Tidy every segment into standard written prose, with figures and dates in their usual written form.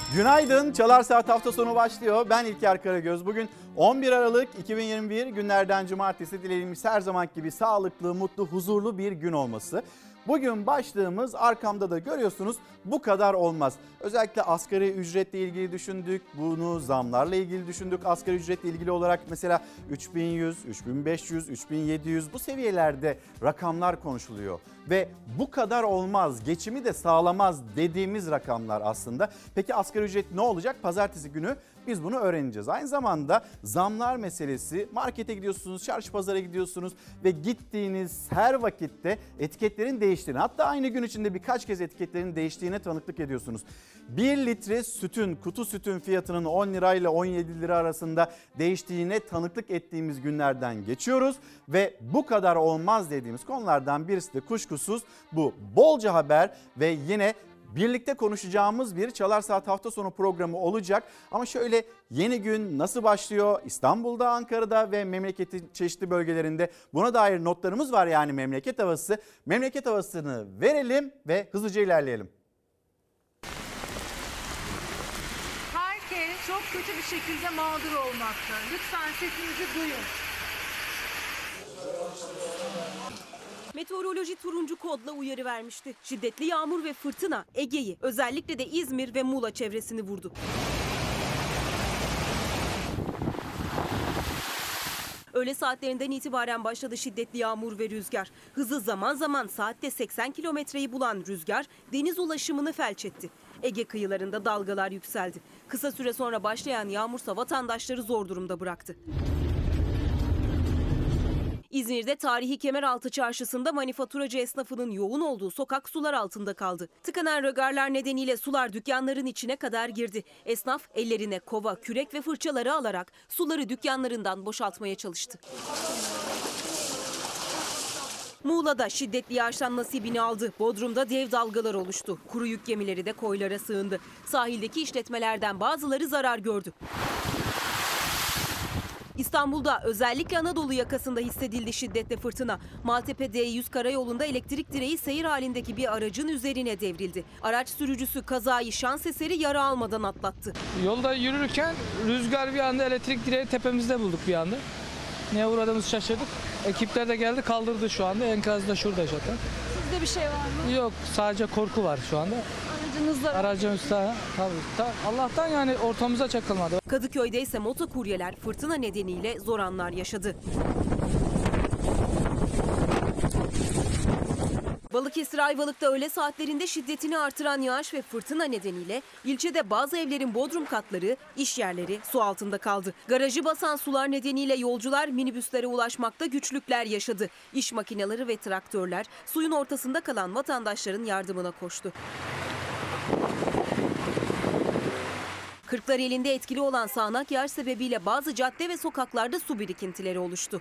Günaydın. Çalar Saat hafta sonu başlıyor. Ben İlker Karagöz. Bugün 11 Aralık 2021 günlerden cumartesi. Dileğimiz her zaman gibi sağlıklı, mutlu, huzurlu bir gün olması. Bugün başlığımız arkamda da görüyorsunuz bu kadar olmaz. Özellikle asgari ücretle ilgili düşündük. Bunu zamlarla ilgili düşündük. Asgari ücretle ilgili olarak mesela 3100, 3500, 3700 bu seviyelerde rakamlar konuşuluyor. Ve bu kadar olmaz, geçimi de sağlamaz dediğimiz rakamlar aslında. Peki asgari ücret ne olacak? Pazartesi günü biz bunu öğreneceğiz. Aynı zamanda zamlar meselesi, markete gidiyorsunuz, çarşı pazara gidiyorsunuz ve gittiğiniz her vakitte etiketlerin değiştiğini, hatta aynı gün içinde birkaç kez etiketlerin değiştiğine tanıklık ediyorsunuz. 1 litre sütün, kutu sütün fiyatının 10 lirayla 17 lira arasında değiştiğine tanıklık ettiğimiz günlerden geçiyoruz ve bu kadar olmaz dediğimiz konulardan birisi de kuşkusuz bu. Bolca haber ve yine birlikte konuşacağımız bir Çalar Saat hafta sonu programı olacak. Ama şöyle yeni gün nasıl başlıyor? İstanbul'da, Ankara'da ve memleketin çeşitli bölgelerinde buna dair notlarımız var, yani memleket havası. Memleket havasını verelim ve hızlıca ilerleyelim. Herkes çok kötü bir şekilde mağdur olmakta. Lütfen sesinizi duyun. Meteoroloji turuncu kodla uyarı vermişti. Şiddetli yağmur ve fırtına Ege'yi, özellikle de İzmir ve Muğla çevresini vurdu. Öğle saatlerinden itibaren başladı şiddetli yağmur ve rüzgar. Hızı zaman zaman saatte 80 kilometreyi bulan rüzgar deniz ulaşımını felç etti. Ege kıyılarında dalgalar yükseldi. Kısa süre sonra başlayan yağmursa vatandaşları zor durumda bıraktı. İzmir'de tarihi Kemeraltı Çarşısı'nda manifaturacı esnafının yoğun olduğu sokak sular altında kaldı. Tıkanan rögarlar nedeniyle sular dükkanların içine kadar girdi. Esnaf ellerine kova, kürek ve fırçaları alarak suları dükkanlarından boşaltmaya çalıştı. Muğla'da şiddetli yağıştan nasibini aldı. Bodrum'da dev dalgalar oluştu. Kuru yük gemileri de koylara sığındı. Sahildeki işletmelerden bazıları zarar gördü. İstanbul'da özellikle Anadolu yakasında hissedildi şiddetli fırtına. Maltepe D100 karayolunda elektrik direği seyir halindeki bir aracın üzerine devrildi. Araç sürücüsü kazayı şans eseri yara almadan atlattı. Yolda yürürken rüzgar bir anda elektrik direği tepemizde bulduk bir anda. Neye uğradığımızı şaşırdık. Ekipler de geldi, kaldırdı şu anda. Enkaz da şurada zaten. Sizde bir şey var mı? Yok, sadece korku var şu anda. Aracınızda. Aracımızda tabii. Allah'tan yani ortamıza çakılmadı. Kadıköy'de ise motokuryeler fırtına nedeniyle zor anlar yaşadı. Balıkesir Ayvalık'ta öğle saatlerinde şiddetini artıran yağış ve fırtına nedeniyle ilçede bazı evlerin bodrum katları, iş yerleri su altında kaldı. Garajı basan sular nedeniyle yolcular minibüslere ulaşmakta güçlükler yaşadı. İş makineleri ve traktörler suyun ortasında kalan vatandaşların yardımına koştu. Kırklareli'nde etkili olan sağanak yağış sebebiyle bazı cadde ve sokaklarda su birikintileri oluştu.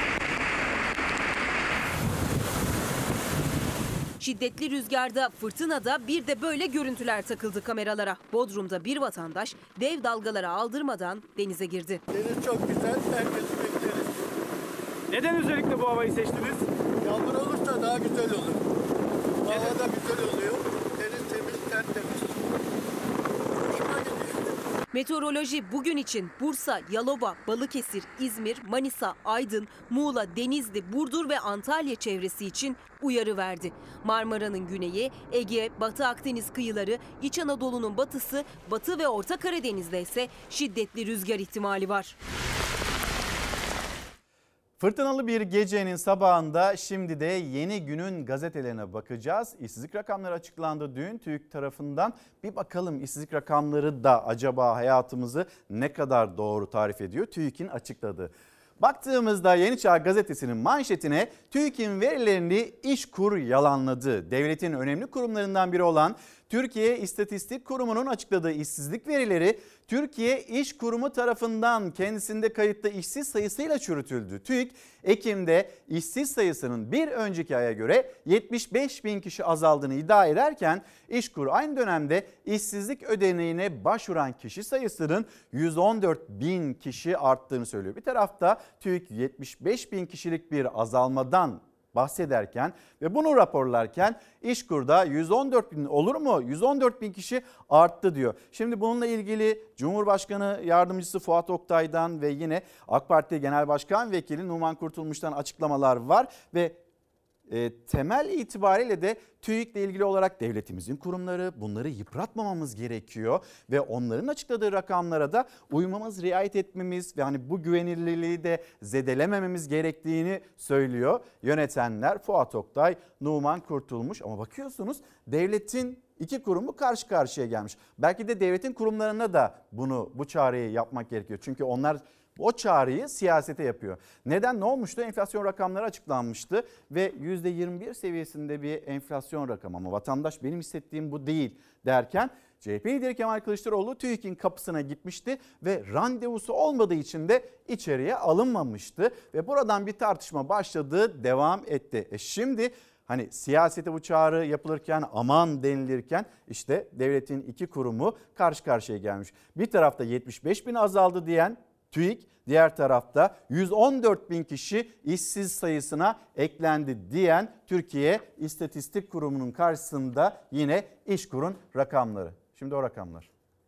Şiddetli rüzgarda, fırtınada bir de böyle görüntüler takıldı kameralara. Bodrum'da bir vatandaş dev dalgalara aldırmadan denize girdi. Deniz çok güzel, herkesi bekleriz. Neden özellikle bu havayı seçtiniz? Yağmur olursa daha güzel olur. Hava da güzel oluyor. Deniz temiz, tertemiz. Hoşuma gidiyor. Meteoroloji bugün için Bursa, Yalova, Balıkesir, İzmir, Manisa, Aydın, Muğla, Denizli, Burdur ve Antalya çevresi için uyarı verdi. Marmara'nın güneyi, Ege, Batı Akdeniz kıyıları, İç Anadolu'nun batısı, Batı ve Orta Karadeniz'de ise şiddetli rüzgar ihtimali var. Fırtınalı bir gecenin sabahında şimdi de yeni günün gazetelerine bakacağız. İşsizlik rakamları açıklandı dün TÜİK tarafından. Bir bakalım işsizlik rakamları da acaba hayatımızı ne kadar doğru tarif ediyor? TÜİK'in açıkladığı. Baktığımızda Yeni Çağ Gazetesi'nin manşetine TÜİK'in verilerini İşkur yalanladı. Devletin önemli kurumlarından biri olan Türkiye İstatistik Kurumu'nun açıkladığı işsizlik verileri Türkiye İş Kurumu tarafından kendisinde kayıtlı işsiz sayısıyla çürütüldü. TÜİK Ekim'de işsiz sayısının bir önceki aya göre 75 bin kişi azaldığını iddia ederken İşkur aynı dönemde işsizlik ödeneğine başvuran kişi sayısının 114 bin kişi arttığını söylüyor. Bir tarafta TÜİK 75 bin kişilik bir azalmadan bahsederken ve bunu raporlarken İşkur'da 114 bin olur mu? 114 bin kişi arttı diyor. Şimdi bununla ilgili Cumhurbaşkanı Yardımcısı Fuat Oktay'dan ve yine AK Parti Genel Başkan Vekili Numan Kurtulmuş'tan açıklamalar var ve temel itibariyle de TÜİK'le ilgili olarak devletimizin kurumları, bunları yıpratmamamız gerekiyor ve onların açıkladığı rakamlara da uymamız, riayet etmemiz ve hani bu güvenilirliği de zedelemememiz gerektiğini söylüyor yönetenler. Fuat Oktay, Numan Kurtulmuş, ama bakıyorsunuz devletin iki kurumu karşı karşıya gelmiş. Belki de devletin kurumlarına da bu çağrıyı yapmak gerekiyor. Çünkü onlar o çağrıyı siyasete yapıyor. Neden? Ne olmuştu? Enflasyon rakamları açıklanmıştı ve %21 seviyesinde bir enflasyon rakamı, ama vatandaş benim hissettiğim bu değil derken CHP lideri Kemal Kılıçdaroğlu TÜİK'in kapısına gitmişti ve randevusu olmadığı için de içeriye alınmamıştı ve buradan bir tartışma başladı, devam etti. Şimdi hani siyasete bu çağrı yapılırken, aman denilirken işte devletin iki kurumu karşı karşıya gelmiş. Bir tarafta 75 bin azaldı diyen TÜİK, diğer tarafta 114 bin kişi işsiz sayısına eklendi diyen Türkiye İstatistik Kurumu'nun karşısında yine İşkur'un rakamları. Şimdi o rakamlar.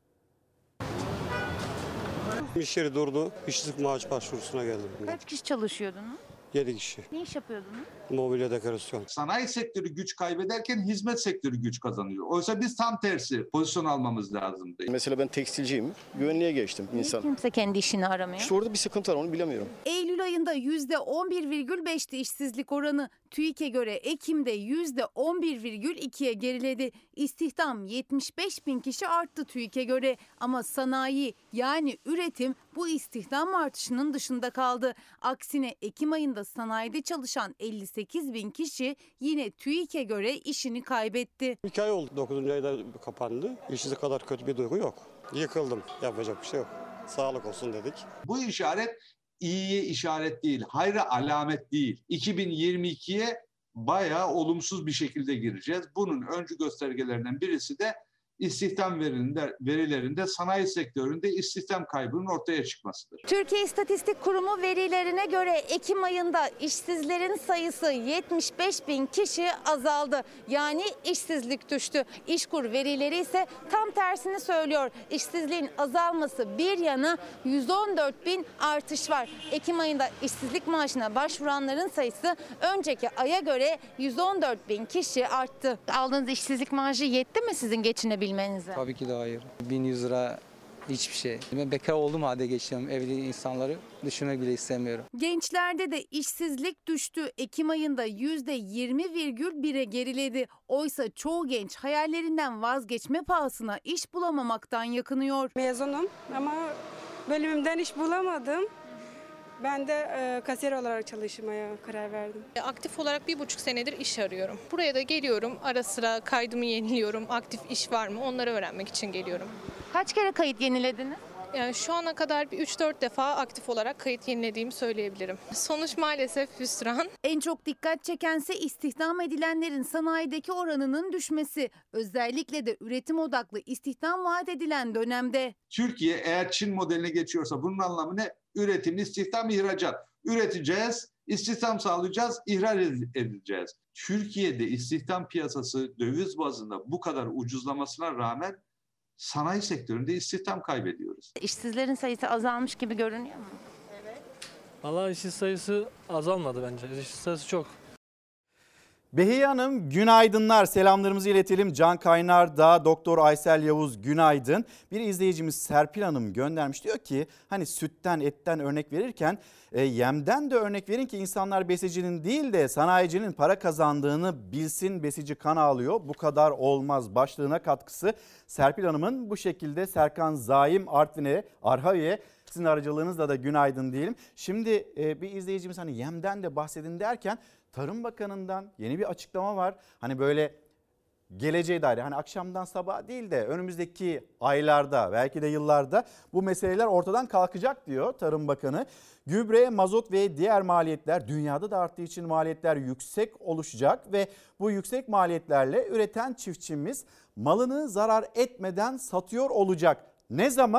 İş yeri durdu. İşsizlik maaş başvurusuna geldim. Kaç kişi çalışıyordunuz? 7 kişi. Ne iş yapıyordunuz? Mobilya dekorasyon. Sanayi sektörü güç kaybederken hizmet sektörü güç kazanıyor. Oysa biz tam tersi pozisyon almamız lazımdı. Mesela ben tekstilciyim. Güvenliğe geçtim insan. Kimse kendi işini aramıyor. İşte orada bir sıkıntı var, onu bilemiyorum. Eylül ayında %11,5'ti işsizlik oranı. TÜİK'e göre Ekim'de %11,2'ye geriledi. İstihdam 75 bin kişi arttı TÜİK'e göre. Ama sanayi yani üretim bu istihdam artışının dışında kaldı. Aksine Ekim ayında sanayide çalışan 58 bin kişi yine TÜİK'e göre işini kaybetti. 2 ay oldu. 9. ayda kapandı. İşsizlik kadar kötü bir duygu yok. Yıkıldım. Yapacak bir şey yok. Sağlık olsun dedik. Bu işaret iyiye işaret değil, hayra alamet değil. 2022'ye bayağı olumsuz bir şekilde gireceğiz. Bunun öncü göstergelerinden birisi de istihdam verilerinde sanayi sektöründe istihdam kaybının ortaya çıkmasıdır. Türkiye İstatistik Kurumu verilerine göre Ekim ayında işsizlerin sayısı 75 bin kişi azaldı. Yani işsizlik düştü. İşkur verileri ise tam tersini söylüyor. İşsizliğin azalması bir yana 114 bin artış var. Ekim ayında işsizlik maaşına başvuranların sayısı önceki aya göre 114 bin kişi arttı. Aldığınız işsizlik maaşı yetti mi sizin geçinebilmenize? Tabii ki de hayır. 1100 lira hiçbir şey. Ben bekar olduğum halde geçiyorum. Evli insanları düşünmek bile istemiyorum. Gençlerde de işsizlik düştü. Ekim ayında %20,1'e geriledi. Oysa çoğu genç hayallerinden vazgeçme pahasına iş bulamamaktan yakınıyor. Mezunum ama bölümümden iş bulamadım. Ben de kasiyer olarak çalışmaya karar verdim. Aktif olarak 1,5 senedir iş arıyorum. Buraya da geliyorum, ara sıra kaydımı yeniliyorum. Aktif iş var mı onları öğrenmek için geliyorum. Kaç kere kayıt yenilediniz? Yani şu ana kadar bir 3-4 defa aktif olarak kayıt yenilediğimi söyleyebilirim. Sonuç maalesef hüsran. En çok dikkat çekense istihdam edilenlerin sanayideki oranının düşmesi. Özellikle de üretim odaklı istihdam vaat edilen dönemde. Türkiye eğer Çin modeline geçiyorsa bunun anlamı ne? Üretim, istihdam, ihracat. Üreteceğiz, istihdam sağlayacağız, ihraç edeceğiz. Türkiye'de istihdam piyasası döviz bazında bu kadar ucuzlamasına rağmen sanayi sektöründe istihdam kaybediyoruz. İşsizlerin sayısı azalmış gibi görünüyor mu? Vallahi işsiz sayısı azalmadı bence. İşsiz sayısı çok. Behiye Hanım günaydınlar, selamlarımızı iletelim. Can Kaynar da Doktor Aysel Yavuz günaydın. Bir izleyicimiz Serpil Hanım göndermiş, diyor ki hani sütten etten örnek verirken yemden de örnek verin ki insanlar besicinin değil de sanayicinin para kazandığını bilsin, besici kan ağlıyor. Bu kadar olmaz başlığına katkısı Serpil Hanım'ın bu şekilde. Serkan Zaim Arhavi'ye sizin aracılığınızla da günaydın diyelim. Şimdi bir izleyicimiz hani yemden de bahsedin derken Tarım Bakanı'ndan yeni bir açıklama var. Hani böyle geleceğe dair, hani akşamdan sabaha değil de önümüzdeki aylarda, belki de yıllarda bu meseleler ortadan kalkacak diyor Tarım Bakanı. Gübre, mazot ve diğer maliyetler dünyada da arttığı için maliyetler yüksek oluşacak ve bu yüksek maliyetlerle üreten çiftçimiz malını zarar etmeden satıyor olacak. Ne zaman?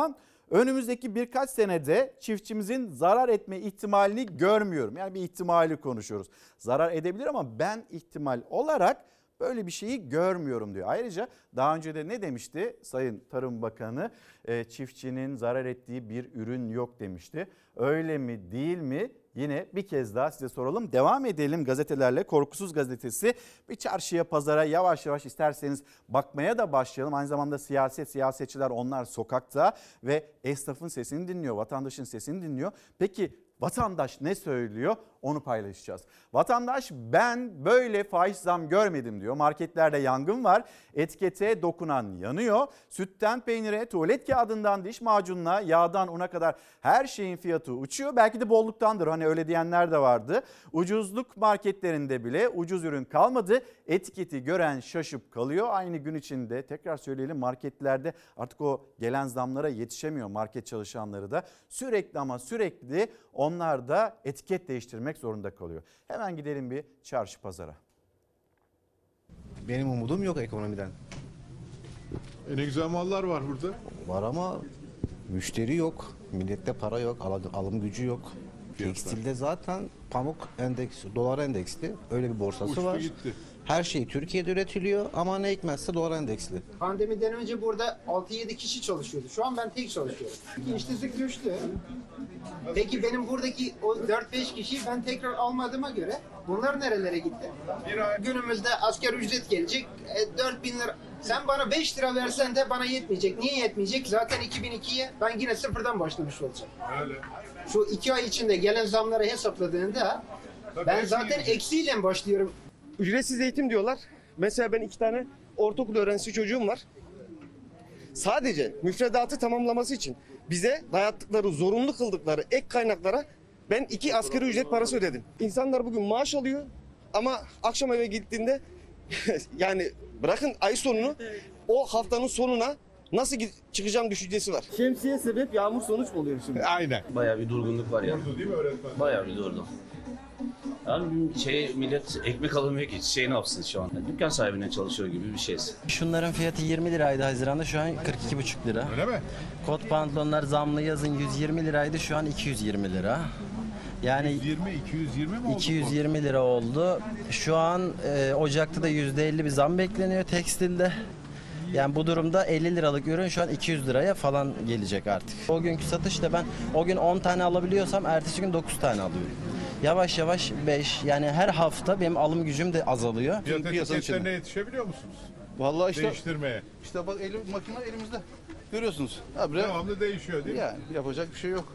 Önümüzdeki birkaç senede çiftçimizin zarar etme ihtimalini görmüyorum. Yani bir ihtimali konuşuyoruz. Zarar edebilir ama ben ihtimal olarak böyle bir şeyi görmüyorum diyor. Ayrıca daha önce de ne demişti Sayın Tarım Bakanı? Çiftçinin zarar ettiği bir ürün yok demişti. Öyle mi değil mi? Yine bir kez daha size soralım. Devam edelim gazetelerle. Korkusuz Gazetesi bir çarşıya, pazara yavaş yavaş isterseniz bakmaya da başlayalım. Aynı zamanda siyasetçiler onlar sokakta ve esnafın sesini dinliyor, vatandaşın sesini dinliyor. Peki vatandaş ne söylüyor? Onu paylaşacağız. Vatandaş ben böyle fahiş zam görmedim diyor. Marketlerde yangın var. Etikete dokunan yanıyor. Sütten peynire, tuvalet kağıdından diş macununa, yağdan una kadar her şeyin fiyatı uçuyor. Belki de bolluktandır. Hani öyle diyenler de vardı. Ucuzluk marketlerinde bile ucuz ürün kalmadı. Etiketi gören şaşıp kalıyor. Aynı gün içinde tekrar söyleyelim marketlerde artık o gelen zamlara yetişemiyor market çalışanları da. Sürekli ama sürekli onlar da etiket değiştirmek zorunda kalıyor. Hemen gidelim bir çarşı pazara. Benim umudum yok ekonomiden. Ne güzel mallar var burada. Var ama müşteri yok. Millette para yok. Alım gücü yok. Tekstilde zaten pamuk endeksi, dolar endeksli. Öyle bir borsası Uçtu var. gitti. Her şey Türkiye'de üretiliyor ama ne hikmetse dolar endeksli. Pandemiden önce burada 6-7 kişi çalışıyordu. Şu an ben tek çalışıyorum. İşsizlik düştü. Peki benim buradaki o 4-5 kişiyi ben tekrar almadığıma göre bunlar nerelere gitti? Günümüzde asgari ücret gelecek 4.000 lira. Sen bana 5 lira versen de bana yetmeyecek. Niye yetmeyecek? Zaten 2002'ye ben yine sıfırdan başlamış olacağım. Öyle. Şu 2 ay içinde gelen zamları hesapladığında ben zaten eksiyle başlıyorum. Ücretsiz eğitim diyorlar. Mesela ben 2 tane ortaokul öğrencisi çocuğum var. Sadece müfredatı tamamlaması için bize dayattıkları, zorunlu kıldıkları ek kaynaklara ben 2 asgari ücret parası ödedim. İnsanlar bugün maaş alıyor ama akşam eve gittiğinde yani bırakın ay sonunu o haftanın sonuna nasıl çıkacağım düşüncesi var. Şemsiye sebep yağmur sonuç mu oluyor şimdi? Aynen. Bayağı bir durgunluk var ya. Durdu değil mi öğretmen? Bayağı bir durdu. Yani millet ekmek alamıyor ki ne yapsın şu an? Dükkan sahibine çalışıyor gibi bir şeyiz. Şunların fiyatı 20 liraydı Haziran'da, şu an 42,5 lira. Öyle mi? Kot pantolonlar zamlı yazın 120 liraydı, şu an 220 lira. Yani 220 mi oldu? 220 lira oldu. Şu an Ocak'ta da %50 bir zam bekleniyor tekstilde. Yani bu durumda 50 liralık ürün şu an 200 liraya falan gelecek artık. O günkü satışta ben o gün 10 tane alabiliyorsam ertesi gün 9 tane alıyorum. Yavaş yavaş 5, yani her hafta benim alım gücüm de azalıyor. Fiyat etiketlerine yetişebiliyor musunuz? Vallahi işte Değiştirmeye. İşte bak makine elimizde. Görüyorsunuz. Devamlı değişiyor değil mi? Yani yapacak bir şey yok.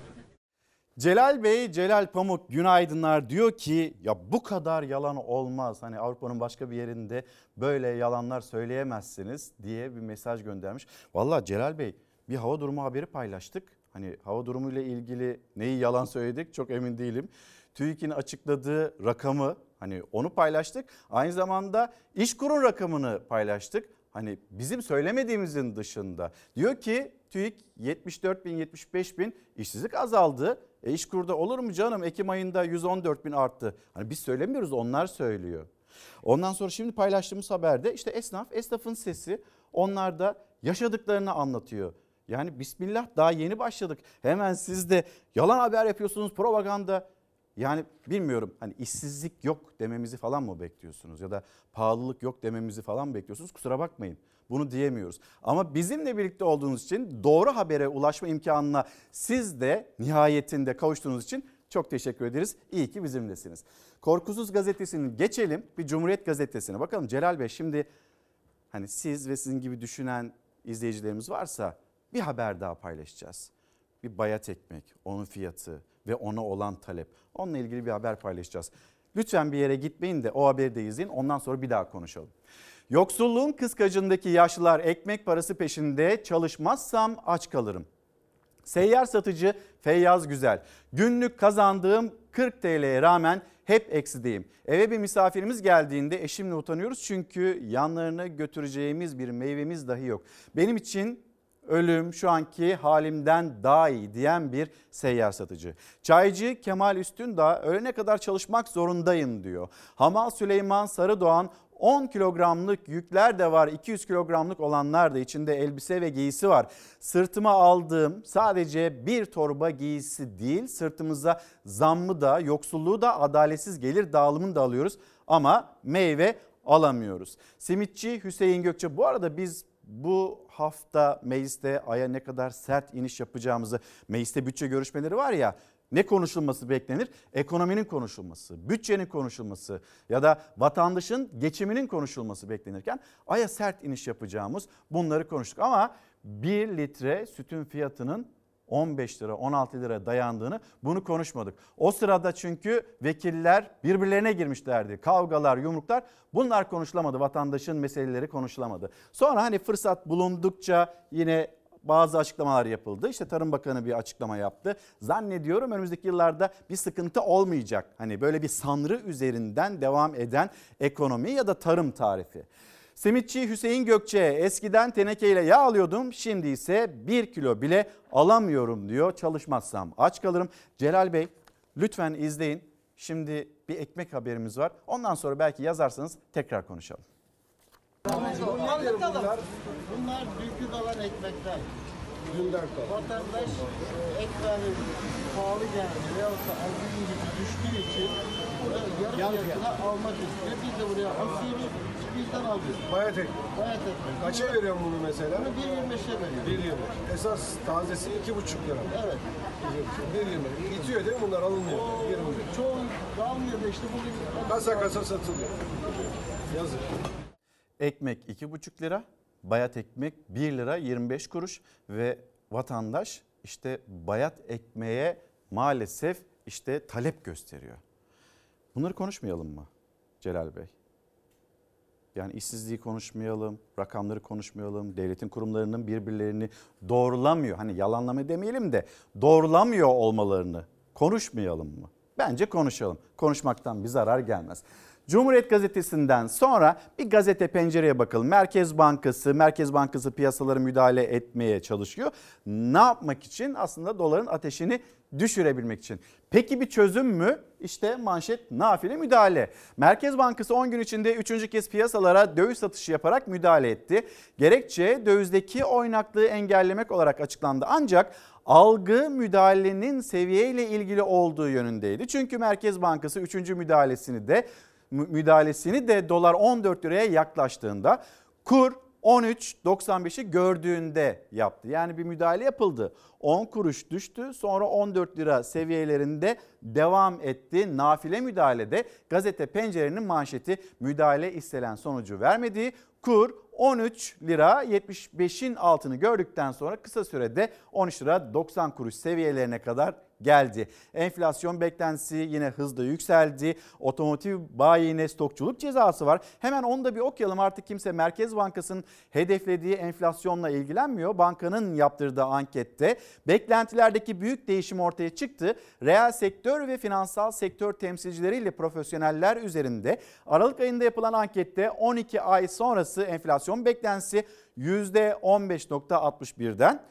Celal Bey, Celal Pamuk günaydınlar diyor ki ya bu kadar yalan olmaz. Hani Avrupa'nın başka bir yerinde böyle yalanlar söyleyemezsiniz diye bir mesaj göndermiş. Vallahi Celal Bey bir hava durumu haberi paylaştık. Hani hava durumu ile ilgili neyi yalan söyledik çok emin değilim. TÜİK'in açıkladığı rakamı hani onu paylaştık. Aynı zamanda İşkur'un rakamını paylaştık. Hani bizim söylemediğimizin dışında diyor ki TÜİK 74 bin 75 bin işsizlik azaldı. İşkur'da olur mu canım Ekim ayında 114 bin arttı. Hani biz söylemiyoruz onlar söylüyor. Ondan sonra şimdi paylaştığımız haberde işte esnafın sesi onlar da yaşadıklarını anlatıyor. Yani bismillah daha yeni başladık. Hemen siz de yalan haber yapıyorsunuz propaganda. Yani bilmiyorum hani işsizlik yok dememizi falan mı bekliyorsunuz ya da pahalılık yok dememizi falan mı bekliyorsunuz? Kusura bakmayın bunu diyemiyoruz. Ama bizimle birlikte olduğunuz için doğru habere ulaşma imkanına siz de nihayetinde kavuştuğunuz için çok teşekkür ederiz. İyi ki bizimlesiniz. Korkusuz Gazetesi'ni geçelim bir Cumhuriyet Gazetesi'ne bakalım. Celal Bey şimdi hani siz ve sizin gibi düşünen izleyicilerimiz varsa bir haber daha paylaşacağız. Bir bayat ekmek, onun fiyatı ve ona olan talep. Onunla ilgili bir haber paylaşacağız. Lütfen bir yere gitmeyin de o haberi de izleyin. Ondan sonra bir daha konuşalım. Yoksulluğun kıskacındaki yaşlılar ekmek parası peşinde çalışmazsam aç kalırım. Seyyar satıcı Feyyaz Güzel. Günlük kazandığım 40 TL'ye rağmen hep eksideyim. Eve bir misafirimiz geldiğinde eşimle utanıyoruz çünkü yanlarına götüreceğimiz bir meyvemiz dahi yok. Benim için ölüm şu anki halimden daha iyi diyen bir seyyar satıcı. Çaycı Kemal Üstündağ ölene kadar çalışmak zorundayım diyor. Hamal Süleyman Sarıdoğan 10 kilogramlık yükler de var, 200 kilogramlık olanlar da, içinde elbise ve giysi var. Sırtıma aldığım sadece bir torba giysi değil, sırtımıza zammı da, yoksulluğu da, adaletsiz gelir dağılımını da alıyoruz ama meyve alamıyoruz. Simitçi Hüseyin Gökçe, bu arada biz bu hafta mecliste aya ne kadar sert iniş yapacağımızı, mecliste bütçe görüşmeleri var ya, ne konuşulması beklenir? Ekonominin konuşulması, bütçenin konuşulması ya da vatandaşın geçiminin konuşulması beklenirken aya sert iniş yapacağımız bunları konuştuk. Ama 1 litre sütün fiyatının 15 lira 16 lira dayandığını, bunu konuşmadık. O sırada çünkü vekiller birbirlerine girmişlerdi. Kavgalar, yumruklar, bunlar konuşulamadı. Vatandaşın meseleleri konuşulamadı. Sonra hani fırsat bulundukça yine bazı açıklamalar yapıldı. İşte Tarım Bakanı bir açıklama yaptı. Zannediyorum önümüzdeki yıllarda bir sıkıntı olmayacak. Hani böyle bir sanrı üzerinden devam eden ekonomi ya da tarım tarifi. Simitçi Hüseyin Gökçe, eskiden tenekeyle yağ alıyordum, şimdi ise 1 kilo bile alamıyorum diyor. Çalışmazsam aç kalırım. Celal Bey lütfen izleyin. Şimdi bir ekmek haberimiz var. Ondan sonra belki yazarsanız tekrar konuşalım. Bunlar dünkü kalan ekmekler. Dünden kalan. Vatandaş ekmeğinin pahalı geldi veyahut da algın gibi düştüğü için yarı fiyatına almak istiyor. Biz de buraya asıyoruz, bizden alıyoruz. Bayat ekmek. Bayat ekmek. Kaça veriyorsun bunu mesela? Bunu 1.25'e veriyorum. 1.20. Esas tazesi 2,5 lira. Evet. 1.20. Bitiyor değil mi bunlar, alınmıyor? 20 lira. Çoğu kalmıyor da işte bugün. Kasa kasa satılıyor. Yazık. Ekmek 2,5 lira, bayat ekmek 1 lira 25 kuruş ve vatandaş işte bayat ekmeğe maalesef işte talep gösteriyor. Bunları konuşmayalım mı Celal Bey? Yani işsizliği konuşmayalım, rakamları konuşmayalım, devletin kurumlarının birbirlerini doğrulamıyor. Hani yalanlama demeyelim de doğrulamıyor olmalarını konuşmayalım mı? Bence konuşalım. Konuşmaktan bir zarar gelmez. Cumhuriyet Gazetesi'nden sonra bir gazete pencereye bakalım. Merkez Bankası piyasalara müdahale etmeye çalışıyor. Ne yapmak için? Aslında doların ateşini düşürebilmek için. Peki bir çözüm mü? İşte manşet, nafile müdahale. Merkez Bankası 10 gün içinde 3. kez piyasalara döviz satışı yaparak müdahale etti. Gerekçe dövizdeki oynaklığı engellemek olarak açıklandı. Ancak algı müdahalenin seviyeyle ilgili olduğu yönündeydi. Çünkü Merkez Bankası 3. müdahalesini de dolar 14 liraya yaklaştığında, kur 13.95'i gördüğünde yaptı. Yani bir müdahale yapıldı. 10 kuruş düştü, sonra 14 lira seviyelerinde devam etti. Nafile müdahalede gazete pencerenin manşeti, müdahale istenen sonucu vermedi. Kur 13 lira 75'in altını gördükten sonra kısa sürede 13 lira 90 kuruş seviyelerine kadar geldi. Enflasyon beklentisi yine hızla yükseldi. Otomotiv bayine stokçuluk cezası var. Hemen onu da bir okuyalım. Artık kimse Merkez Bankası'nın hedeflediği enflasyonla ilgilenmiyor. Bankanın yaptırdığı ankette beklentilerdeki büyük değişim ortaya çıktı. Reel sektör ve finansal sektör temsilcileriyle profesyoneller üzerinde Aralık ayında yapılan ankette 12 ay sonrası enflasyon beklentisi %15.61'den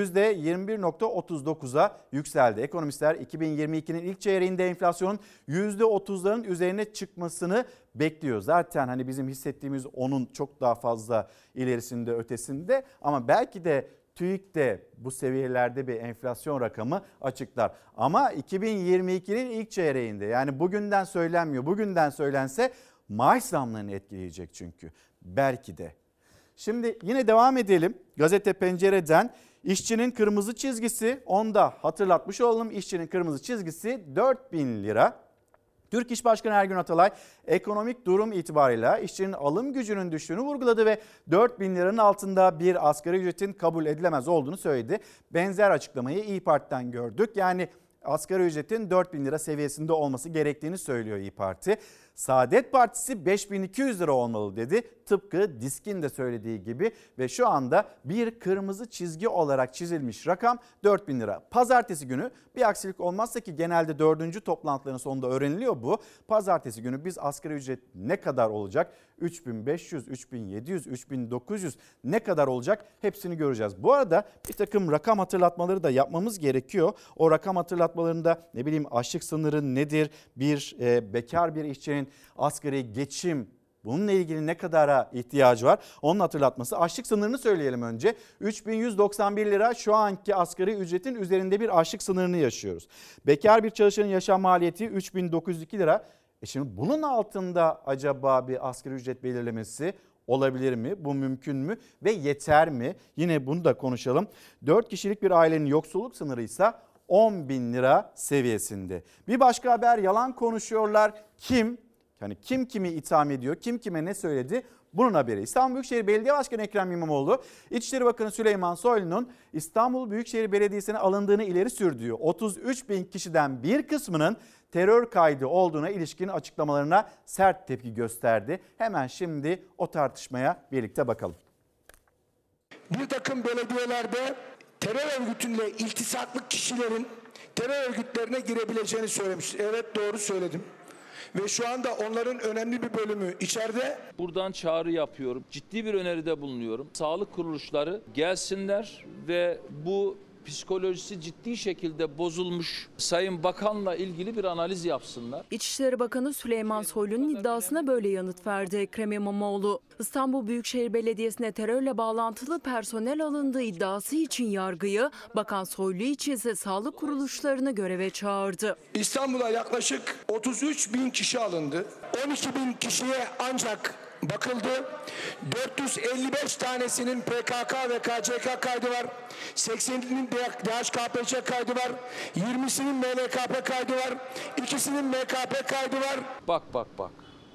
%21.39'a yükseldi. Ekonomistler 2022'nin ilk çeyreğinde enflasyonun %30'ların üzerine çıkmasını bekliyor. Zaten hani bizim hissettiğimiz onun çok daha fazla ilerisinde, ötesinde, ama belki de TÜİK de bu seviyelerde bir enflasyon rakamı açıklar. Ama 2022'nin ilk çeyreğinde, yani bugünden söylenmiyor. Bugünden söylense maaş zamlarını etkileyecek çünkü. Belki de. Şimdi yine devam edelim. Gazete Pencere'den işçinin kırmızı çizgisi, onu da hatırlatmış olalım. İşçinin kırmızı çizgisi 4.000 lira. Türk İş Başkanı Ergün Atalay ekonomik durum itibarıyla işçinin alım gücünün düştüğünü vurguladı ve 4.000 liranın altında bir asgari ücretin kabul edilemez olduğunu söyledi. Benzer açıklamayı İYİ Parti'den gördük. Yani asgari ücretin 4.000 lira seviyesinde olması gerektiğini söylüyor İYİ Parti. Saadet Partisi 5.200 lira olmalı dedi. Tıpkı DİSK'in de söylediği gibi ve şu anda bir kırmızı çizgi olarak çizilmiş rakam 4.000 lira. Pazartesi günü bir aksilik olmazsa, ki genelde 4. toplantıların sonunda öğreniliyor bu. Pazartesi günü biz asgari ücret ne kadar olacak? 3.500, 3.700, 3.900 ne kadar olacak? Hepsini göreceğiz. Bu arada bir takım rakam hatırlatmaları da yapmamız gerekiyor. O rakam hatırlatmalarında açlık sınırı nedir? Bekar bir işçinin asgari geçim Bununla ilgili ne kadara ihtiyacı var? Onun hatırlatması. Açlık sınırını söyleyelim önce. 3.191 lira şu anki asgari ücretin üzerinde bir açlık sınırını yaşıyoruz. Bekar bir çalışanın yaşam maliyeti 3.902 lira. Şimdi bunun altında acaba bir asgari ücret belirlemesi olabilir mi? Bu mümkün mü ve yeter mi? Yine bunu da konuşalım. 4 kişilik bir ailenin yoksulluk sınırı ise 10.000 lira seviyesinde. Bir başka haber, yalan konuşuyorlar. Kim? Yani kim kimi itham ediyor? Kim kime ne söyledi? Bunun haberi. İstanbul Büyükşehir Belediye Başkanı Ekrem İmamoğlu, İçişleri Bakanı Süleyman Soylu'nun İstanbul Büyükşehir Belediyesi'ne alındığını ileri sürdüğü 33.000 kişiden bir kısmının terör kaydı olduğuna ilişkin açıklamalarına sert tepki gösterdi. Hemen şimdi o tartışmaya birlikte bakalım. Bir takım belediyelerde terör örgütüyle iltisaklı kişilerin terör örgütlerine girebileceğini söylemiş. Evet, doğru söyledim. Ve şu anda onların önemli bir bölümü içeride. Buradan çağrı yapıyorum. Ciddi bir öneride bulunuyorum. Sağlık kuruluşları gelsinler ve bu psikolojisi ciddi şekilde bozulmuş Sayın Bakan'la ilgili bir analiz yapsınlar. İçişleri Bakanı Süleyman Soylu'nun iddiasına böyle yanıt verdi Ekrem İmamoğlu. İstanbul Büyükşehir Belediyesi'ne terörle bağlantılı personel alındığı iddiası için yargıyı, Bakan Soylu için ise sağlık kuruluşlarını göreve çağırdı. İstanbul'a yaklaşık 33.000 kişi alındı. 12.000 kişiye ancak bakıldı. 455 tanesinin PKK ve KCK kaydı var. 80'inin DHKPC kaydı var. 20'sinin MLKP kaydı var. 2'sinin MKP kaydı var. Bak.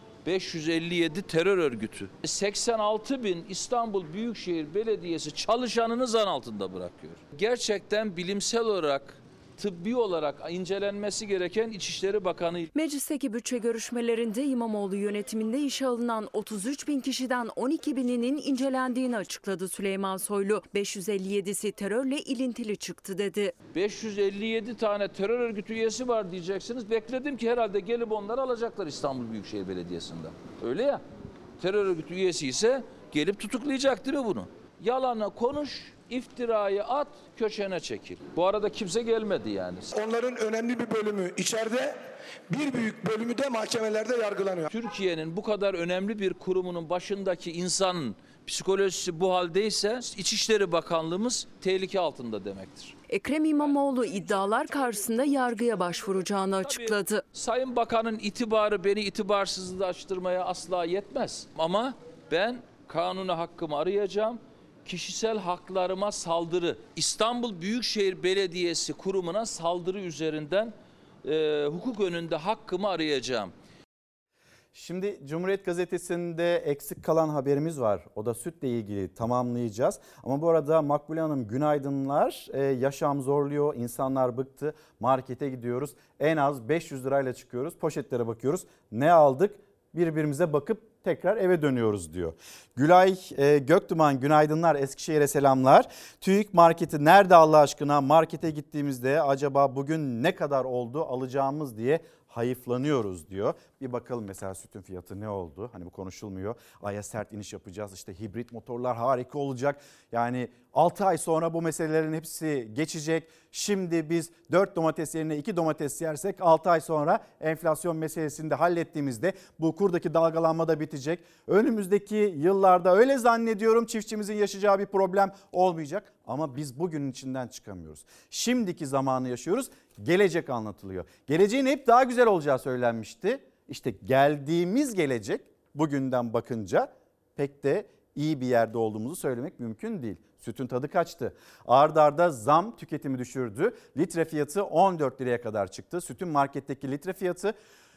557 terör örgütü. 86.000 İstanbul Büyükşehir Belediyesi çalışanını zan altında bırakıyor. Gerçekten bilimsel olarak, tıbbi olarak incelenmesi gereken İçişleri Bakanı. Meclisteki bütçe görüşmelerinde İmamoğlu yönetiminde işe alınan 33.000 kişiden 12.000'inin incelendiğini açıkladı Süleyman Soylu. 557'si terörle ilintili çıktı dedi. 557 tane terör örgütü üyesi var diyeceksiniz. Bekledim ki herhalde gelip onları alacaklar İstanbul Büyükşehir Belediyesi'nden. Öyle ya. Terör örgütü üyesi ise gelip tutuklayacak değil mi bunu? Yalanı konuş, iftirayı at, köşene çekil. Bu arada kimse gelmedi yani. Onların önemli bir bölümü içeride, bir büyük bölümü de mahkemelerde yargılanıyor. Türkiye'nin bu kadar önemli bir kurumunun başındaki insanın psikolojisi bu haldeyse İçişleri Bakanlığımız tehlike altında demektir. Ekrem İmamoğlu iddialar karşısında yargıya başvuracağını açıkladı. Sayın Bakan'ın itibarı beni itibarsızlaştırmaya asla yetmez. Ama ben kanuna hakkımı arayacağım. Kişisel haklarıma saldırı, İstanbul Büyükşehir Belediyesi kurumuna saldırı üzerinden hukuk önünde hakkımı arayacağım. Şimdi Cumhuriyet Gazetesi'nde eksik kalan haberimiz var. O da sütle ilgili, tamamlayacağız. Ama bu arada Makbule Hanım günaydınlar. Yaşam zorluyor, insanlar bıktı. Markete gidiyoruz. En az 500 lirayla çıkıyoruz. Poşetlere bakıyoruz. Ne aldık? Birbirimize bakıp tekrar eve dönüyoruz diyor. Gülay Göktuman günaydınlar, Eskişehir'e selamlar. TÜİK marketi nerede Allah aşkına? Markete gittiğimizde acaba bugün ne kadar oldu alacağımız diye hayıflanıyoruz diyor. Bir bakalım mesela sütün fiyatı ne oldu? Hani bu konuşulmuyor. Aya sert iniş yapacağız. İşte hibrit motorlar harika olacak. Yani 6 ay sonra bu meselelerin hepsi geçecek. Şimdi biz 4 domates yerine 2 domates yersek 6 ay sonra enflasyon meselesini de hallettiğimizde bu kurdaki dalgalanma da bitecek. Önümüzdeki yıllarda öyle zannediyorum çiftçimizin yaşayacağı bir problem olmayacak. Ama biz bugünün içinden çıkamıyoruz. Şimdiki zamanı yaşıyoruz. Gelecek anlatılıyor. Geleceğin hep daha güzel olacağı söylenmişti. İşte geldiğimiz gelecek bugünden bakınca pek de iyi bir yerde olduğumuzu söylemek mümkün değil. Sütün tadı kaçtı. Ard arda zam tüketimi düşürdü. Litre fiyatı 14 liraya kadar çıktı. Sütün marketteki litre fiyatı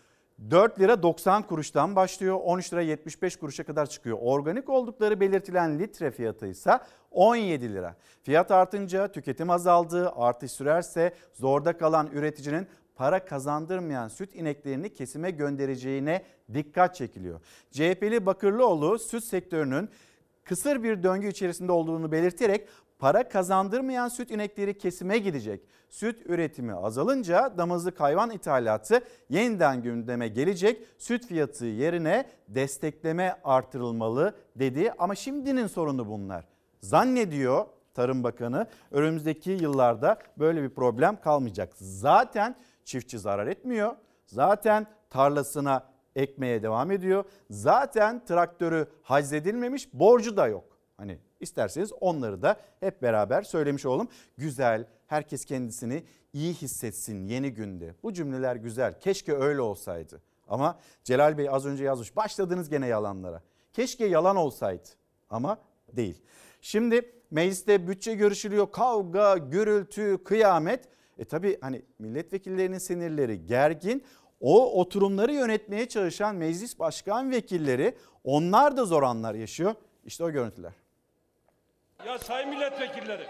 4 lira 90 kuruştan başlıyor. 13 lira 75 kuruşa kadar çıkıyor. Organik oldukları belirtilen litre fiyatı ise 17 lira. Fiyat artınca tüketim azaldı. Artış sürerse zorda kalan üreticinin para kazandırmayan süt ineklerini kesime göndereceğine dikkat çekiliyor. CHP'li Bakırlıoğlu süt sektörünün kısır bir döngü içerisinde olduğunu belirterek para kazandırmayan süt inekleri kesime gidecek. Süt üretimi azalınca damızlık hayvan ithalatı yeniden gündeme gelecek. Süt fiyatı yerine destekleme artırılmalı dedi ama şimdinin sorunu bunlar. Zannediyor Tarım Bakanı önümüzdeki yıllarda böyle bir problem kalmayacak. Zaten çiftçi zarar etmiyor. Zaten tarlasına ekmeye devam ediyor. Zaten traktörü haczedilmemiş, borcu da yok. Hani isterseniz onları da hep beraber söylemiş olalım. Güzel, herkes kendisini iyi hissetsin yeni günde. Bu cümleler güzel. Keşke öyle olsaydı. Ama Celal Bey az önce yazmış. Başladınız gene yalanlara. Keşke yalan olsaydı ama değil. Şimdi mecliste bütçe görüşülüyor. Kavga, gürültü, kıyamet. Tabii hani milletvekillerinin sinirleri gergin. O oturumları yönetmeye çalışan meclis başkan vekilleri, onlar da zor anlar yaşıyor. İşte o görüntüler. Ya sayın milletvekilleri.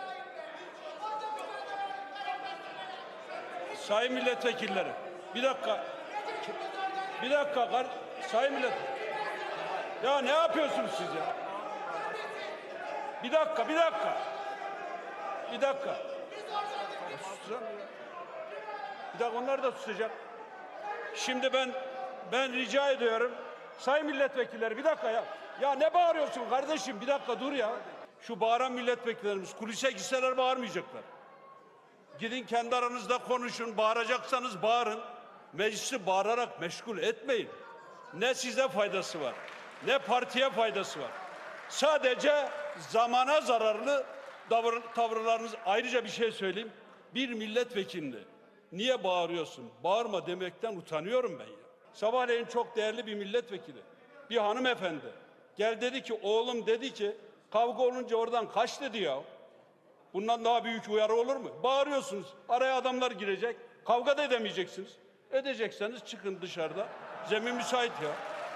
Sayın milletvekilleri. Bir dakika. Sayın millet. Ya ne yapıyorsunuz siz ya? Bir dakika. Ya susacağım ya. Bir dakika, onlar da susacak. Şimdi ben rica ediyorum. Sayın milletvekilleri bir dakika ya. Ya ne bağırıyorsun kardeşim? Bir dakika dur ya. Şu bağıran milletvekillerimiz kulise gitseler bağırmayacaklar. Gidin kendi aranızda konuşun. Bağıracaksanız bağırın. Meclisi bağırarak meşgul etmeyin. Ne size faydası var, ne partiye faydası var. Sadece zamana zararlı tavırlarınız. Ayrıca bir şey söyleyeyim. Bir milletvekili niye bağırıyorsun? Bağırma demekten utanıyorum ben ya. Sabahleyin çok değerli bir milletvekili, bir hanımefendi gel dedi ki, oğlum dedi ki kavga olunca oradan kaç dedi ya. Bundan daha büyük uyarı olur mu? Bağırıyorsunuz. Araya adamlar girecek. Kavga da edemeyeceksiniz. Edecekseniz çıkın dışarıda. Zemin müsait ya.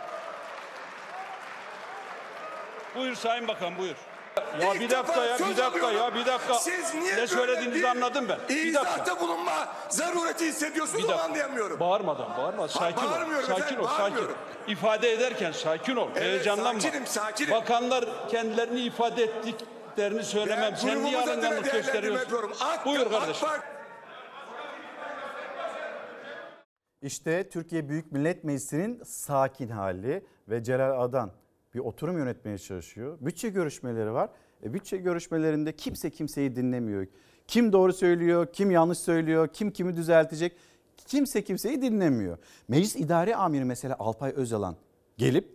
Buyur Sayın Bakan, buyur. Ya bir dakika. Siz niye ne söylediğinizi anladım ben. İzahatta bulunma zarureti hissediyorsunuz, onu anlayamıyorum. Bağırma. Sakin ol. İfade ederken sakin ol. Evet, heyecanlanma. Sakinim. Bakanlar kendilerini ifade ettiklerini söylemem. Sen niye alınganlık gösteriyorsun? Buyur kardeşim. İşte Türkiye Büyük Millet Meclisi'nin sakin hali ve Celal Adan bir oturum yönetmeye çalışıyor. Bütçe görüşmeleri var. Bütçe görüşmelerinde kimse kimseyi dinlemiyor. Kim doğru söylüyor, kim yanlış söylüyor, kim kimi düzeltecek, kimse kimseyi dinlemiyor. Meclis İdare Amiri mesela Alpay Özalan gelip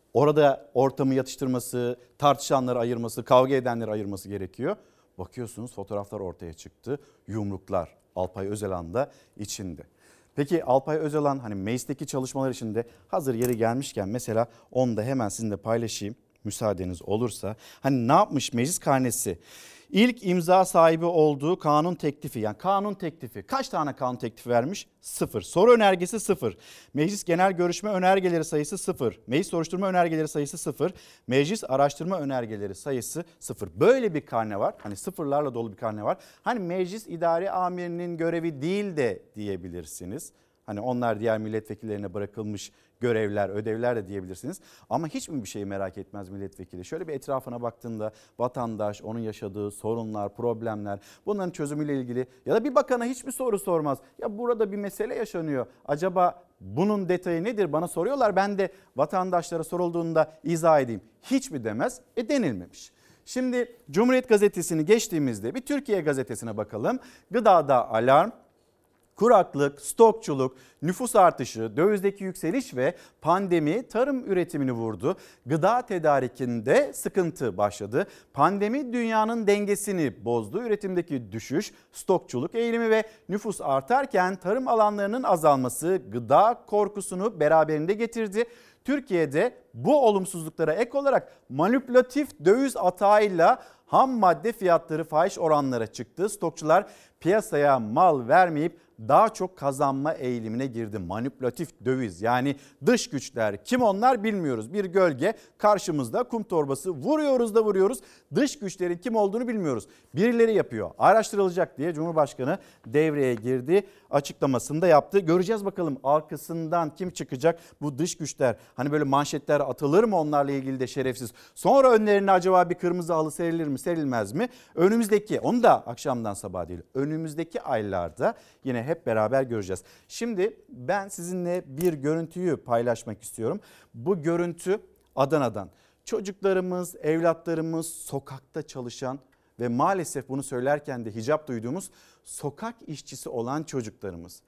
orada ortamı yatıştırması, tartışanları ayırması, kavga edenleri ayırması gerekiyor. Bakıyorsunuz fotoğraflar ortaya çıktı. Yumruklar Alpay Özalan da içinde. Peki Alpay Özalan hani meclisteki çalışmalar içinde hazır yeri gelmişken mesela onu da hemen sizinle paylaşayım müsaadeniz olursa. Hani ne yapmış meclis karnesi? İlk imza sahibi olduğu kanun teklifi, yani kanun teklifi, kaç tane kanun teklifi vermiş? 0. Soru önergesi 0. Meclis genel görüşme önergeleri sayısı 0. Meclis soruşturma önergeleri sayısı 0. Meclis araştırma önergeleri sayısı 0. Böyle bir karne var. Hani sıfırlarla dolu bir karne var. Hani meclis idare amirinin görevi değil de diyebilirsiniz. Hani onlar diğer milletvekillerine bırakılmış görevler, ödevler de diyebilirsiniz. Ama hiç mi bir şeyi merak etmez milletvekili? Şöyle bir etrafına baktığında vatandaş, onun yaşadığı sorunlar, problemler, bunların çözümüyle ilgili ya da bir bakana hiçbir soru sormaz. Ya burada bir mesele yaşanıyor. Acaba bunun detayı nedir? Bana soruyorlar. Ben de vatandaşlara sorulduğunda izah edeyim. Hiç mi demez? Denilmemiş. Şimdi Cumhuriyet Gazetesi'ni geçtiğimizde bir Türkiye Gazetesi'ne bakalım. Gıdada alarm. Kuraklık, stokçuluk, nüfus artışı, dövizdeki yükseliş ve pandemi tarım üretimini vurdu. Gıda tedarikinde sıkıntı başladı. Pandemi dünyanın dengesini bozdu. Üretimdeki düşüş, stokçuluk eğilimi ve nüfus artarken tarım alanlarının azalması gıda korkusunu beraberinde getirdi. Türkiye'de bu olumsuzluklara ek olarak manipülatif döviz atağıyla ham madde fiyatları fahiş oranlara çıktı. Stokçular piyasaya mal vermeyip daha çok kazanma eğilimine girdi. Manipülatif döviz, yani dış güçler, kim onlar bilmiyoruz. Bir gölge karşımızda, kum torbası, vuruyoruz. Dış güçlerin kim olduğunu bilmiyoruz. Birileri yapıyor, araştırılacak diye Cumhurbaşkanı devreye girdi, açıklamasını da yaptı. Göreceğiz bakalım arkasından kim çıkacak bu dış güçler. Hani böyle manşetler atılır mı onlarla ilgili de şerefsiz. Sonra önlerine acaba bir kırmızı halı serilir mi, serilmez mi? Önümüzdeki, onu da akşamdan sabaha değil, önümüzdeki aylarda yine hep beraber göreceğiz. Şimdi ben sizinle bir görüntüyü paylaşmak istiyorum. Bu görüntü Adana'dan. Çocuklarımız, evlatlarımız sokakta çalışan ve maalesef bunu söylerken de hicap duyduğumuz sokak işçisi olan çocuklarımız.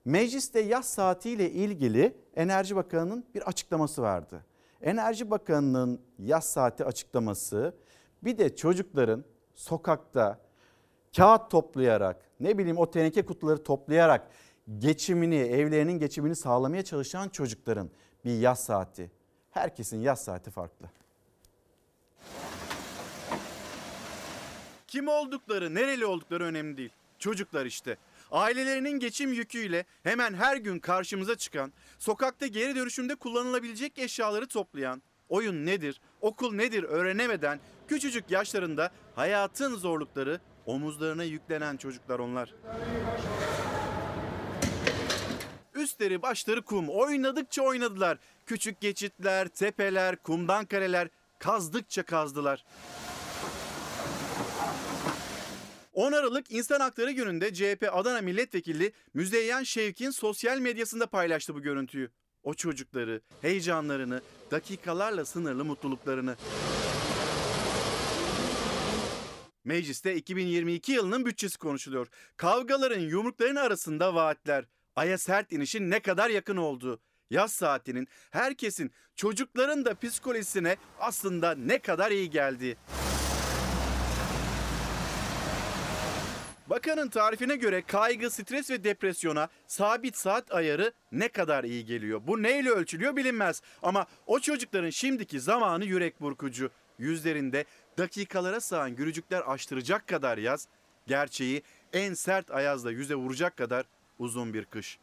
Mecliste yaz saatiyle ilgili Enerji Bakanı'nın bir açıklaması vardı. Enerji Bakanı'nın yaz saati açıklaması, bir de çocukların sokakta kağıt toplayarak, ne bileyim o teneke kutuları toplayarak geçimini, evlerinin geçimini sağlamaya çalışan çocukların bir yaz saati. Herkesin yaz saati farklı. Kim oldukları, nereli oldukları önemli değil. Çocuklar işte. Ailelerinin geçim yüküyle hemen her gün karşımıza çıkan, sokakta geri dönüşümde kullanılabilecek eşyaları toplayan, oyun nedir, okul nedir öğrenemeden küçücük yaşlarında hayatın zorlukları omuzlarına yüklenen çocuklar onlar. Üstleri başları kum, oynadıkça oynadılar. Küçük geçitler, tepeler, kumdan kareler kazdıkça kazdılar. 10 Aralık İnsan Hakları Günü'nde CHP Adana Milletvekili Müzeyyen Şevkin sosyal medyasında paylaştı bu görüntüyü. O çocukları, heyecanlarını, dakikalarla sınırlı mutluluklarını. Mecliste 2022 yılının bütçesi konuşuluyor. Kavgaların, yumrukların arasında vaatler. Aya sert inişin ne kadar yakın olduğu. Yaz saatinin herkesin, çocukların da psikolojisine aslında ne kadar iyi geldiği. Bakanın tarifine göre kaygı, stres ve depresyona sabit saat ayarı ne kadar iyi geliyor? Bu neyle ölçülüyor bilinmez. Ama o çocukların şimdiki zamanı yürek burkucu. Yüzlerinde dakikalara sığan gülücükler açtıracak kadar yaz, gerçeği en sert ayazla yüze vuracak kadar uzun bir kış.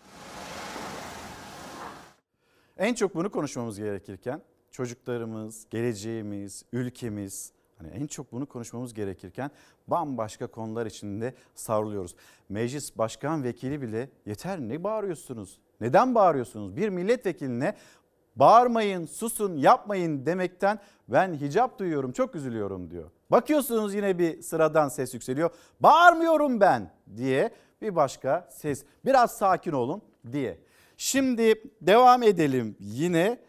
En çok bunu konuşmamız gerekirken çocuklarımız, geleceğimiz, ülkemiz, hani en çok bunu konuşmamız gerekirken bambaşka konular içinde savruluyoruz. Meclis Başkan Vekili bile yeter ne bağırıyorsunuz? Neden bağırıyorsunuz? Bir milletvekiline bağırmayın, susun, yapmayın demekten ben hicap duyuyorum, çok üzülüyorum diyor. Bakıyorsunuz yine bir sıradan ses yükseliyor. Bağırmıyorum ben diye bir başka ses. Biraz sakin olun diye. Şimdi devam edelim yine.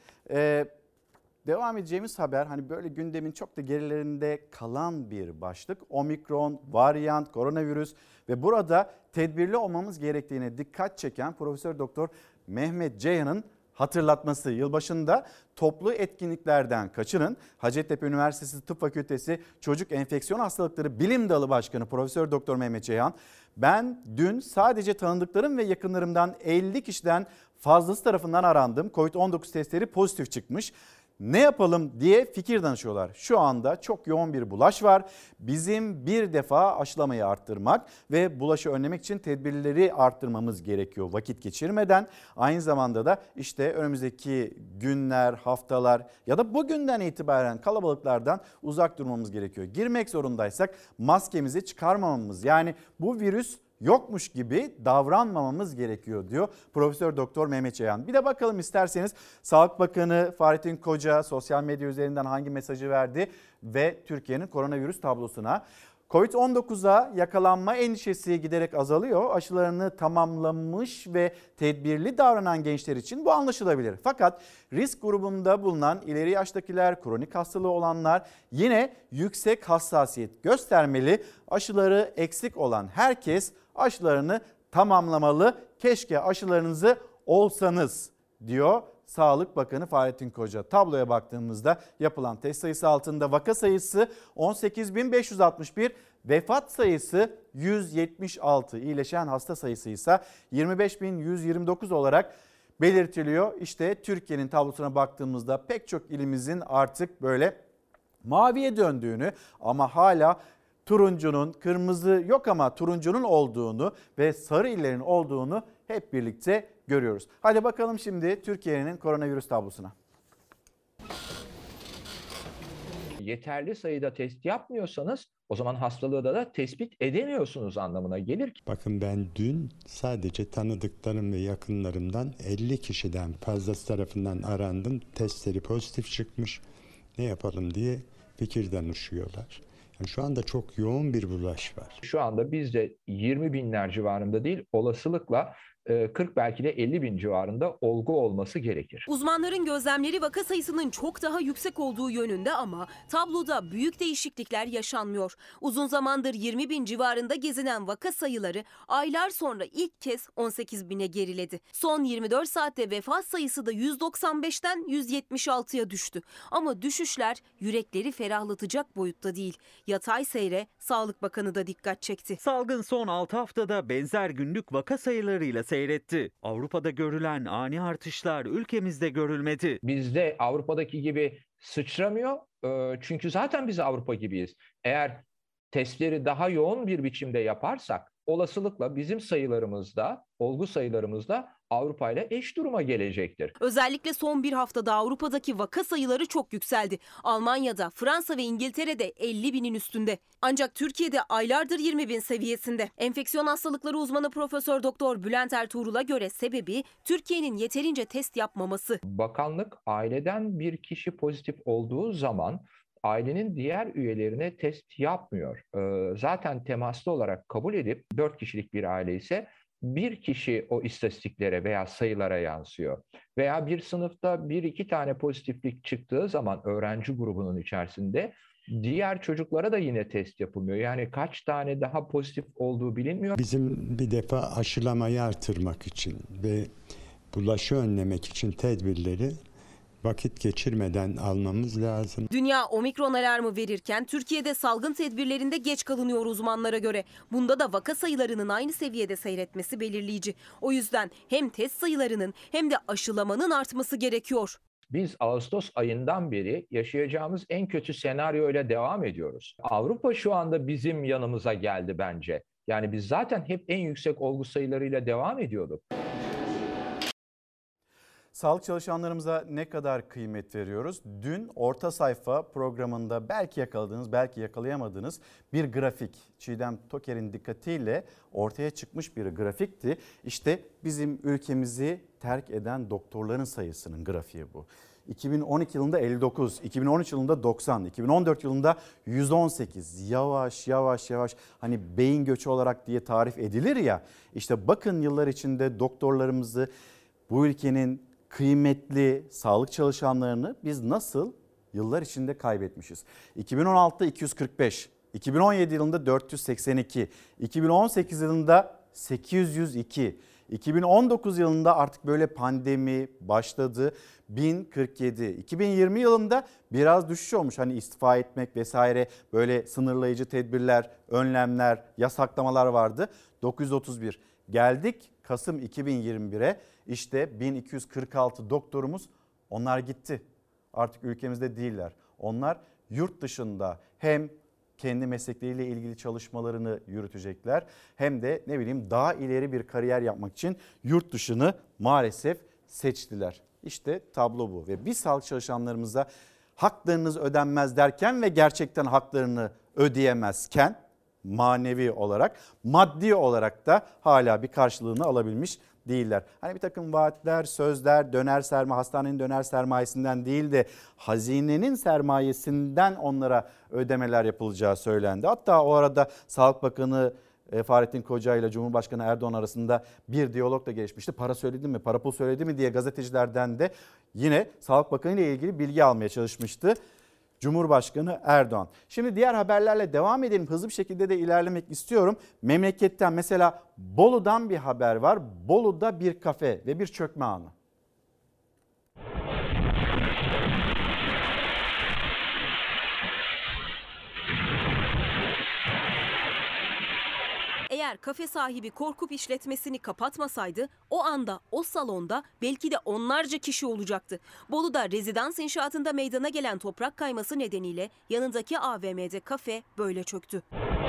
Devam edeceğimiz haber hani böyle gündemin çok da gerilerinde kalan bir başlık. Omikron, varyant, koronavirüs ve burada tedbirli olmamız gerektiğine dikkat çeken Profesör Doktor Mehmet Ceyhan'ın hatırlatması. Yılbaşında toplu etkinliklerden kaçının. Hacettepe Üniversitesi Tıp Fakültesi Çocuk Enfeksiyon Hastalıkları Bilim Dalı Başkanı Profesör Doktor Mehmet Ceyhan, ben dün sadece tanıdıklarım ve yakınlarımdan 50 kişiden fazlası tarafından arandım. Covid-19 testleri pozitif çıkmış. Ne yapalım diye fikir danışıyorlar. Şu anda çok yoğun bir bulaş var. Bizim bir defa aşılamayı arttırmak ve bulaşı önlemek için tedbirleri arttırmamız gerekiyor vakit geçirmeden. Aynı zamanda da işte önümüzdeki günler, haftalar ya da bugünden itibaren kalabalıklardan uzak durmamız gerekiyor. Girmek zorundaysak maskemizi çıkarmamamız, yani bu virüs yokmuş gibi davranmamamız gerekiyor diyor Profesör Doktor Mehmet Ceyhan. Bir de bakalım isterseniz Sağlık Bakanı Fahrettin Koca sosyal medya üzerinden hangi mesajı verdi ve Türkiye'nin koronavirüs tablosuna. Covid-19'a yakalanma endişesi giderek azalıyor. Aşılarını tamamlamış ve tedbirli davranan gençler için bu anlaşılabilir. Fakat risk grubunda bulunan ileri yaştakiler, kronik hastalığı olanlar yine yüksek hassasiyet göstermeli. Aşıları eksik olan herkes aşılarını tamamlamalı. Keşke aşılarınızı olsanız diyor Sağlık Bakanı Fahrettin Koca. Tabloya baktığımızda yapılan test sayısı altında vaka sayısı 18.561, vefat sayısı 176, iyileşen hasta sayısı ise 25.129 olarak belirtiliyor. İşte Türkiye'nin tablosuna baktığımızda pek çok ilimizin artık böyle maviye döndüğünü ama hala turuncunun, kırmızı yok ama turuncunun olduğunu ve sarı illerin olduğunu hep birlikte görüyoruz. Hadi bakalım şimdi Türkiye'nin koronavirüs tablosuna. Yeterli sayıda test yapmıyorsanız o zaman hastalığı da tespit edemiyorsunuz anlamına gelir ki. Bakın ben dün sadece tanıdıklarım ve yakınlarımdan 50 kişiden fazlası tarafından arandım. Testleri pozitif çıkmış. Ne yapalım diye fikir danışıyorlar. Yani şu anda çok yoğun bir bulaş var. Şu anda bizde 20 binler civarında değil, olasılıkla 40 belki de 50 bin civarında olgu olması gerekir. Uzmanların gözlemleri vaka sayısının çok daha yüksek olduğu yönünde ama tabloda büyük değişiklikler yaşanmıyor. Uzun zamandır 20 bin civarında gezinen vaka sayıları aylar sonra ilk kez 18 bine geriledi. Son 24 saatte vefat sayısı da 195'ten 176'ya düştü. Ama düşüşler yürekleri ferahlatacak boyutta değil. Yatay seyre Sağlık Bakanı da dikkat çekti. Salgın son 6 haftada benzer günlük vaka sayılarıyla seyretti. Avrupa'da görülen ani artışlar ülkemizde görülmedi. Bizde Avrupa'daki gibi sıçramıyor. Çünkü zaten biz Avrupa gibiyiz. Eğer testleri daha yoğun bir biçimde yaparsak olasılıkla bizim sayılarımızda, olgu sayılarımızda Avrupa ile eş duruma gelecektir. Özellikle son bir haftada Avrupa'daki vaka sayıları çok yükseldi. Almanya'da, Fransa ve İngiltere'de 50 binin üstünde. Ancak Türkiye'de aylardır 20 bin seviyesinde. Enfeksiyon hastalıkları uzmanı Profesör Doktor Bülent Ertuğrul'a göre sebebi Türkiye'nin yeterince test yapmaması. Bakanlık aileden bir kişi pozitif olduğu zaman ailenin diğer üyelerine test yapmıyor. Zaten temaslı olarak kabul edip 4 kişilik bir aile ise bir kişi o istatistiklere veya sayılara yansıyor. Veya bir sınıfta 1-2 tane pozitiflik çıktığı zaman öğrenci grubunun içerisinde diğer çocuklara da yine test yapılmıyor. Yani kaç tane daha pozitif olduğu bilinmiyor. Bizim bir defa aşılamayı artırmak için ve bulaşı önlemek için tedbirleri vakit geçirmeden almamız lazım. Dünya omikron alarmı verirken Türkiye'de salgın tedbirlerinde geç kalınıyor uzmanlara göre. Bunda da vaka sayılarının aynı seviyede seyretmesi belirleyici. O yüzden hem test sayılarının hem de aşılamanın artması gerekiyor. Biz Ağustos ayından beri yaşayacağımız en kötü senaryoyla devam ediyoruz. Avrupa şu anda bizim yanımıza geldi bence. Yani biz zaten hep en yüksek olgu sayılarıyla devam ediyorduk. Sağlık çalışanlarımıza ne kadar kıymet veriyoruz? Dün Orta Sayfa programında belki yakaladığınız, belki yakalayamadığınız bir grafik. Çiğdem Toker'in dikkatiyle ortaya çıkmış bir grafikti. İşte bizim ülkemizi terk eden doktorların sayısının grafiği bu. 2012 yılında 59, 2013 yılında 90, 2014 yılında 118. Yavaş yavaş hani beyin göçü olarak diye tarif edilir ya. İşte bakın yıllar içinde doktorlarımızı, bu ülkenin kıymetli sağlık çalışanlarını biz nasıl yıllar içinde kaybetmişiz. 2016'da 245, 2017 yılında 482, 2018 yılında 802, 2019 yılında artık böyle pandemi başladı 1047, 2020 yılında biraz düşüş olmuş. Hani istifa etmek vesaire böyle sınırlayıcı tedbirler, önlemler, yasaklamalar vardı. 931 geldik Kasım 2021'e. İşte 1246 doktorumuz, onlar gitti. Artık ülkemizde değiller. Onlar yurt dışında hem kendi meslekleriyle ilgili çalışmalarını yürütecekler hem de daha ileri bir kariyer yapmak için yurt dışını maalesef seçtiler. İşte tablo bu ve biz sağlık çalışanlarımıza haklarınız ödenmez derken ve gerçekten haklarını ödeyemezken manevi olarak, maddi olarak da hala bir karşılığını alabilmiş değiller. Hani bir takım vaatler, sözler, hastanenin döner sermayesinden değil de hazinenin sermayesinden onlara ödemeler yapılacağı söylendi. Hatta o arada Sağlık Bakanı Fahrettin Koca ile Cumhurbaşkanı Erdoğan arasında bir diyalog da gelişmişti. Para söyledi mi, para pul söyledi mi diye gazetecilerden de yine Sağlık Bakanı ile ilgili bilgi almaya çalışmıştı Cumhurbaşkanı Erdoğan. Şimdi diğer haberlerle devam edelim. Hızlı bir şekilde de ilerlemek istiyorum. Memleketten mesela Bolu'dan bir haber var. Bolu'da bir kafe ve bir çökme anı. Eğer kafe sahibi korkup işletmesini kapatmasaydı o anda o salonda belki de onlarca kişi olacaktı. Bolu'da rezidans inşaatında meydana gelen toprak kayması nedeniyle yanındaki AVM'de kafe böyle çöktü.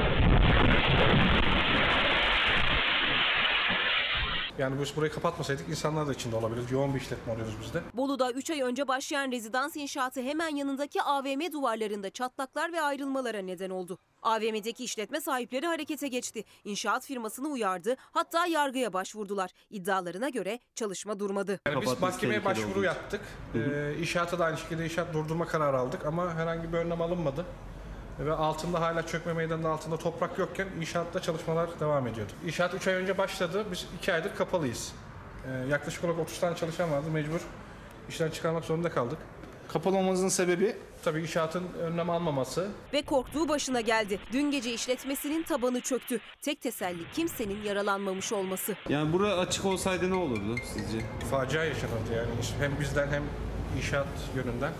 Yani biz burayı kapatmasaydık insanlar da içinde olabilir. Yoğun bir işletme oluyoruz biz de. Bolu'da 3 ay önce başlayan rezidans inşaatı hemen yanındaki AVM duvarlarında çatlaklar ve ayrılmalara neden oldu. AVM'deki işletme sahipleri harekete geçti. İnşaat firmasını uyardı, hatta yargıya başvurdular. İddialarına göre çalışma durmadı. Yani biz mahkemeye başvuru yaptık. İnşaata da aynı şekilde inşaat durdurma kararı aldık ama herhangi bir önlem alınmadı. Ve altında hala çökme meydanının altında toprak yokken inşaatta çalışmalar devam ediyordu. İnşaat 3 ay önce başladı. Biz 2 aydır kapalıyız. Yaklaşık olarak 30 tane çalışan vardı. Mecbur işten çıkarmak zorunda kaldık. Kapalı olmamızın sebebi tabii inşaatın önlem almaması. Ve korktuğu başına geldi. Dün gece işletmesinin tabanı çöktü. Tek teselli kimsenin yaralanmamış olması. Yani bura açık olsaydı ne olurdu sizce? Facia yaşanırdı yani. Hem bizden hem inşaat yönünden.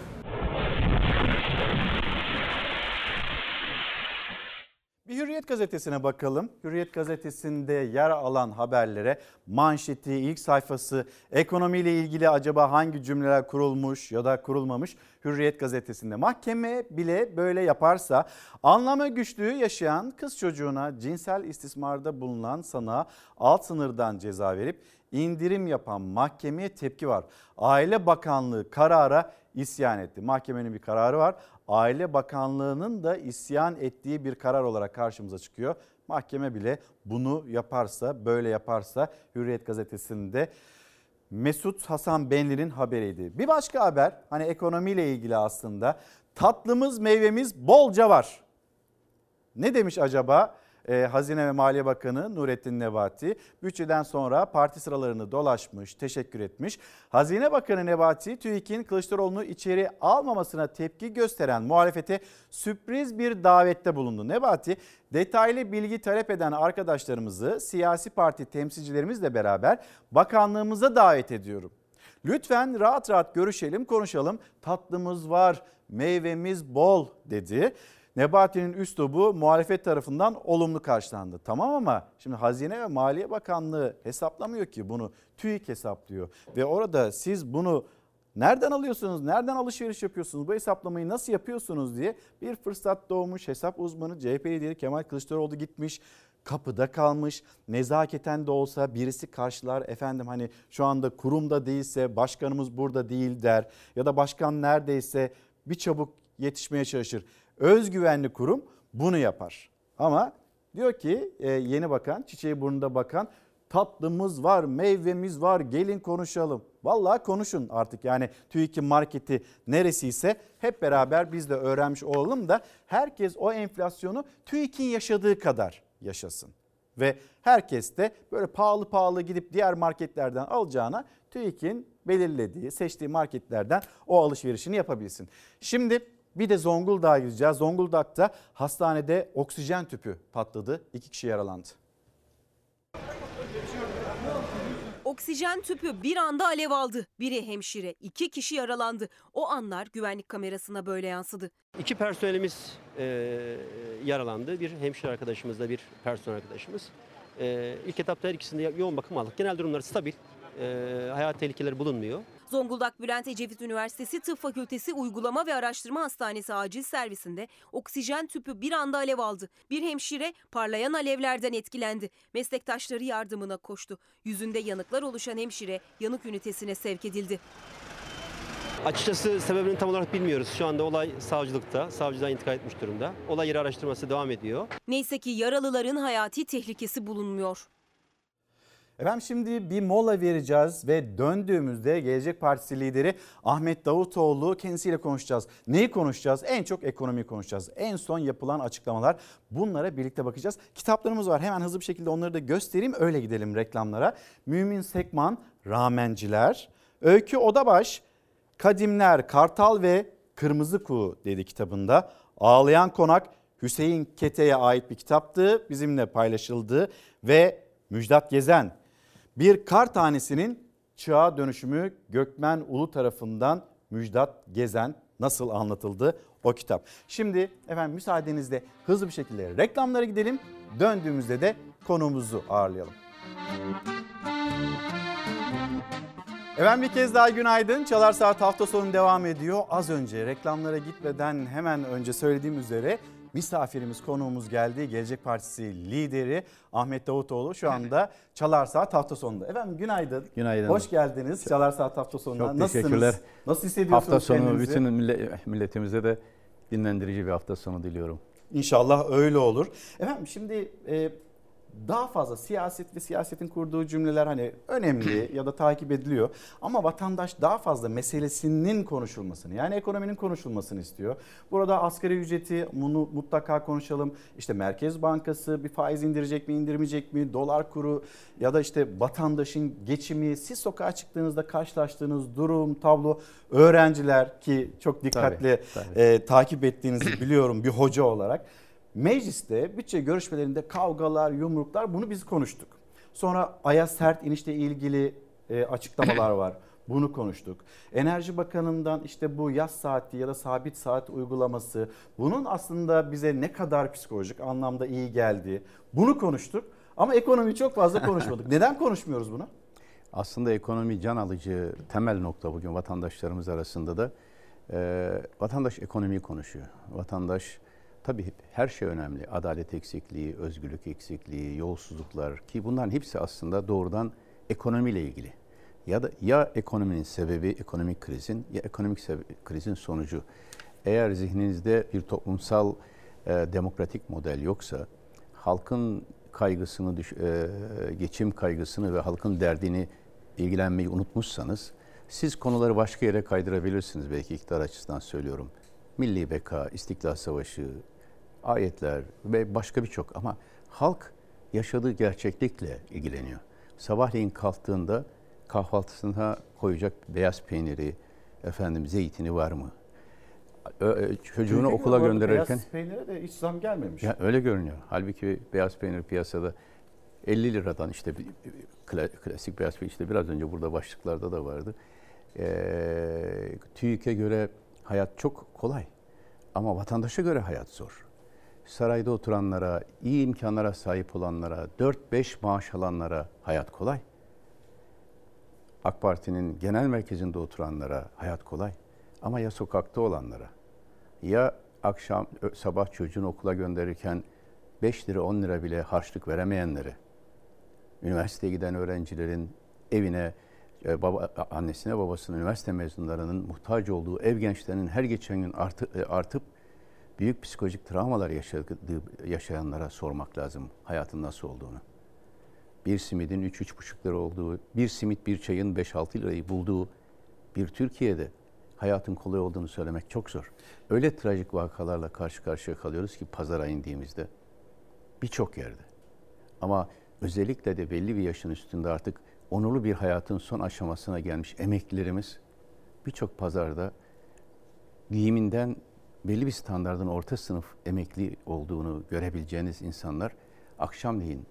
Bir Hürriyet gazetesine bakalım. Hürriyet gazetesinde yer alan haberlere manşeti, ilk sayfası, ekonomiyle ilgili acaba hangi cümleler kurulmuş ya da kurulmamış Hürriyet gazetesinde. Mahkeme bile böyle yaparsa anlama güçlüğü yaşayan kız çocuğuna cinsel istismarda bulunan sanığa alt sınırdan ceza verip indirim yapan mahkemeye tepki var. Aile Bakanlığı karara isyan etti. Mahkemenin bir kararı var. Aile Bakanlığı'nın da isyan ettiği bir karar olarak karşımıza çıkıyor. Mahkeme bile bunu yaparsa, böyle yaparsa Hürriyet gazetesinde Mesut Hasan Benli'nin haberiydi. Bir başka haber, hani ekonomiyle ilgili aslında, tatlımız meyvemiz bolca var. Ne demiş acaba? Hazine ve Maliye Bakanı Nurettin Nebati bütçeden sonra parti sıralarını dolaşmış, teşekkür etmiş. Hazine Bakanı Nebati, TÜİK'in Kılıçdaroğlu'nu içeri almamasına tepki gösteren muhalefete sürpriz bir davette bulundu. Nebati, detaylı bilgi talep eden arkadaşlarımızı siyasi parti temsilcilerimizle beraber bakanlığımıza davet ediyorum. Lütfen rahat rahat görüşelim, konuşalım. Tatlımız var, meyvemiz bol dedi. Nebati'nin üslubu muhalefet tarafından olumlu karşılandı. Tamam ama şimdi Hazine ve Maliye Bakanlığı hesaplamıyor ki bunu. TÜİK hesaplıyor. Ve orada siz bunu nereden alıyorsunuz, nereden alışveriş yapıyorsunuz, bu hesaplamayı nasıl yapıyorsunuz diye bir fırsat doğmuş. Hesap uzmanı CHP lideri Kemal Kılıçdaroğlu gitmiş. Kapıda kalmış, nezaketen de olsa birisi karşılar, efendim hani şu anda kurumda değilse başkanımız burada değil der. Ya da başkan neredeyse bir çabuk yetişmeye çalışır. Özgüvenli kurum bunu yapar. Ama diyor ki yeni bakan, çiçeği burnunda bakan, tatlımız var, meyvemiz var, gelin konuşalım. Vallahi konuşun artık, yani TÜİK'in marketi neresiyse hep beraber biz de öğrenmiş olalım da herkes o enflasyonu TÜİK'in yaşadığı kadar yaşasın. Ve herkes de böyle pahalı pahalı gidip diğer marketlerden alacağına TÜİK'in belirlediği, seçtiği marketlerden o alışverişini yapabilsin. Şimdi bir de Zonguldak'a gideceğiz. Zonguldak'ta hastanede oksijen tüpü patladı. 2 kişi yaralandı. Oksijen tüpü bir anda alev aldı. Biri hemşire, 2 kişi yaralandı. O anlar güvenlik kamerasına böyle yansıdı. 2 personelimiz yaralandı. Bir hemşire arkadaşımız da bir personel arkadaşımız. İlk etapta her ikisinde yoğun bakım aldık. Genel durumları stabil. Hayat tehlikeleri bulunmuyor. Zonguldak Bülent Ecevit Üniversitesi Tıp Fakültesi Uygulama ve Araştırma Hastanesi acil servisinde oksijen tüpü bir anda alev aldı. Bir hemşire parlayan alevlerden etkilendi. Meslektaşları yardımına koştu. Yüzünde yanıklar oluşan hemşire yanık ünitesine sevk edildi. Açıkçası sebebini tam olarak bilmiyoruz. Şu anda olay savcılıkta. Savcıdan intikal etmiş durumda. Olay yeri araştırması devam ediyor. Neyse ki yaralıların hayati tehlikesi bulunmuyor. Efendim şimdi bir mola vereceğiz ve döndüğümüzde Gelecek Partisi lideri Ahmet Davutoğlu, kendisiyle konuşacağız. Neyi konuşacağız? En çok ekonomiyi konuşacağız. En son yapılan açıklamalar, bunlara birlikte bakacağız. Kitaplarımız var, hemen hızlı bir şekilde onları da göstereyim, öyle gidelim reklamlara. Mümin Sekman, Ramenciler, Öykü Odabaş, Kadimler, Kartal ve Kırmızı Kuğu dedi kitabında. Ağlayan Konak, Hüseyin Kete'ye ait bir kitaptı, bizimle paylaşıldı ve Müjdat Gezen, Bir Kar Tanesi'nin Çığa Dönüşümü, Gökmen Ulu tarafından Müjdat Gezen nasıl anlatıldı o kitap. Şimdi efendim müsaadenizle hızlı bir şekilde reklamlara gidelim. Döndüğümüzde de konuğumuzu ağırlayalım. Efendim bir kez daha günaydın. Çalar Saat hafta sonu devam ediyor. Az önce reklamlara gitmeden hemen önce söylediğim üzere misafirimiz, konuğumuz geldi. Gelecek Partisi lideri Ahmet Davutoğlu şu anda Çalar Saat hafta sonunda. Efendim günaydın. Günaydın. Hoş geldiniz Çalar Saat hafta sonuna. Çok teşekkürler. Nasılsınız? Nasıl hissediyorsunuz hafta sonu kendinizi? bütün milletimize de dinlendirici bir hafta sonu diliyorum. İnşallah öyle olur. Efendim şimdi daha fazla siyaset ve siyasetin kurduğu cümleler hani önemli ya da takip ediliyor. Ama vatandaş daha fazla meselesinin konuşulmasını, yani ekonominin konuşulmasını istiyor. Burada asgari ücreti mutlaka konuşalım. İşte Merkez Bankası bir faiz indirecek mi, indirmeyecek mi? Dolar kuru ya da işte vatandaşın geçimi, siz sokağa çıktığınızda karşılaştığınız durum, tablo, öğrenciler ki çok dikkatli takip ettiğinizi biliyorum bir hoca olarak. Mecliste bütçe görüşmelerinde kavgalar, yumruklar, bunu biz konuştuk. Sonra aya sert inişle ilgili açıklamalar var. Bunu konuştuk. Enerji Bakanı'ndan işte bu yaz saati ya da sabit saat uygulaması, bunun aslında bize ne kadar psikolojik anlamda iyi geldi. Bunu konuştuk ama ekonomiyi çok fazla konuşmadık. Neden konuşmuyoruz bunu? Aslında ekonomi can alıcı temel nokta bugün vatandaşlarımız arasında da. Vatandaş ekonomiyi konuşuyor. Vatandaş tabii her şey önemli. Adalet eksikliği, özgürlük eksikliği, yolsuzluklar ki bunların hepsi aslında doğrudan ekonomiyle ilgili. Ya ekonominin sebebi ekonomik krizin ya ekonomik krizin sonucu. Eğer zihninizde bir toplumsal demokratik model yoksa, halkın kaygısını, geçim kaygısını ve halkın derdini ilgilenmeyi unutmuşsanız, siz konuları başka yere kaydırabilirsiniz, belki iktidar açısından söylüyorum. Milli beka, İstiklal Savaşı, ayetler ve başka birçok, ama halk yaşadığı gerçeklikle ilgileniyor. Sabahleyin kalktığında kahvaltısına koyacak beyaz peyniri, zeytini var mı? Çocuğunu okula gönderirken beyaz peynire de hiç zam gelmemiş. Ya öyle görünüyor. Halbuki beyaz peynir piyasada 50 liradan, işte klasik beyaz peynir, işte biraz önce burada başlıklarda da vardı. TÜİK'e göre hayat çok kolay ama vatandaşa göre hayat zor. Sarayda oturanlara, iyi imkanlara sahip olanlara, 4-5 maaş alanlara hayat kolay. AK Parti'nin genel merkezinde oturanlara hayat kolay. Ama ya sokakta olanlara, ya sabah çocuğunu okula gönderirken 5 lira 10 lira bile harçlık veremeyenlere, üniversiteye giden öğrencilerin evine, annesine babasına, üniversite mezunlarının muhtaç olduğu ev gençlerinin her geçen gün artıp büyük psikolojik travmalar yaşayanlara sormak lazım hayatın nasıl olduğunu. Bir simidin 3-3,5 lira olduğu, bir simit bir çayın 5-6 lirayı bulduğu bir Türkiye'de hayatın kolay olduğunu söylemek çok zor. Öyle trajik vakalarla karşı karşıya kalıyoruz ki pazara indiğimizde birçok yerde. Ama özellikle de belli bir yaşın üstünde artık onurlu bir hayatın son aşamasına gelmiş emeklilerimiz birçok pazarda giyiminden belli bir standardın orta sınıf emekli olduğunu görebileceğiniz insanlar akşamleyin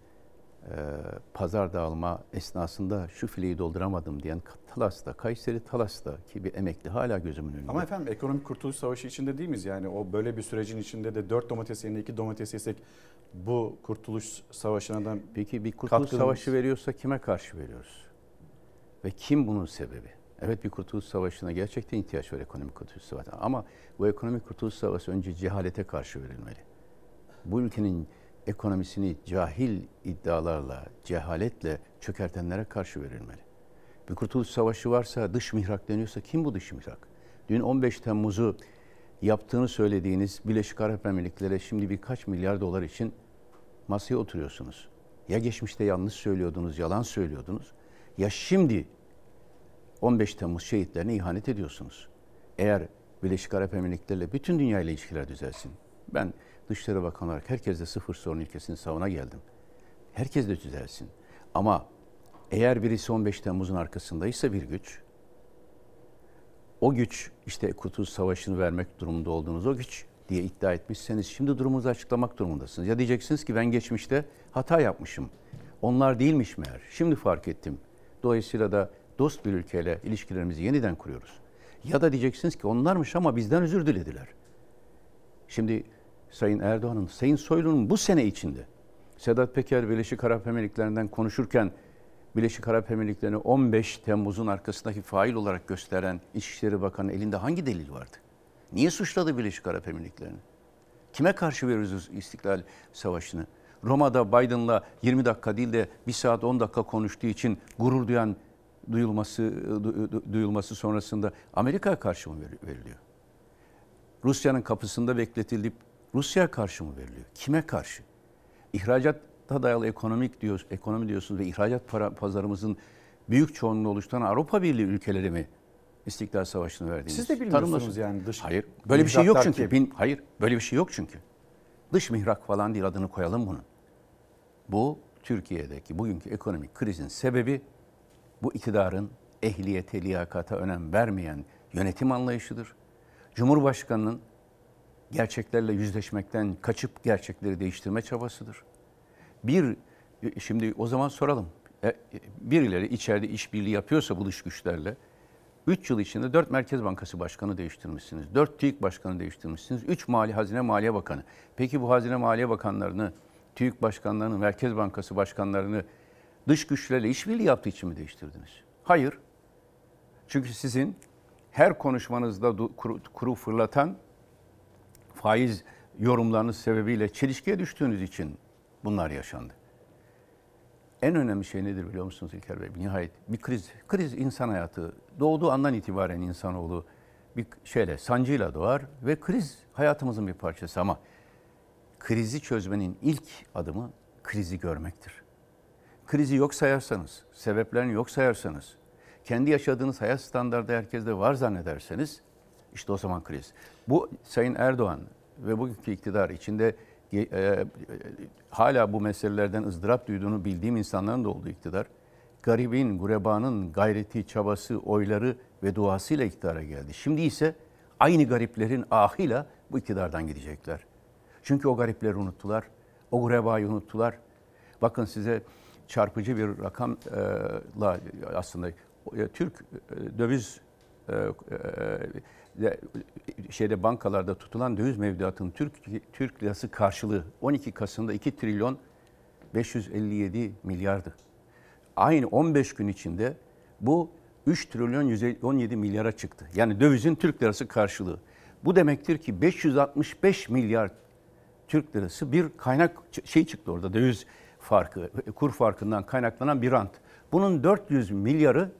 pazar dağılma esnasında şu fileyi dolduramadım diyen Talas'ta, Kayseri Talas'ta ki bir emekli hala gözümün önünde. Ama efendim ekonomik kurtuluş savaşı içinde değil miyiz? Yani o böyle bir sürecin içinde de 4 domates yerine 2 domates yesek bu kurtuluş savaşına da peki bir kurtuluş savaşı veriyorsa kime karşı veriyoruz? Ve kim bunun sebebi? Evet, bir kurtuluş savaşına gerçekten ihtiyaç var, ekonomik kurtuluş savaşı. Ama bu ekonomik kurtuluş savaşı önce cehalete karşı verilmeli. Bu ülkenin ekonomisini cahil iddialarla, cehaletle çökertenlere karşı verilmeli. Bir kurtuluş savaşı varsa, dış mihrak deniyorsa kim bu dış mihrak? Dün 15 Temmuz'u yaptığını söylediğiniz Birleşik Arap Emirlikleri'ne şimdi birkaç milyar dolar için masaya oturuyorsunuz. Ya geçmişte yanlış söylüyordunuz, yalan söylüyordunuz, ya şimdi 15 Temmuz şehitlerine ihanet ediyorsunuz. Eğer Birleşik Arap Emirlikleri'yle bütün dünya ile ilişkiler düzelsin. Ben Dışişleri Bakanı olarak herkesle sıfır sorun ilkesini savuna geldim. Herkes de düzelsin. Ama eğer birisi 15 Temmuz'un arkasındaysa bir güç, o güç işte Kurtuluş Savaşı'nı vermek durumunda olduğunuz o güç diye iddia etmişseniz şimdi durumunuzu açıklamak durumundasınız. Ya diyeceksiniz ki ben geçmişte hata yapmışım. Onlar değilmiş meğer. Şimdi fark ettim. Dolayısıyla da dost bir ülkeyle ilişkilerimizi yeniden kuruyoruz. Ya da diyeceksiniz ki onlarmış ama bizden özür dilediler. Şimdi Sayın Erdoğan'ın, Sayın Soylu'nun bu sene içinde Sedat Peker Birleşik Arap Emirlikleri'nden konuşurken Birleşik Arap Emirlikleri'ni 15 Temmuz'un arkasındaki fail olarak gösteren İçişleri Bakanı elinde hangi delil vardı? Niye suçladı Birleşik Arap Emirlikleri'ni? Kime karşı veriyoruz İstiklal Savaşı'nı? Roma'da Biden'la 20 dakika değil de 1 saat 10 dakika konuştuğu için gurur duyan duyulması sonrasında Amerika'ya karşı mı veriliyor? Rusya'nın kapısında bekletilip Rusya'ya karşı mı veriliyor? Kime karşı? İhracat ihracata dayalı ekonomi diyorsunuz ve ihracat pazarımızın büyük çoğunluğunu oluşturan Avrupa Birliği ülkeleri mi İstiklal Savaşı'nı verdiğiniz? Siz de bilmiyorsunuz yani dış. Hayır. Böyle bir şey yok çünkü. Kim? Hayır. Böyle bir şey yok çünkü. Dış mihrak falan değil, adını koyalım bunun. Bu Türkiye'deki bugünkü ekonomik krizin sebebi bu iktidarın ehliyete, liyakata önem vermeyen yönetim anlayışıdır. Cumhurbaşkanının gerçeklerle yüzleşmekten kaçıp gerçekleri değiştirme çabasıdır. Şimdi o zaman soralım. Birileri içeride işbirliği yapıyorsa bu dış güçlerle 3 yıl içinde 4 Merkez Bankası Başkanı değiştirmişsiniz. 4 TÜİK Başkanı değiştirmişsiniz. 3 Hazine Maliye Bakanı. Peki bu Hazine Maliye Bakanlarını, TÜİK Başkanlarını, Merkez Bankası Başkanlarını dış güçlerle işbirliği yaptığı için mi değiştirdiniz? Hayır. Çünkü sizin her konuşmanızda kuru fırlatan faiz yorumlarınız sebebiyle çelişkiye düştüğünüz için bunlar yaşandı. En önemli şey nedir biliyor musunuz İlker Bey? Nihayet bir kriz insan hayatı. Doğduğu andan itibaren insanoğlu bir sancıyla doğar ve kriz hayatımızın bir parçası ama krizi çözmenin ilk adımı krizi görmektir. Krizi yok sayarsanız, sebeplerini yok sayarsanız, kendi yaşadığınız hayat standardı herkeste var zannederseniz işte o zaman kriz. Bu Sayın Erdoğan ve bugünkü iktidar içinde hala bu meselelerden ızdırap duyduğunu bildiğim insanların da olduğu iktidar, garibin, gurebanın gayreti, çabası, oyları ve duasıyla iktidara geldi. Şimdi ise aynı gariplerin ahıyla bu iktidardan gidecekler. Çünkü o garipleri unuttular, o gurebayı unuttular. Bakın size çarpıcı bir rakamla aslında Türk döviz bankalarda tutulan döviz mevduatının Türk lirası karşılığı 12 Kasım'da 2 trilyon 557 milyardı. Aynı 15 gün içinde bu 3 trilyon 117 milyara çıktı. Yani dövizin Türk lirası karşılığı. Bu demektir ki 565 milyar Türk lirası bir kaynak çıktı orada, döviz farkı, kur farkından kaynaklanan bir rant. Bunun 400 milyarı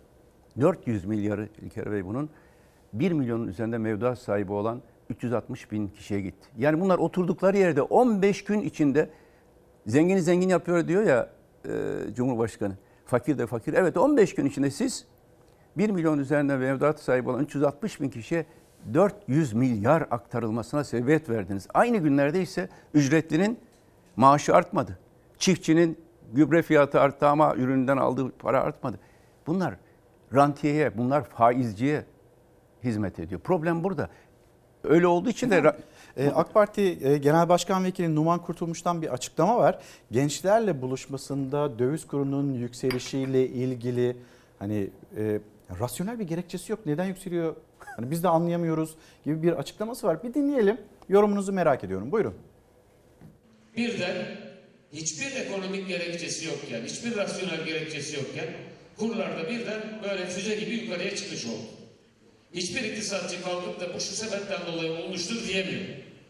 İlker Bey bunun 1 milyonun üzerinde mevduat sahibi olan 360 bin kişiye gitti. Yani bunlar oturdukları yerde 15 gün içinde zengini zengin yapıyor diyor ya Cumhurbaşkanı. Fakir de fakir. Evet 15 gün içinde siz 1 milyon üzerinde mevduat sahibi olan 360 bin kişiye 400 milyar aktarılmasına sebebiyet verdiniz. Aynı günlerde ise ücretlinin maaşı artmadı. Çiftçinin gübre fiyatı arttı ama üründen aldığı para artmadı. Bunlar rantiyeye, bunlar faizciye hizmet ediyor. Problem burada. Öyle olduğu için de AK Parti Genel Başkan Vekili Numan Kurtulmuş'tan bir açıklama var. Gençlerle buluşmasında döviz kurunun yükselişiyle ilgili rasyonel bir gerekçesi yok. Neden yükseliyor? Hani biz de anlayamıyoruz gibi bir açıklaması var. Bir dinleyelim. Yorumunuzu merak ediyorum. Buyurun. Birden hiçbir ekonomik gerekçesi yokken, hiçbir rasyonel gerekçesi yokken kurlarda birden böyle füze gibi yukarıya çıkış oldu. Hiçbir iktisatçı kalkıp da bu şu sebepten dolayı olmuştur diyemiyor.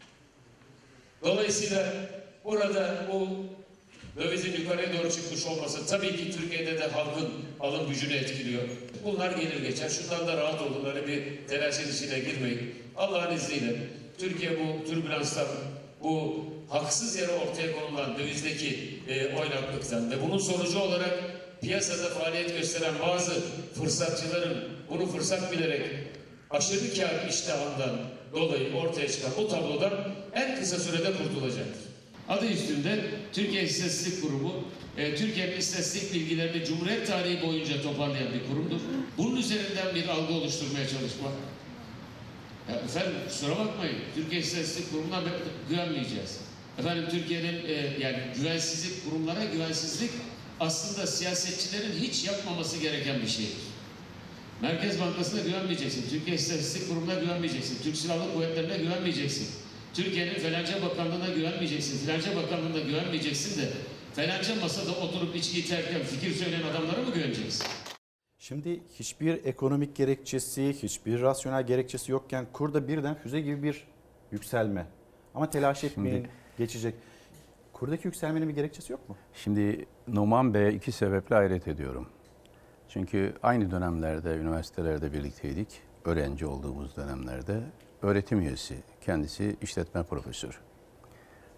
Dolayısıyla burada bu dövizin yukarıya doğru çıkmış olması tabii ki Türkiye'de de halkın alım gücünü etkiliyor. Bunlar gelir geçer. Şundan da rahat olun. Öyle bir telaşın içine girmeyin. Allah'ın izniyle Türkiye bu türbülanstan, bu haksız yere ortaya konulan dövizdeki oynaklıktan ve bunun sonucu olarak piyasada faaliyet gösteren bazı fırsatçıların bunu fırsat bilerek aşırı kâr iştahından dolayı ortaya çıkan bu tablodan en kısa sürede kurtulacaktır. Adı üstünde Türkiye İstatistik Kurumu, Türkiye'nin istatistik bilgilerini Cumhuriyet tarihi boyunca toparlayan bir kurumdur. Bunun üzerinden bir algı oluşturmaya çalışmak. Ya efendim kusura bakmayın, Türkiye İstatistik Kurumu'na güvenmeyeceğiz. Efendim Türkiye'nin yani güvensizlik, kurumlara güvensizlik aslında siyasetçilerin hiç yapmaması gereken bir şeydir. Merkez Bankası'na güvenmeyeceksin, Türkiye İstatistik Kurumu'na güvenmeyeceksin, Türk Silahlı Kuvvetleri'ne güvenmeyeceksin. Türkiye'nin falanca bakanlığına güvenmeyeceksin, filanca bakanlığına güvenmeyeceksin de falanca masada oturup içki içerken fikir söyleyen adamlara mı güveneceksin? Şimdi hiçbir ekonomik gerekçesi, hiçbir rasyonel gerekçesi yokken kurda birden füze gibi bir yükselme. Ama telaş etmeyin, geçecek. Kurdaki yükselmenin bir gerekçesi yok mu? Şimdi Numan Bey'e iki sebeple hayret ediyorum. Çünkü aynı dönemlerde üniversitelerde birlikteydik. Öğrenci olduğumuz dönemlerde öğretim üyesi. Kendisi işletme profesörü.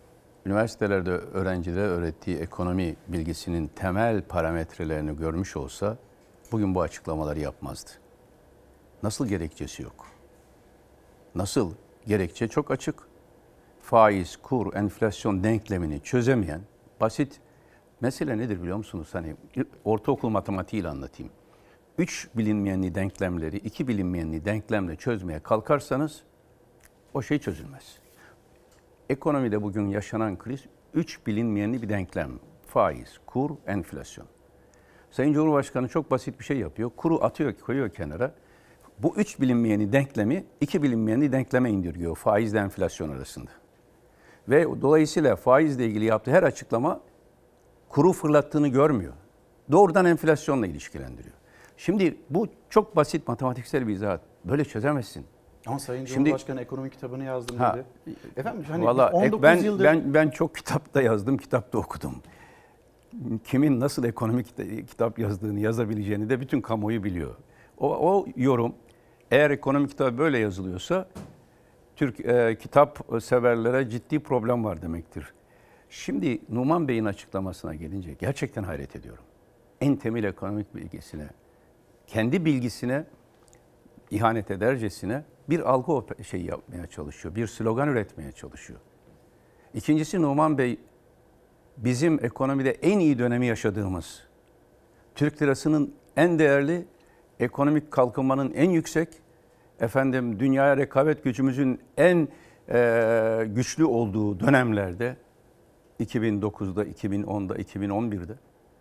üniversitelerde öğrencilere öğrettiği ekonomi bilgisinin temel parametrelerini görmüş olsa bugün bu açıklamaları yapmazdı. Nasıl gerekçesi yok? Nasıl? Gerekçe çok açık. Faiz, kur, enflasyon denklemini çözemeyen basit mesele nedir biliyor musunuz? Hani ortaokul matematiğiyle anlatayım. 3 bilinmeyenli denklemleri 2 bilinmeyenli denklemle çözmeye kalkarsanız o şey çözülmez. Ekonomide bugün yaşanan kriz 3 bilinmeyenli bir denklem. Faiz, kur, enflasyon. Sayın Cumhurbaşkanı çok basit bir şey yapıyor. Kuru atıyor, koyuyor kenara. Bu 3 bilinmeyeni denklemi 2 bilinmeyeni denkleme indiriyor faizle enflasyon arasında. Ve dolayısıyla faizle ilgili yaptığı her açıklama kuru fırlattığını görmüyor. Doğrudan enflasyonla ilişkilendiriyor. Şimdi bu çok basit matematiksel bir izahat. Böyle çözemezsin. Ama Sayın Cumhurbaşkanı ekonomi kitabını yazdım dedi. Efendim hani vallahi 19 yıldır... Ben çok kitapta yazdım, kitapta okudum. Kimin nasıl ekonomi kitap yazdığını, yazabileceğini de bütün kamuoyu biliyor. O yorum eğer ekonomi kitabı böyle yazılıyorsa Türk kitap severlere ciddi problem var demektir. Şimdi Numan Bey'in açıklamasına gelince gerçekten hayret ediyorum. En temel ekonomik bilgisine, kendi bilgisine ihanet edercesine bir algı yapmaya çalışıyor, bir slogan üretmeye çalışıyor. İkincisi Numan Bey, bizim ekonomide en iyi dönemi yaşadığımız, Türk lirasının en değerli, ekonomik kalkınmanın en yüksek, dünyaya rekabet gücümüzün en güçlü olduğu dönemlerde, 2009'da, 2010'da, 2011'de,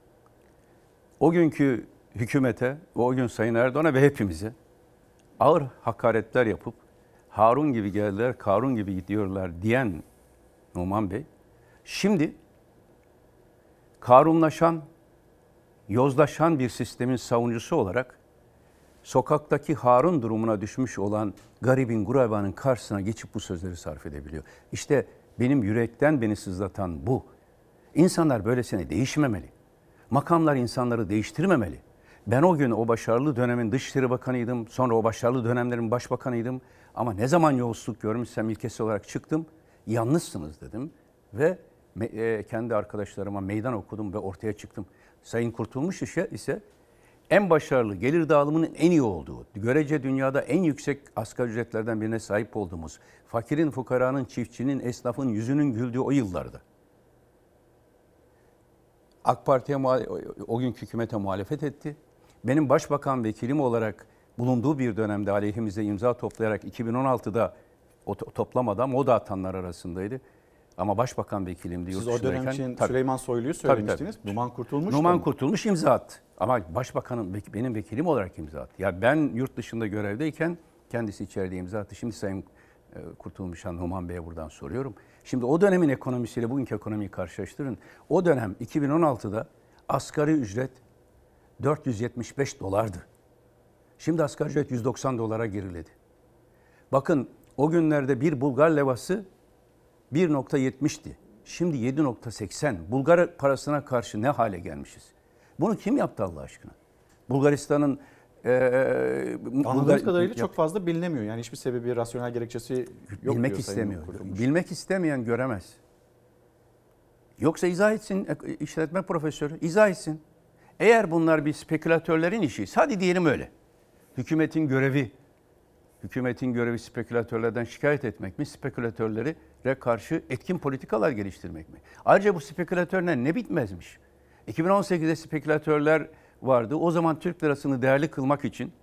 o günkü hükümete, o gün Sayın Erdoğan'a ve hepimize ağır hakaretler yapıp Harun gibi geldiler, Karun gibi gidiyorlar diyen Numan Bey, şimdi Karunlaşan, yozlaşan bir sistemin savunucusu olarak sokaktaki Harun durumuna düşmüş olan garibin, gurabanın karşısına geçip bu sözleri sarf edebiliyor. İşte benim yürekten beni sızlatan bu. İnsanlar böylesine değişmemeli. Makamlar insanları değiştirmemeli. Ben o gün o başarılı dönemin Dışişleri Bakanıydım, sonra o başarılı dönemlerin Başbakanıydım. Ama ne zaman yolsuzluk görmüşsem ilkesi olarak çıktım, yanlışsınız dedim ve kendi arkadaşlarıma meydan okudum ve ortaya çıktım. Sayın Kurtulmuş ise en başarılı, gelir dağılımının en iyi olduğu, görece dünyada en yüksek asgari ücretlerden birine sahip olduğumuz, fakirin, fukaranın, çiftçinin, esnafın yüzünün güldüğü o yıllarda AK Parti'ye, o günkü hükümete muhalefet etti. Benim başbakan vekilim olarak bulunduğu bir dönemde aleyhimize imza toplayarak 2016'da toplamadan moda atanlar arasındaydı. Ama başbakan vekilimdi. Siz o dönem için Süleyman Soylu'yu söylemiştiniz. Tabii. Numan Kurtulmuş imza attı. Ama başbakanın benim vekilim olarak imza attı. Ya ben yurt dışında görevdeyken kendisi içeride imza attı. Şimdi Sayın Kurtulmuş'a, Numan Bey'e buradan soruyorum. Şimdi o dönemin ekonomisiyle bugünkü ekonomiyi karşılaştırın. O dönem 2016'da asgari ücret 475 dolardı. Şimdi asgari ücret 190 dolara geriledi. Bakın o günlerde bir Bulgar levası 1.70'ti. Şimdi 7.80. Bulgar parasına karşı ne hale gelmişiz? Bunu kim yaptı Allah aşkına? Bulgaristan'ın anladığımız kadarıyla çok fazla bilinemiyor. Yani hiçbir sebebi, rasyonel gerekçesi yok. Bilmek istemiyor. Bilmek istemeyen göremez. Yoksa izah etsin, işletme profesörü izah etsin. Eğer bunlar bir spekülatörlerin işi, hadi diyelim öyle. Hükümetin görevi spekülatörlerden şikayet etmek mi? Spekülatörlere karşı etkin politikalar geliştirmek mi? Ayrıca bu spekülatörler ne bitmezmiş? 2018'de spekülatörler vardı. O zaman Türk lirasını değerli kılmak için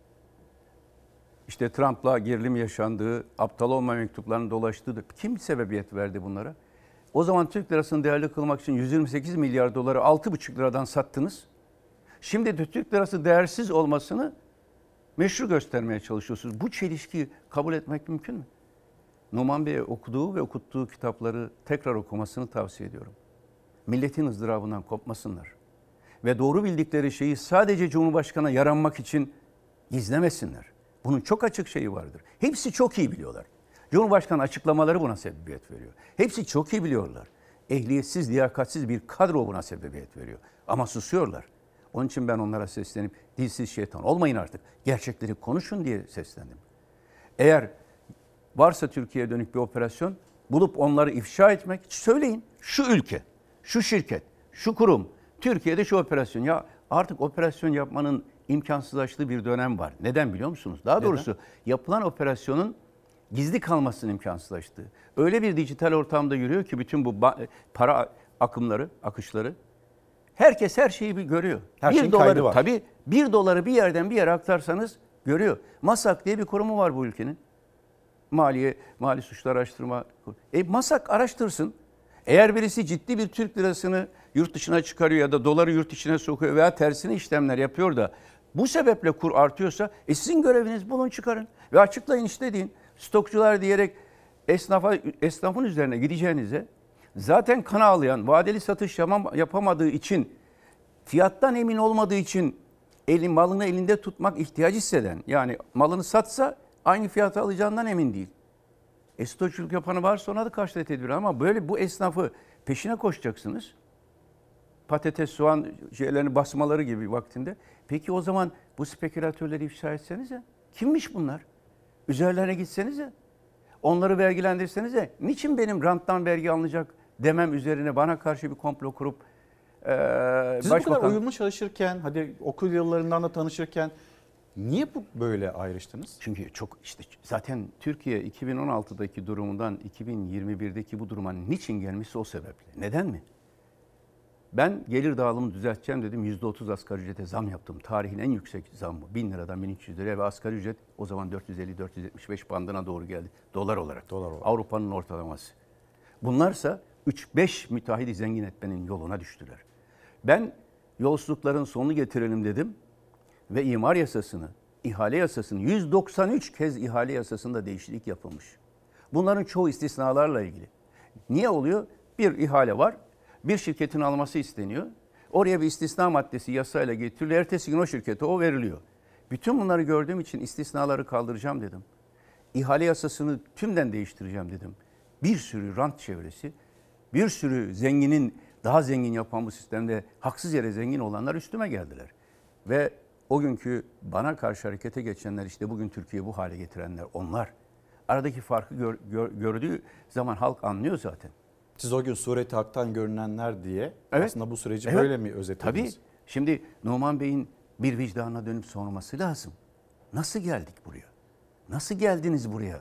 işte Trump'la gerilim yaşandığı, aptal olma mektuplarının dolaştığı, kim sebebiyet verdi bunlara? O zaman Türk lirasını değerli kılmak için 128 milyar doları 6,5 liradan sattınız. Şimdi de Türk lirası değersiz olmasını meşru göstermeye çalışıyorsunuz. Bu çelişkiyi kabul etmek mümkün mü? Numan Bey'e okuduğu ve okuttuğu kitapları tekrar okumasını tavsiye ediyorum. Milletin ızdırabından kopmasınlar. Ve doğru bildikleri şeyi sadece Cumhurbaşkanı'na yaranmak için gizlemesinler. Bunun çok açık şeyi vardır. Hepsi çok iyi biliyorlar. Cumhurbaşkanı açıklamaları buna sebebiyet veriyor. Hepsi çok iyi biliyorlar. Ehliyetsiz, liyakatsiz bir kadro buna sebebiyet veriyor. Ama susuyorlar. Onun için ben onlara seslenip dilsiz şeytan olmayın artık. Gerçekleri konuşun diye seslendim. Eğer varsa Türkiye'ye dönük bir operasyon bulup onları ifşa etmek. Söyleyin şu ülke, şu şirket, şu kurum Türkiye'de şu operasyon. Ya artık operasyon yapmanın imkansızlaştığı bir dönem var. Neden biliyor musunuz? Daha doğrusu yapılan operasyonun gizli kalmasının imkansızlaştığı. Öyle bir dijital ortamda yürüyor ki bütün bu para akışları. Herkes her şeyi bir görüyor. Her şeyin kaydı var. Tabii $1 bir yerden bir yere aktarsanız görüyor. MASAK diye bir kurumu var bu ülkenin. Mali Suçlar Araştırma. MASAK araştırsın. Eğer birisi ciddi bir Türk lirasını yurt dışına çıkarıyor ya da doları yurt içine sokuyor veya tersine işlemler yapıyor da bu sebeple kur artıyorsa sizin göreviniz bulun çıkarın ve açıklayın işte deyin. Stokçular diyerek esnafın üzerine gideceğinize zaten kan ağlayan, vadeli satış yapamadığı için, fiyattan emin olmadığı için malını elinde tutmak ihtiyacı hisseden, yani malını satsa aynı fiyata alacağından emin değil. Stokçuluk yapanı varsa ona da karşı tedbir ama böyle bu esnafı peşine koşacaksınız. Patates, soğan şeylerini basmaları gibi vaktinde. Peki o zaman bu spekülatörleri ifşa etsenize. Kimmiş bunlar? Üzerlerine gitsenize. Onları vergilendirsenize. Niçin benim ranttan vergi alınacak demem üzerine bana karşı bir komplo kurup Siz bu kadar uyumlu çalışırken, hadi okul yıllarından da tanışırken niye böyle ayrıştınız? Çünkü zaten Türkiye 2016'daki durumundan 2021'deki bu duruma niçin gelmişse o sebeple. Neden mi? Ben gelir dağılımını düzelteceğim dedim. %30 asgari ücrete zam yaptım. Tarihin en yüksek zammı. 1000 liradan 1300 liraya ve asgari ücret o zaman 450-475 bandına doğru geldi. Dolar olarak. Avrupa'nın ortalaması. Bunlarsa 3-5 müteahhidi zengin etmenin yoluna düştüler. Ben yolsuzlukların sonunu getirelim dedim. Ve imar yasasını, ihale yasasını 193 kez ihale yasasında değişiklik yapılmış. Bunların çoğu istisnalarla ilgili. Niye oluyor? Bir ihale var. Bir şirketin alması isteniyor. Oraya bir istisna maddesi yasayla getiriliyor. Ertesi gün o şirkete o veriliyor. Bütün bunları gördüğüm için istisnaları kaldıracağım dedim. İhale yasasını tümden değiştireceğim dedim. Bir sürü rant çevresi, bir sürü zenginin daha zengin yapan bu sistemde haksız yere zengin olanlar üstüme geldiler. Ve o günkü bana karşı harekete geçenler işte bugün Türkiye'yi bu hale getirenler onlar. Aradaki farkı gördüğü zaman halk anlıyor zaten. Siz o gün sureti haktan görünenler diye aslında bu süreci böyle mi özetlediniz? Tabii. Şimdi Numan Bey'in bir vicdanına dönüp sorması lazım. Nasıl geldik buraya? Nasıl geldiniz buraya?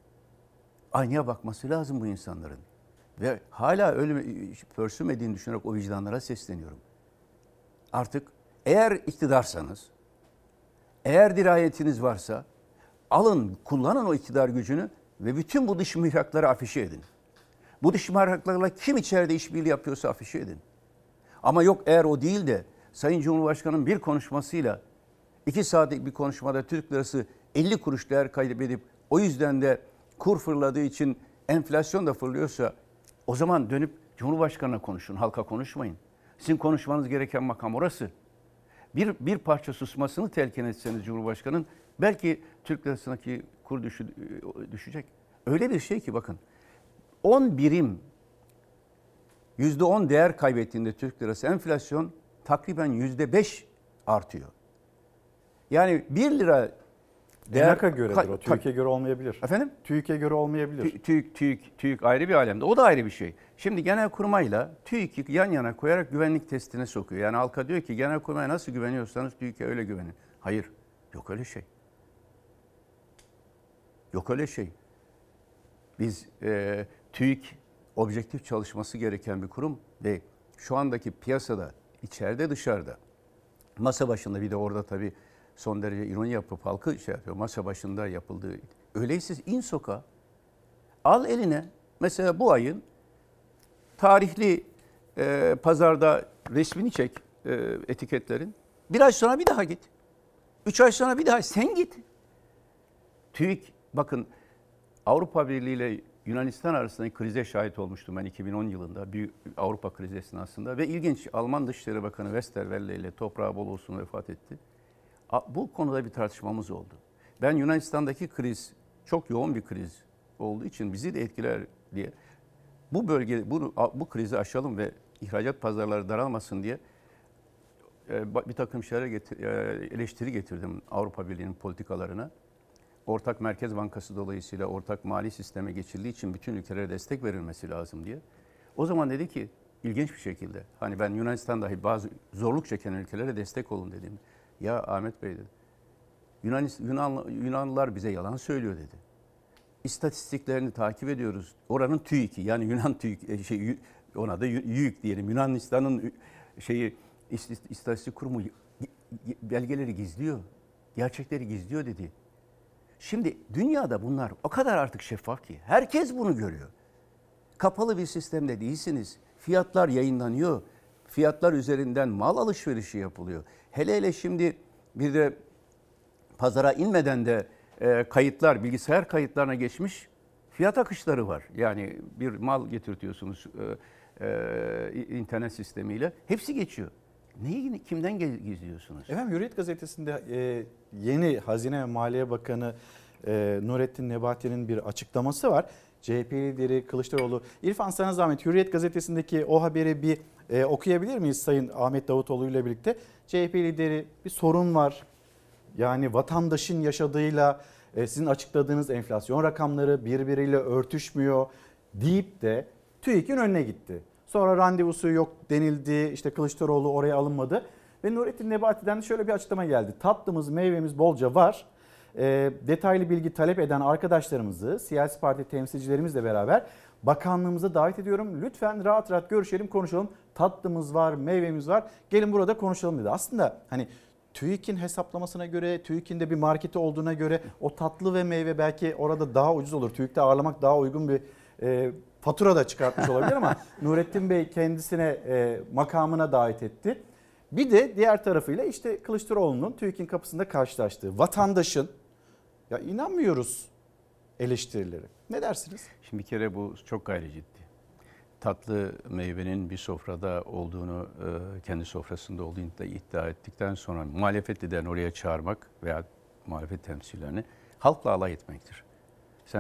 Aynaya bakması lazım bu insanların. Ve hala öyle pörsümediğini düşünerek o vicdanlara sesleniyorum. Artık eğer iktidarsanız, eğer dirayetiniz varsa alın, kullanın o iktidar gücünü ve bütün bu dış mihrakları afişe edin. Bu dış mihraklarla kim içeride işbirliği yapıyorsa afişe edin. Ama yok eğer o değil de Sayın Cumhurbaşkanı'nın bir konuşmasıyla 2 saatlik bir konuşmada Türk lirası 50 kuruş değer kaybedip o yüzden de kur fırladığı için enflasyon da fırlıyorsa o zaman dönüp Cumhurbaşkanı'na konuşun, halka konuşmayın. Sizin konuşmanız gereken makam orası. Bir parça susmasını telkin etseniz Cumhurbaşkanı'nın belki Türk lirasındaki kur düşecek. Öyle bir şey ki bakın 10 birim %10 değer kaybettiğinde Türk lirası enflasyon takriben %5 artıyor. Yani 1 lira değer... ENAK'a göredir o. TÜİK'e göre olmayabilir. Efendim? TÜİK'e göre olmayabilir. TÜİK ayrı bir alemde. O da ayrı bir şey. Şimdi Genelkurmay'la TÜİK'i yan yana koyarak güvenlik testine sokuyor. Yani halka diyor ki Genelkurmay'a nasıl güveniyorsanız TÜİK'e öyle güvenin. Hayır. Yok öyle şey. Yok öyle şey. Biz TÜİK objektif çalışması gereken bir kurum ve şu andaki piyasada içeride dışarıda masa başında bir de orada tabii son derece ironi yapıp halkı şey yapıyor. Masa başında yapıldığı. Öyleyse in sokağa. Al eline mesela bu ayın tarihli pazarda resmini çek etiketlerin. Bir ay sonra bir daha git. 3 ay sonra bir daha sen git. TÜİK bakın Avrupa Birliği ile Yunanistan arasındaki krize şahit olmuştum ben 2010 yılında bir Avrupa krizi esnasında ve ilginç Alman Dışişleri Bakanı Westerwelle ile toprağı bol olsun vefat etti. Bu konuda bir tartışmamız oldu. Ben Yunanistan'daki kriz çok yoğun bir kriz olduğu için bizi de etkiler diye bu krizi aşalım ve ihracat pazarları daralmasın diye bir takım şeyler eleştiri getirdim Avrupa Birliği'nin politikalarına. ortak merkez bankası dolayısıyla ortak mali sisteme geçildiği için bütün ülkelere destek verilmesi lazım diye. O zaman dedi ki ilginç bir şekilde hani ben Yunanistan dahi bazı zorluk çeken ülkelere destek olun dedim. Ya Ahmet Bey dedi. Yunanlılar bize yalan söylüyor dedi. İstatistiklerini takip ediyoruz. Oranın TÜİK'i yani Yunan TÜİK ona da YÜİK diyelim. Yunanistan'ın istatistik kurumu belgeleri gizliyor. Gerçekleri gizliyor dedi. Şimdi dünyada bunlar o kadar artık şeffaf ki herkes bunu görüyor. Kapalı bir sistemde değilsiniz. Fiyatlar yayınlanıyor. Fiyatlar üzerinden mal alışverişi yapılıyor. Hele şimdi bir de pazara inmeden de kayıtlar, bilgisayar kayıtlarına geçmiş fiyat akışları var. Yani bir mal getirtiyorsunuz internet sistemiyle. Hepsi geçiyor. Neyi kimden gizliyorsunuz? Efendim Hürriyet gazetesinde yeni Hazine ve Maliye Bakanı Nurettin Nebati'nin bir açıklaması var. CHP lideri Kılıçdaroğlu. İrfan sana zahmet Hürriyet gazetesindeki o haberi bir okuyabilir miyiz Sayın Ahmet Davutoğlu ile birlikte? CHP lideri bir sorun var. Yani vatandaşın yaşadığıyla sizin açıkladığınız enflasyon rakamları birbiriyle örtüşmüyor deyip de TÜİK'in önüne gitti. Sonra randevusu yok denildi, işte Kılıçdaroğlu oraya alınmadı. Ve Nurettin Nebati'den şöyle bir açıklama geldi. Tatlımız, meyvemiz bolca var. Detaylı bilgi talep eden arkadaşlarımızı, siyasi parti temsilcilerimizle beraber bakanlığımıza davet ediyorum. Lütfen rahat rahat görüşelim, konuşalım. Tatlımız var, meyvemiz var. Gelin burada konuşalım dedi. Aslında hani TÜİK'in hesaplamasına göre, TÜİK'in de bir marketi olduğuna göre o tatlı ve meyve belki orada daha ucuz olur. TÜİK'te ağırlamak daha uygun bir fatura da çıkartmış olabilir ama Nurettin Bey kendisine makamına davet etti. Bir de diğer tarafıyla işte Kılıçdaroğlu'nun TÜİK'in kapısında karşılaştığı vatandaşın ya inanmıyoruz eleştirileri. Ne dersiniz? Şimdi bir kere bu çok gayri ciddi. Tatlı meyvenin bir sofrada olduğunu, kendi sofrasında olduğunu da iddia ettikten sonra muhalefet liderini oraya çağırmak veya muhalefet temsillerini halkla alay etmektir. Sen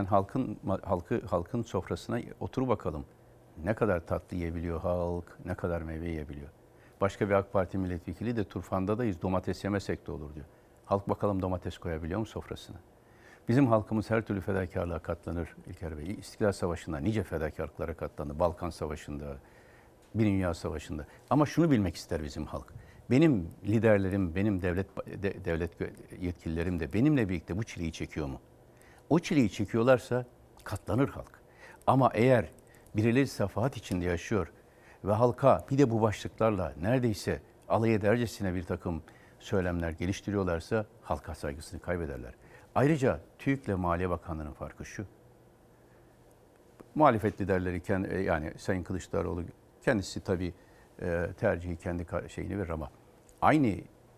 halkın sofrasına otur bakalım. Ne kadar tatlı yiyebiliyor halk, ne kadar meyve yiyebiliyor. Başka bir AK Parti milletvekili de Turfan'dayız, domates yemesek de olur diyor. Halk bakalım domates koyabiliyor mu sofrasına? Bizim halkımız her türlü fedakarlığa katlanır İlker Bey. İstiklal Savaşı'nda nice fedakarlıklara katlandı. Balkan Savaşı'nda, Birinci Dünya Savaşı'nda. Ama şunu bilmek ister bizim halk. Benim liderlerim, benim devlet yetkililerim de benimle birlikte bu çileyi çekiyor mu? O çileyi çekiyorlarsa katlanır halk. Ama eğer birileri sefahat içinde yaşıyor ve halka bir de bu başlıklarla neredeyse alay edercesine bir takım söylemler geliştiriyorlarsa halka saygısını kaybederler. Ayrıca TÜİK'le Maliye Bakanlığı'nın farkı şu. Muhalefet liderleri yani Sayın Kılıçdaroğlu kendisi tabii tercihi kendi şeyini verir ama aynı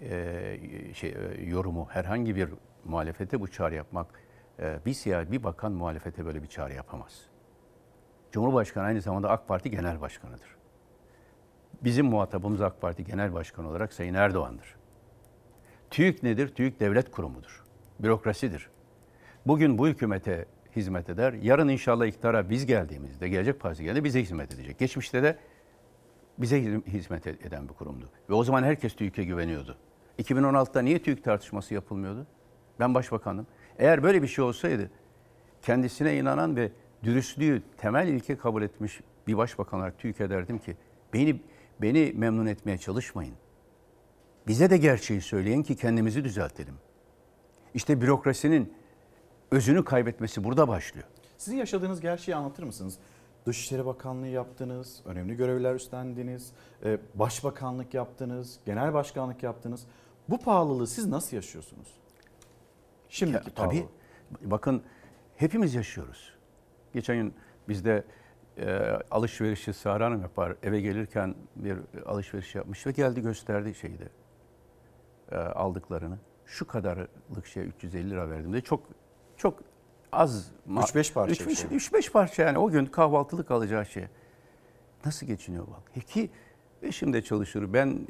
yorumu herhangi bir muhalefete bu çağrı yapmak bir bakan muhalefete böyle bir çağrı yapamaz. Cumhurbaşkanı aynı zamanda AK Parti Genel Başkanı'dır. Bizim muhatabımız AK Parti Genel Başkanı olarak Sayın Erdoğan'dır. TÜİK nedir? TÜİK devlet kurumudur. Bürokrasidir. Bugün bu hükümete hizmet eder. Yarın inşallah iktidara biz geldiğimizde, Gelecek Partisi geldiğinde bize hizmet edecek. Geçmişte de bize hizmet eden bir kurumdu. Ve o zaman herkes TÜİK'e güveniyordu. 2016'da niye TÜİK tartışması yapılmıyordu? Ben başbakanım. Eğer böyle bir şey olsaydı kendisine inanan ve dürüstlüğü temel ilke kabul etmiş bir başbakan olarak TÜİK'e derdim ki beni memnun etmeye çalışmayın. Bize de gerçeği söyleyin ki kendimizi düzeltelim. İşte bürokrasinin özünü kaybetmesi burada başlıyor. Sizin yaşadığınız gerçeği anlatır mısınız? Dışişleri Bakanlığı yaptınız, önemli görevler üstlendiniz, başbakanlık yaptınız, genel başkanlık yaptınız. Bu pahalılığı siz nasıl yaşıyorsunuz? Şimdiki pahalılığı. Tabii bakın hepimiz yaşıyoruz. Geçen gün bizde alışverişi Sahra Hanım yapar. Eve gelirken bir alışveriş yapmış ve geldi gösterdi aldıklarını. Şu kadarlık 350 lira verdim de çok az. 3-5 parça. 3-5 parça yani o gün kahvaltılık alacağı şey. Nasıl geçiniyor bu halk? Ki eşim de çalışır. Ben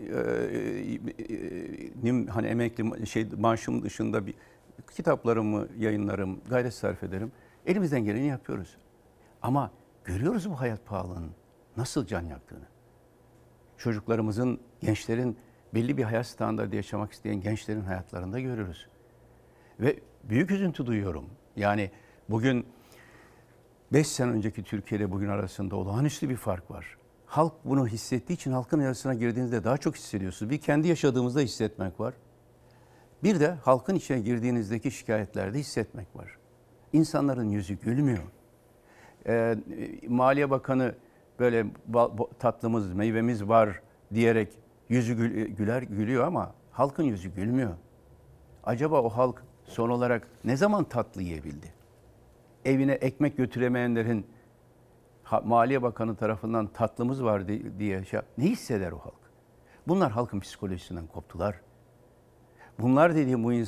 hani emekli maaşım dışında kitaplarımı yayınlarım, gayret sarf ederim. Elimizden geleni yapıyoruz. Ama görüyoruz bu hayat pahalılığının nasıl can yaktığını. Çocuklarımızın, gençlerin belli bir hayat standartı yaşamak isteyen gençlerin hayatlarında görüyoruz. Ve büyük üzüntü duyuyorum. Yani bugün 5 sene önceki Türkiye ile bugün arasında olağanüstü bir fark var. Halk bunu hissettiği için halkın arasına girdiğinizde daha çok hissediyorsunuz. Bir kendi yaşadığımızda hissetmek var. Bir de halkın içine girdiğinizdeki şikayetlerde hissetmek var. İnsanların yüzü gülmüyor. Maliye Bakanı böyle tatlımız, meyvemiz var diyerek yüzü gülüyor ama halkın yüzü gülmüyor. Acaba o halk son olarak ne zaman tatlı yiyebildi? Evine ekmek götüremeyenlerin Maliye Bakanı tarafından tatlımız var diye ne hisseder o halk? Bunlar halkın psikolojisinden koptular. Bunlar dediğim bu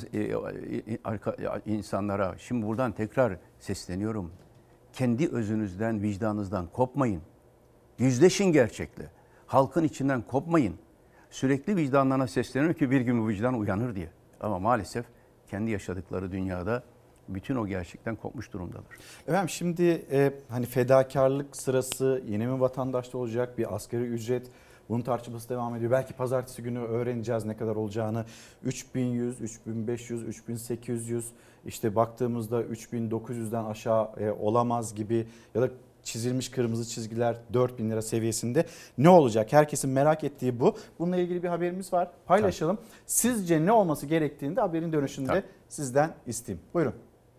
insanlara şimdi buradan tekrar sesleniyorum. Kendi özünüzden, vicdanınızdan kopmayın. Yüzleşin gerçekle. Halkın içinden kopmayın. Sürekli vicdanlarına sesleniyorum ki bir gün bu vicdan uyanır diye. Ama maalesef kendi yaşadıkları dünyada bütün o gerçekten kopmuş durumdalar. Efendim şimdi hani fedakarlık sırası yine mi vatandaşta olacak, bir asgari ücret, bunun tartışması devam ediyor. Belki pazartesi günü öğreneceğiz ne kadar olacağını. 3100, 3500, 3800 işte baktığımızda 3900'den aşağı olamaz gibi ya da çizilmiş kırmızı çizgiler 4000 lira seviyesinde. Ne olacak? Herkesin merak ettiği bu. Bununla ilgili bir haberimiz var. Paylaşalım. Tabii. Sizce ne olması gerektiğini de haberin dönüşünde sizden isteyeyim. Buyurun.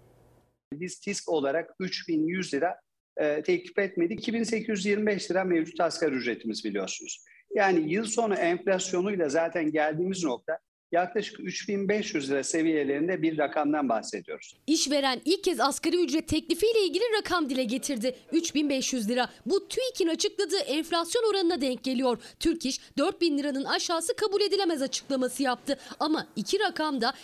Biz TİSK olarak 3100 lira teklif etmedik. 2825 lira mevcut asgari ücretimiz biliyorsunuz. Yani yıl sonu enflasyonuyla zaten geldiğimiz nokta yaklaşık 3500 lira seviyelerinde bir rakamdan bahsediyoruz. İşveren ilk kez asgari ücret teklifiyle ilgili rakam dile getirdi. 3500 lira. Bu TÜİK'in açıkladığı enflasyon oranına denk geliyor. Türk İş 4000 liranın aşağısı kabul edilemez açıklaması yaptı. Ama iki rakam da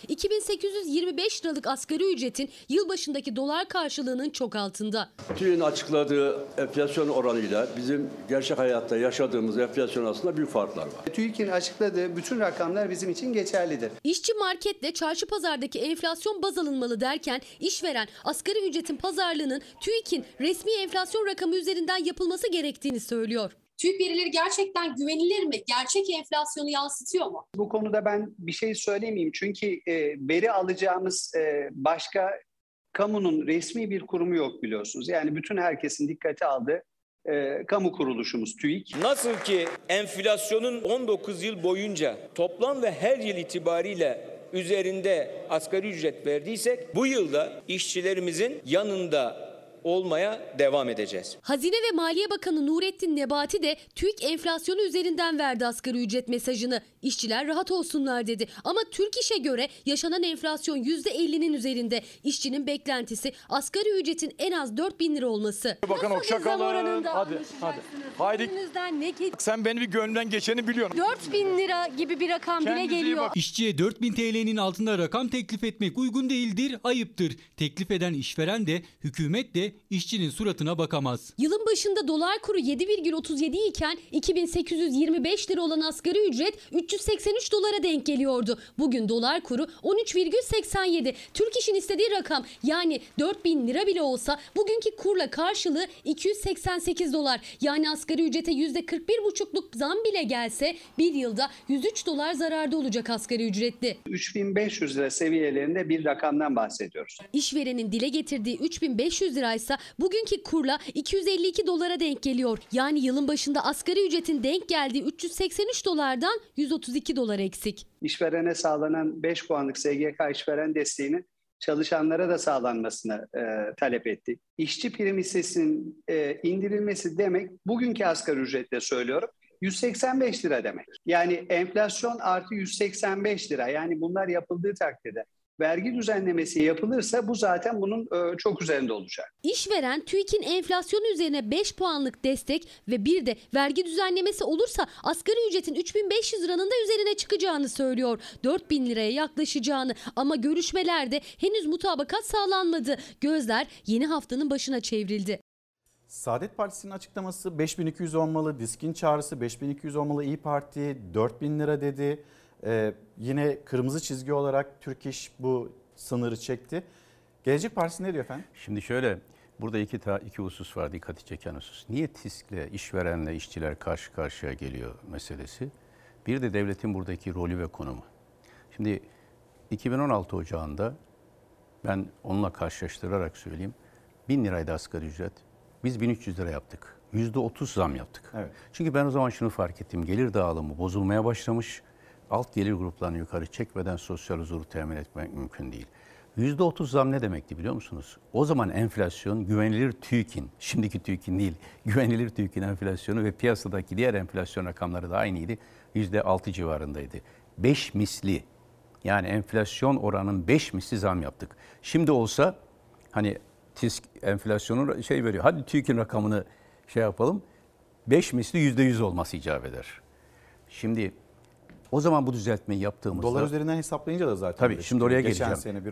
2825 liralık asgari ücretin yılbaşındaki dolar karşılığının çok altında. TÜİK'in açıkladığı enflasyon oranıyla bizim gerçek hayatta yaşadığımız enflasyon arasında büyük farklar var. TÜİK'in açıkladığı bütün rakamlar bizim için geçerlidir. İşçi marketle çarşı pazardaki enflasyon baz alınmalı derken işveren asgari ücretin pazarlığının TÜİK'in resmi enflasyon rakamı üzerinden yapılması gerektiğini söylüyor. TÜİK verileri gerçekten güvenilir mi? Gerçek enflasyonu yansıtıyor mu? Bu konuda ben bir şey söylemeyeyim çünkü veri alacağımız başka kamunun resmi bir kurumu yok biliyorsunuz. Yani bütün herkesin dikkate aldığı kamu kuruluşumuz TÜİK. Nasıl ki enflasyonun 19 yıl boyunca toplam ve her yıl itibariyle üzerinde asgari ücret verdiysek bu yılda işçilerimizin yanında olmaya devam edeceğiz. Hazine ve Maliye Bakanı Nurettin Nebati de TÜİK enflasyonu üzerinden verdi asgari ücret mesajını. İşçiler rahat olsunlar dedi. Ama Türk İş'e göre yaşanan enflasyon %50'nin üzerinde. İşçinin beklentisi asgari ücretin en az 4000 lira olması. Bakın Okşakal'ın. Haydi. Sen beni bir gönlümden geçeni biliyorsun. 4000 lira gibi bir rakam bile geliyor. İşçiye 4000 TL'nin altında rakam teklif etmek uygun değildir, ayıptır. Teklif eden işveren de hükümet de işçinin suratına bakamaz. Yılın başında dolar kuru 7,37 iken 2825 lira olan asgari ücret 383 dolara denk geliyordu. Bugün dolar kuru 13,87. Türk İş'in istediği rakam yani 4000 lira bile olsa bugünkü kurla karşılığı 288 dolar. Yani asgari ücrete %41,5'luk zam bile gelse bir yılda 103 dolar zararda olacak asgari ücretli. 3500 lira seviyelerinde bir rakamdan bahsediyoruz. İşverenin dile getirdiği 3500 liraysa bugünkü kurla 252 dolara denk geliyor. Yani yılın başında asgari ücretin denk geldiği 383 dolardan 132 dolar eksik. İşverene sağlanan 5 puanlık SGK işveren desteğinin çalışanlara da sağlanmasını talep ettik. İşçi prim hissesinin indirilmesi demek bugünkü asgari ücretle söylüyorum 185 lira demek. Yani enflasyon artı 185 lira yani bunlar yapıldığı takdirde vergi düzenlemesi yapılırsa bu zaten bunun çok üzerinde olacak. İşveren TÜİK'in enflasyonu üzerine 5 puanlık destek ve bir de vergi düzenlemesi olursa asgari ücretin 3500 liranın da üzerine çıkacağını söylüyor. 4000 liraya yaklaşacağını ama görüşmelerde henüz mutabakat sağlanmadı. Gözler yeni haftanın başına çevrildi. Saadet Partisi'nin açıklaması 5200 olmalı, DİSK'in çağrısı 5200 olmalı, İYİ Parti 4000 lira dedi. Yine kırmızı çizgi olarak Türk İş bu sınırı çekti. Gelecek Partisi ne diyor efendim? Şimdi şöyle, burada iki husus var dikkati çeken husus. Niye TİSK'le, işverenle işçiler karşı karşıya geliyor meselesi? Bir de devletin buradaki rolü ve konumu. Şimdi 2016 Ocağı'nda Ben onunla karşılaştırarak söyleyeyim. 1000 liraydı asgari ücret. Biz 1300 lira yaptık. %30 zam yaptık. Evet. Çünkü ben o zaman şunu fark ettim. Gelir dağılımı bozulmaya başlamış. Alt gelir gruplarını yukarı çekmeden sosyal huzuru temin etmek mümkün değil. %30 zam ne demekti biliyor musunuz? O zaman enflasyon güvenilir TÜİK'in, şimdiki TÜİK'in değil, güvenilir TÜİK'in enflasyonu ve piyasadaki diğer enflasyon rakamları da aynıydı. %6 civarındaydı. 5 misli, yani enflasyon oranının 5 misli zam yaptık. Şimdi olsa hani TİSK enflasyonun veriyor. Hadi TÜİK'in rakamını yapalım. 5 misli %100 olması icap eder. Şimdi o zaman bu düzeltmeyi yaptığımızda... Dolar üzerinden hesaplayınca da zaten... Tabii şimdi oraya geleceğim. Sene,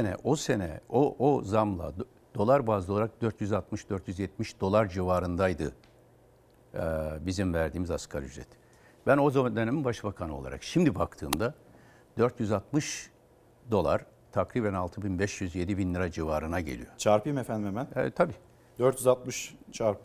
o zamla dolar bazlı olarak 460-470 dolar civarındaydı bizim verdiğimiz asgari ücret. Ben o zaman dönemin başbakanı olarak şimdi baktığımda 460 dolar takriben 6.500-7.000 lira civarına geliyor. Çarpayım efendim hemen. Tabii. 460 çarpı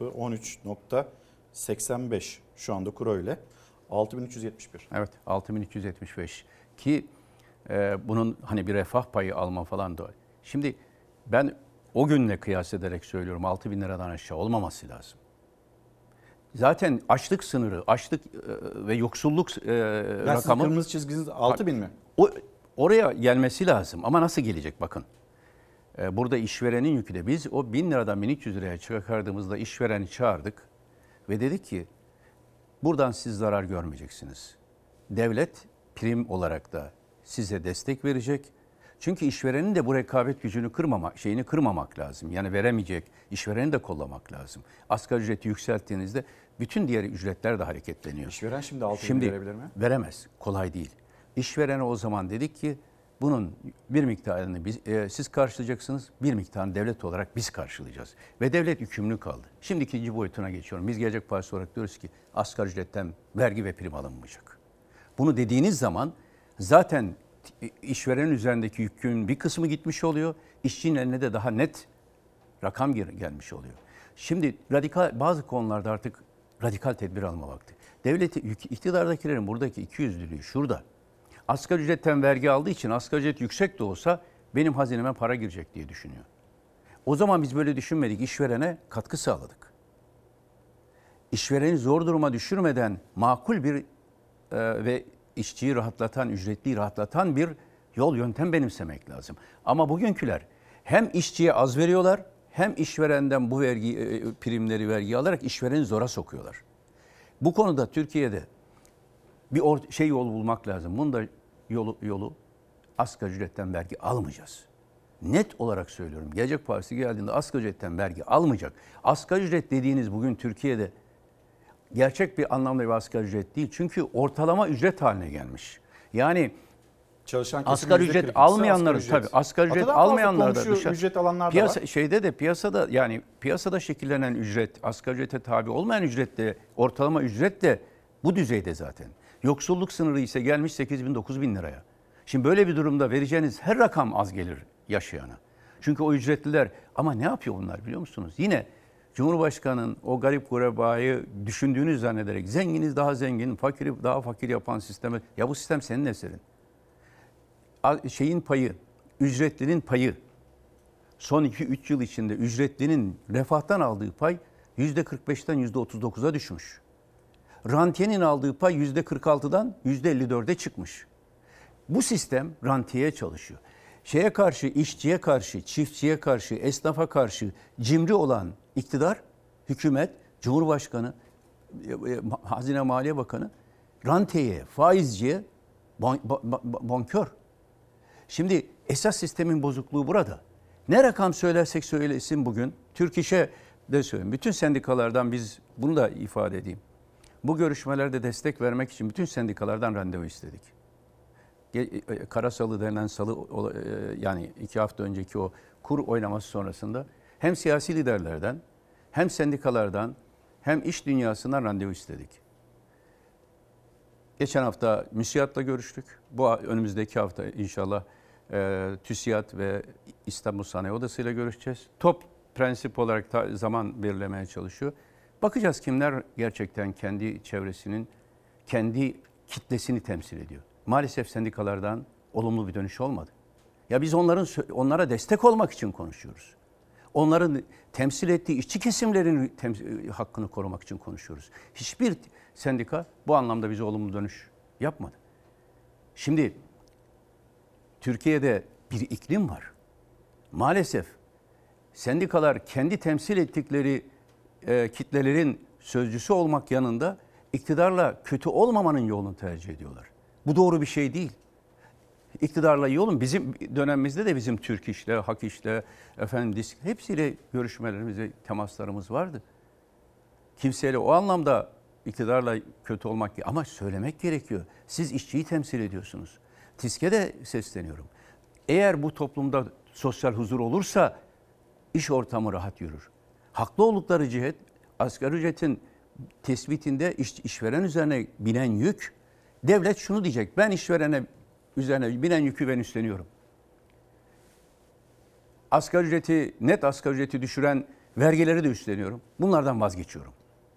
13.85 şu anda kuru öyle. 6371. Evet, 6375 ki bunun hani bir refah payı alma falan da. Şimdi ben o günle kıyas ederek söylüyorum 6.000 liradan aşağı olmaması lazım. Zaten açlık sınırı, açlık ve yoksulluk rakamı... Kırmızı çizginiz 6.000 mi? Oraya gelmesi lazım ama nasıl gelecek bakın. Burada işverenin yükü de biz o 1000 liradan 1300 liraya çıkardığımızda işvereni çağırdık ve dedik ki buradan siz zarar görmeyeceksiniz. Devlet prim olarak da size destek verecek. Çünkü işverenin de bu rekabet gücünü kırmamak lazım. Yani veremeyecek işvereni de kollamak lazım. Asgari ücreti yükselttiğinizde bütün diğer ücretler de hareketleniyor. İşveren şimdi 6.000 verebilir mi? Veremez. Kolay değil. İşverene o zaman dedik ki bunun bir miktarını siz karşılayacaksınız, bir miktarını devlet olarak biz karşılayacağız. Ve devlet yükümlü kaldı. Şimdi ikinci boyutuna geçiyorum. Biz Gelecek Partisi olarak diyoruz ki asgari ücretten vergi ve prim alınmayacak. Bunu dediğiniz zaman zaten işverenin üzerindeki yükün bir kısmı gitmiş oluyor. İşçinin eline de daha net rakam gelmiş oluyor. Şimdi bazı konularda artık radikal tedbir alma vakti. İktidardakilerin buradaki ikiyüzlülüğü şurada. Asgari ücretten vergi aldığı için asgari ücret yüksek de olsa benim hazineme para girecek diye düşünüyor. O zaman biz böyle düşünmedik. İşverene katkı sağladık. İşvereni zor duruma düşürmeden makul bir ve işçiyi rahatlatan, ücretliyi rahatlatan bir yöntem benimsemek lazım. Ama bugünküler hem işçiye az veriyorlar hem işverenden bu vergi alarak işvereni zora sokuyorlar. Bu konuda Türkiye'de bir yol bulmak lazım. Bunun da yolu asgari ücretten vergi almayacağız. Net olarak söylüyorum. Gelecek Partisi geldiğinde asgari ücretten vergi almayacak. Asgari ücret dediğiniz bugün Türkiye'de gerçek bir anlamda bir asgari ücret değil. Çünkü ortalama ücret haline gelmiş. Yani çalışan asgari ücret almayanların tabii asgari ücret almayanlar da ücret alanlar da var. Piyasada şekillenen ücret, asgari ücrete tabi olmayan ücret de ortalama ücret de bu düzeyde zaten. Yoksulluk sınırı ise gelmiş 8.000-9.000 liraya. Şimdi böyle bir durumda vereceğiniz her rakam az gelir yaşayana. Çünkü o ücretliler ama ne yapıyor bunlar biliyor musunuz? Yine Cumhurbaşkanı'nın o garip gurebayı düşündüğünü zannederek zenginiz daha zengin, fakiri daha fakir yapan sistemi. Ya bu sistem senin eserin. Ücretlinin payı son 2-3 yıl içinde ücretlinin refahtan aldığı pay %45'ten %39'a düşmüş. Rantiyenin aldığı pay %46'dan %54'e çıkmış. Bu sistem rantiyeye çalışıyor. Şeye karşı, işçiye karşı, çiftçiye karşı, esnafa karşı cimri olan iktidar, hükümet, Cumhurbaşkanı, Hazine Maliye Bakanı rantiyeye, faizciye bonkör. Şimdi esas sistemin bozukluğu burada. Ne rakam söylersek söylesin bugün, Türk İş'e de söyleyeyim. Bütün sendikalardan biz bunu da ifade edeyim. Bu görüşmelerde destek vermek için bütün sendikalardan randevu istedik. Karasalı denen yani 2 hafta önceki o kur oynaması sonrasında hem siyasi liderlerden hem sendikalardan hem iş dünyasından randevu istedik. Geçen hafta MÜSİAD'la görüştük. Bu önümüzdeki hafta inşallah TÜSİAD ve İstanbul Sanayi Odası ile görüşeceğiz. Top prensip olarak zaman belirlemeye çalışıyor. Bakacağız kimler gerçekten kendi çevresinin, kendi kitlesini temsil ediyor. Maalesef sendikalardan olumlu bir dönüş olmadı. Ya biz onlara destek olmak için konuşuyoruz. Onların temsil ettiği işçi kesimlerin hakkını korumak için konuşuyoruz. Hiçbir sendika bu anlamda bize olumlu dönüş yapmadı. Şimdi Türkiye'de bir iklim var. Maalesef sendikalar kendi temsil ettikleri kitlelerin sözcüsü olmak yanında iktidarla kötü olmamanın yolunu tercih ediyorlar. Bu doğru bir şey değil. İktidarla iyi olun. Bizim dönemimizde de bizim Türk İş'le, Hak İş'le, Disk hepsiyle görüşmelerimiz ve temaslarımız vardı. Kimseyle o anlamda iktidarla kötü olmak değil ama söylemek gerekiyor. Siz işçiyi temsil ediyorsunuz. TİSK'e de sesleniyorum. Eğer bu toplumda sosyal huzur olursa iş ortamı rahat yürür. Haklı oldukları cihet asgari ücretin tespitinde işveren üzerine binen yük, devlet şunu diyecek: ben işverene üzerine binen yükü ben üstleniyorum. Net asgari ücreti düşüren vergileri de üstleniyorum. Bunlardan vazgeçiyorum.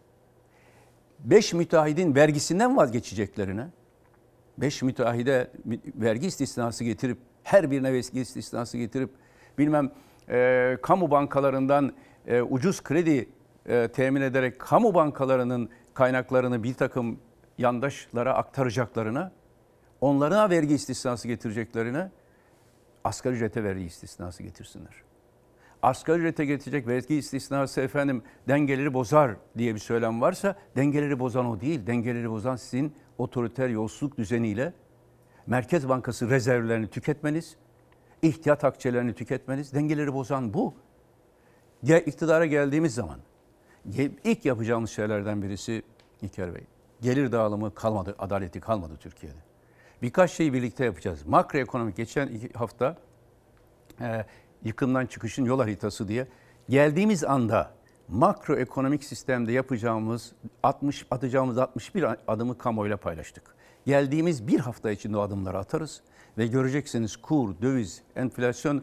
5 müteahhidin vergisinden vazgeçeceklerine, 5 müteahhide vergi istisnası getirip, her birine vergi istisnası getirip, kamu bankalarından ucuz kredi temin ederek kamu bankalarının kaynaklarını bir takım yandaşlara aktaracaklarına, onlara vergi istisnası getireceklerine asgari ücrete vergi istisnası getirsinler. Asgari ücrete getirecek vergi istisnası dengeleri bozar diye bir söylem varsa, dengeleri bozan o değil. Dengeleri bozan sizin otoriter yolsuzluk düzeniyle Merkez Bankası rezervlerini tüketmeniz, ihtiyat akçelerini tüketmeniz, dengeleri bozan bu. İktidara geldiğimiz zaman ilk yapacağımız şeylerden birisi İlker Bey, gelir dağılımı kalmadı, adaleti kalmadı Türkiye'de. Birkaç şeyi birlikte yapacağız. Makroekonomik, geçen hafta yıkımdan çıkışın yol haritası diye geldiğimiz anda makroekonomik sistemde atacağımız 61 adımı kamuoyuyla paylaştık. Geldiğimiz bir hafta içinde o adımları atarız ve göreceksiniz kur, döviz, enflasyon,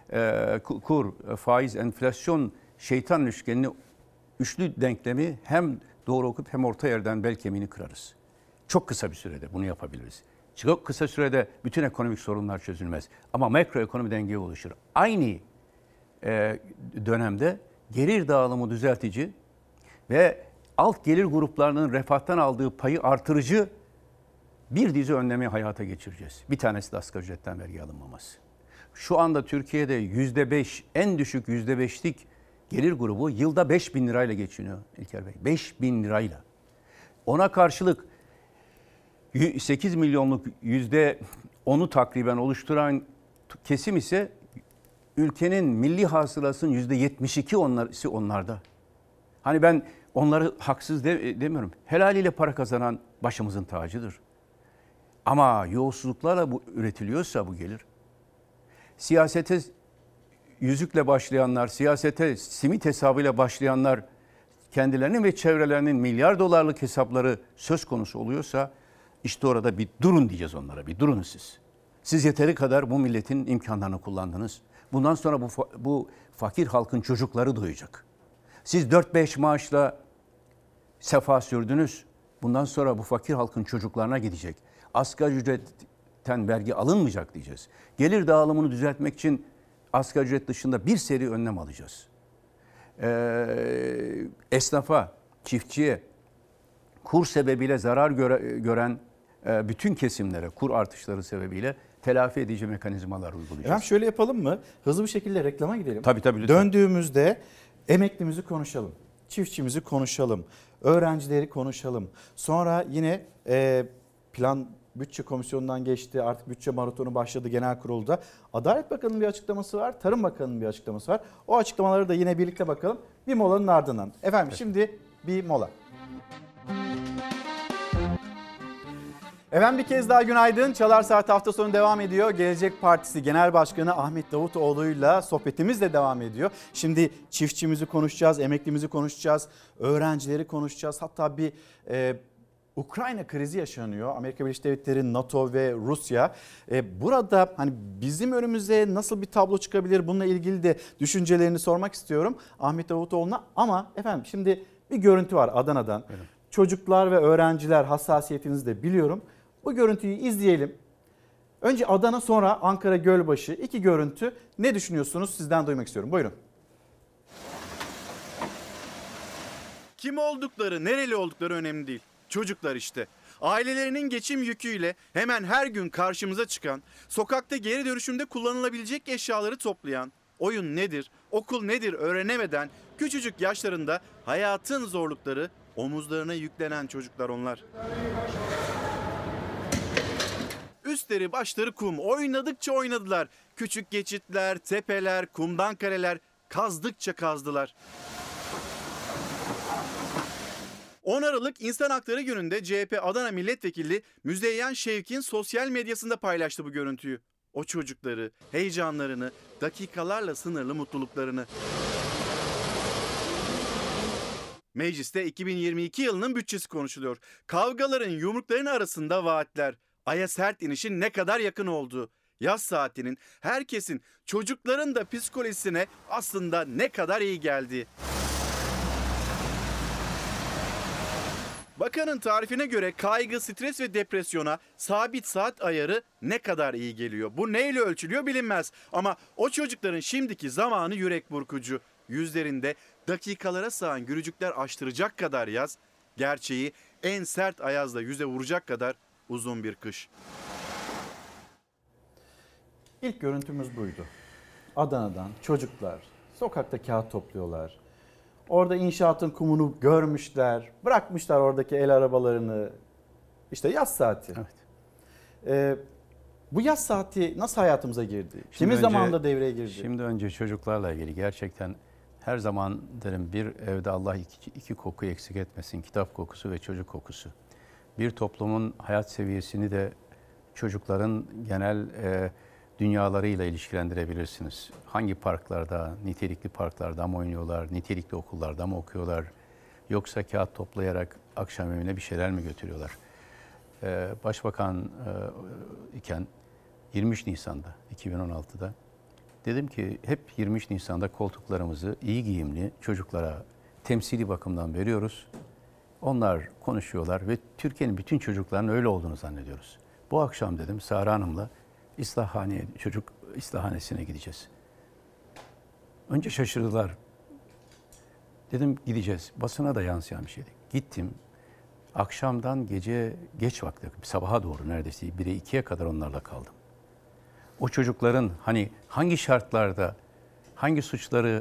faiz, enflasyon, şeytan üçgenini, üçlü denklemi hem doğru okup hem orta yerden bel kemiğini kırarız. Çok kısa bir sürede bunu yapabiliriz. Çok kısa sürede bütün ekonomik sorunlar çözülmez. Ama makroekonomi dengeye oluşur. Aynı dönemde gelir dağılımı düzeltici ve alt gelir gruplarının refahtan aldığı payı artırıcı bir dizi önlemi hayata geçireceğiz. Bir tanesi de asgari ücretten vergi alınmaması. Şu anda Türkiye'de %5, en düşük %5'lik gelir grubu yılda 5.000 lirayla geçiniyor İlker Bey. 5.000 lirayla. Ona karşılık 8 milyonluk %10'u takriben oluşturan kesim ise ülkenin milli hasılasının %72 onlarda. Hani ben onları haksız demiyorum. Helaliyle para kazanan başımızın tacıdır. Ama yolsuzluklarla bu üretiliyorsa bu gelir. Siyasete yüzükle başlayanlar, siyasete simit hesabıyla başlayanlar, kendilerinin ve çevrelerinin milyar dolarlık hesapları söz konusu oluyorsa, işte orada bir durun diyeceğiz onlara. Bir durun siz. Siz yeteri kadar bu milletin imkanlarını kullandınız. Bundan sonra bu fakir halkın çocukları doyacak. Siz 4-5 maaşla sefa sürdünüz. Bundan sonra bu fakir halkın çocuklarına gidecek. Asgari ücretten vergi alınmayacak diyeceğiz. Gelir dağılımını düzeltmek için asgari ücret dışında bir seri önlem alacağız. Esnafa, çiftçiye, kur sebebiyle zarar gören bütün kesimlere kur artışları sebebiyle telafi edici mekanizmalar uygulayacağız. Şöyle yapalım mı? Hızlı bir şekilde reklama gidelim. Tabii lütfen. Döndüğümüzde emeklimizi konuşalım, çiftçimizi konuşalım, öğrencileri konuşalım. Sonra yine plan bütçe komisyonundan geçti, artık bütçe maratonu başladı genel kurulda. Adalet Bakanı'nın bir açıklaması var, Tarım Bakanı'nın bir açıklaması var. O açıklamaları da yine birlikte bakalım bir molanın ardından. Efendim şimdi bir mola. Efendim bir kez daha günaydın. Çalar Saat hafta sonu devam ediyor. Gelecek Partisi Genel Başkanı Ahmet Davutoğlu'yla sohbetimiz de devam ediyor. Şimdi çiftçimizi konuşacağız, emeklimizi konuşacağız, öğrencileri konuşacağız. Hatta bir Ukrayna krizi yaşanıyor. Amerika Birleşik Devletleri, NATO ve Rusya. Burada hani bizim önümüze nasıl bir tablo çıkabilir? Bununla ilgili de düşüncelerini sormak istiyorum Ahmet Davutoğlu'na. Ama efendim şimdi bir görüntü var Adana'dan. Evet. Çocuklar ve öğrenciler hassasiyetinizi de biliyorum. Bu görüntüyü izleyelim. Önce Adana, sonra Ankara Gölbaşı. İki görüntü. Ne düşünüyorsunuz? Sizden duymak istiyorum. Buyurun. Kim oldukları, nereli oldukları önemli değil. Çocuklar işte. Ailelerinin geçim yüküyle hemen her gün karşımıza çıkan, sokakta geri dönüşümde kullanılabilecek eşyaları toplayan, oyun nedir, okul nedir öğrenemeden küçücük yaşlarında hayatın zorlukları omuzlarına yüklenen çocuklar onlar. Üstleri başları kum, oynadıkça oynadılar. Küçük geçitler, tepeler, kumdan kareler, kazdıkça kazdılar. 10 Aralık İnsan Hakları Günü'nde CHP Adana Milletvekili Müzeyyen Şevkin sosyal medyasında paylaştı bu görüntüyü. O çocukları, heyecanlarını, dakikalarla sınırlı mutluluklarını. Mecliste 2022 yılının bütçesi konuşuluyor. Kavgaların, yumrukların arasında vaatler. Aya sert inişin ne kadar yakın olduğu. Yaz saatinin herkesin, çocukların da psikolojisine aslında ne kadar iyi geldiği. Bakanın tarifine göre kaygı, stres ve depresyona sabit saat ayarı ne kadar iyi geliyor. Bu neyle ölçülüyor bilinmez. Ama o çocukların şimdiki zamanı yürek burkucu. Yüzlerinde dakikalara sığan gülücükler açtıracak kadar yaz, gerçeği en sert ayazla yüze vuracak kadar uzun bir kış. İlk görüntümüz buydu. Adana'dan çocuklar sokakta kağıt topluyorlar. Orada inşaatın kumunu görmüşler, bırakmışlar oradaki el arabalarını. İşte yaz saati. Evet. Bu yaz saati nasıl hayatımıza girdi? Kimin zamanında devreye girdi? Şimdi önce çocuklarla ilgili gerçekten her zaman derim bir evde Allah iki kokuyu eksik etmesin. Kitap kokusu ve çocuk kokusu. Bir toplumun hayat seviyesini de çocukların genel dünyalarıyla ilişkilendirebilirsiniz. Hangi parklarda, nitelikli parklarda mı oynuyorlar, nitelikli okullarda mı okuyorlar, yoksa kağıt toplayarak akşam evine bir şeyler mi götürüyorlar? Başbakan iken 23 Nisan'da, 2016'da dedim ki hep 23 Nisan'da koltuklarımızı iyi giyimli çocuklara temsili bakımdan veriyoruz. Onlar konuşuyorlar ve Türkiye'nin bütün çocuklarının öyle olduğunu zannediyoruz. Bu akşam dedim Sara Hanım'la çocuk islahanesine gideceğiz. Önce şaşırdılar. Dedim gideceğiz. Basına da yansıyan bir şeydi. Gittim. Akşamdan gece geç vakti, sabaha doğru neredeyse 1'e 2'ye kadar onlarla kaldım. O çocukların hani hangi şartlarda, hangi suçları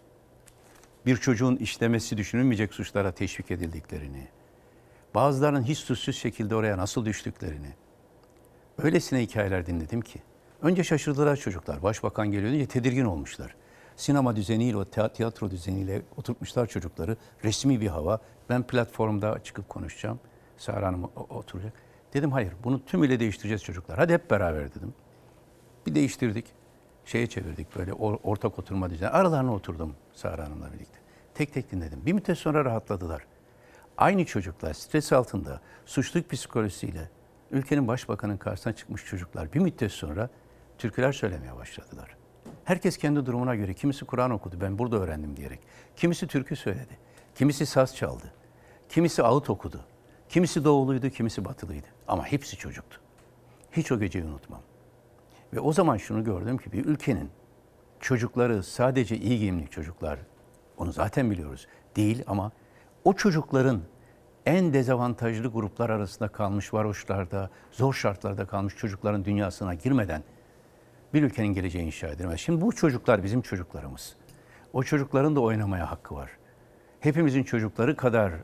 bir çocuğun işlemesi düşünülmeyecek suçlara teşvik edildiklerini, bazılarının hiç suçsuz şekilde oraya nasıl düştüklerini, öylesine hikayeler dinledim ki. Önce şaşırdılar çocuklar. Başbakan geliyor diye tedirgin olmuşlar. Sinema düzeniyle, o tiyatro düzeniyle oturtmuşlar çocukları. Resmi bir hava. Ben platformda çıkıp konuşacağım. Sara Hanım oturacak. Dedim hayır, bunu tümüyle değiştireceğiz çocuklar. Hadi hep beraber dedim. Bir değiştirdik. Şeye çevirdik böyle ortak oturma düzeni. Aralarına oturdum Sara Hanım'la birlikte. Tek tek dinledim. Bir müddet sonra rahatladılar. Aynı çocuklar stres altında, suçluluk psikolojisiyle ülkenin başbakanının karşısına çıkmış çocuklar bir müddet sonra türküler söylemeye başladılar. Herkes kendi durumuna göre, kimisi Kur'an okudu, ben burada öğrendim diyerek. Kimisi türkü söyledi, kimisi saz çaldı, kimisi ağıt okudu, kimisi doğuluydu, kimisi batılıydı. Ama hepsi çocuktu. Hiç o geceyi unutmam. Ve o zaman şunu gördüm ki bir ülkenin çocukları sadece iyi giyimli çocuklar, onu zaten biliyoruz, değil ama o çocukların en dezavantajlı gruplar arasında kalmış, varoşlarda, zor şartlarda kalmış çocukların dünyasına girmeden bir ülkenin geleceği inşa edilmez. Şimdi bu çocuklar bizim çocuklarımız. O çocukların da oynamaya hakkı var. Hepimizin çocukları kadar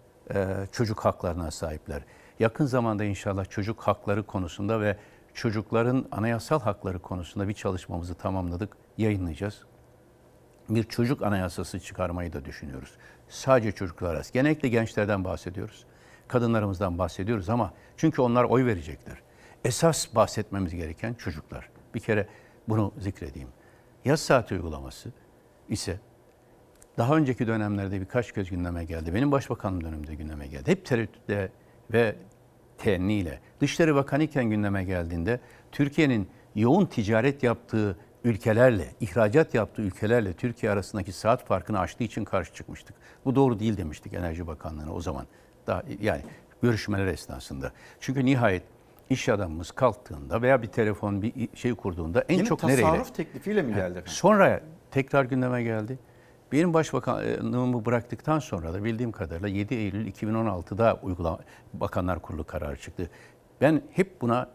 çocuk haklarına sahipler. Yakın zamanda inşallah çocuk hakları konusunda ve çocukların anayasal hakları konusunda bir çalışmamızı tamamladık, yayınlayacağız. Bir çocuk anayasası çıkarmayı da düşünüyoruz. Sadece çocuklar arası. Genellikle gençlerden bahsediyoruz. Kadınlarımızdan bahsediyoruz ama çünkü onlar oy verecekler. Esas bahsetmemiz gereken çocuklar. Bir kere bunu zikredeyim. Yaz saati uygulaması ise daha önceki dönemlerde birkaç kez gündeme geldi. Benim başbakanlığım döneminde gündeme geldi. Hep tereddütle ve teenniyle. Dışişleri Bakanı iken gündeme geldiğinde Türkiye'nin yoğun ticaret yaptığı ülkelerle, ihracat yaptığı ülkelerle Türkiye arasındaki saat farkını aştığı için karşı çıkmıştık. Bu doğru değil demiştik Enerji Bakanlığı'na o zaman. Yani görüşmeler esnasında. Çünkü nihayet iş adamımız kalktığında veya bir telefon bir şey kurduğunda en Yine çok nereyle? tasarruf teklifiyle mi geldi efendim? Sonra tekrar gündeme geldi. Benim başbakanlığımı bıraktıktan sonra da bildiğim kadarıyla 7 Eylül 2016'da Bakanlar Kurulu kararı çıktı. Ben hep buna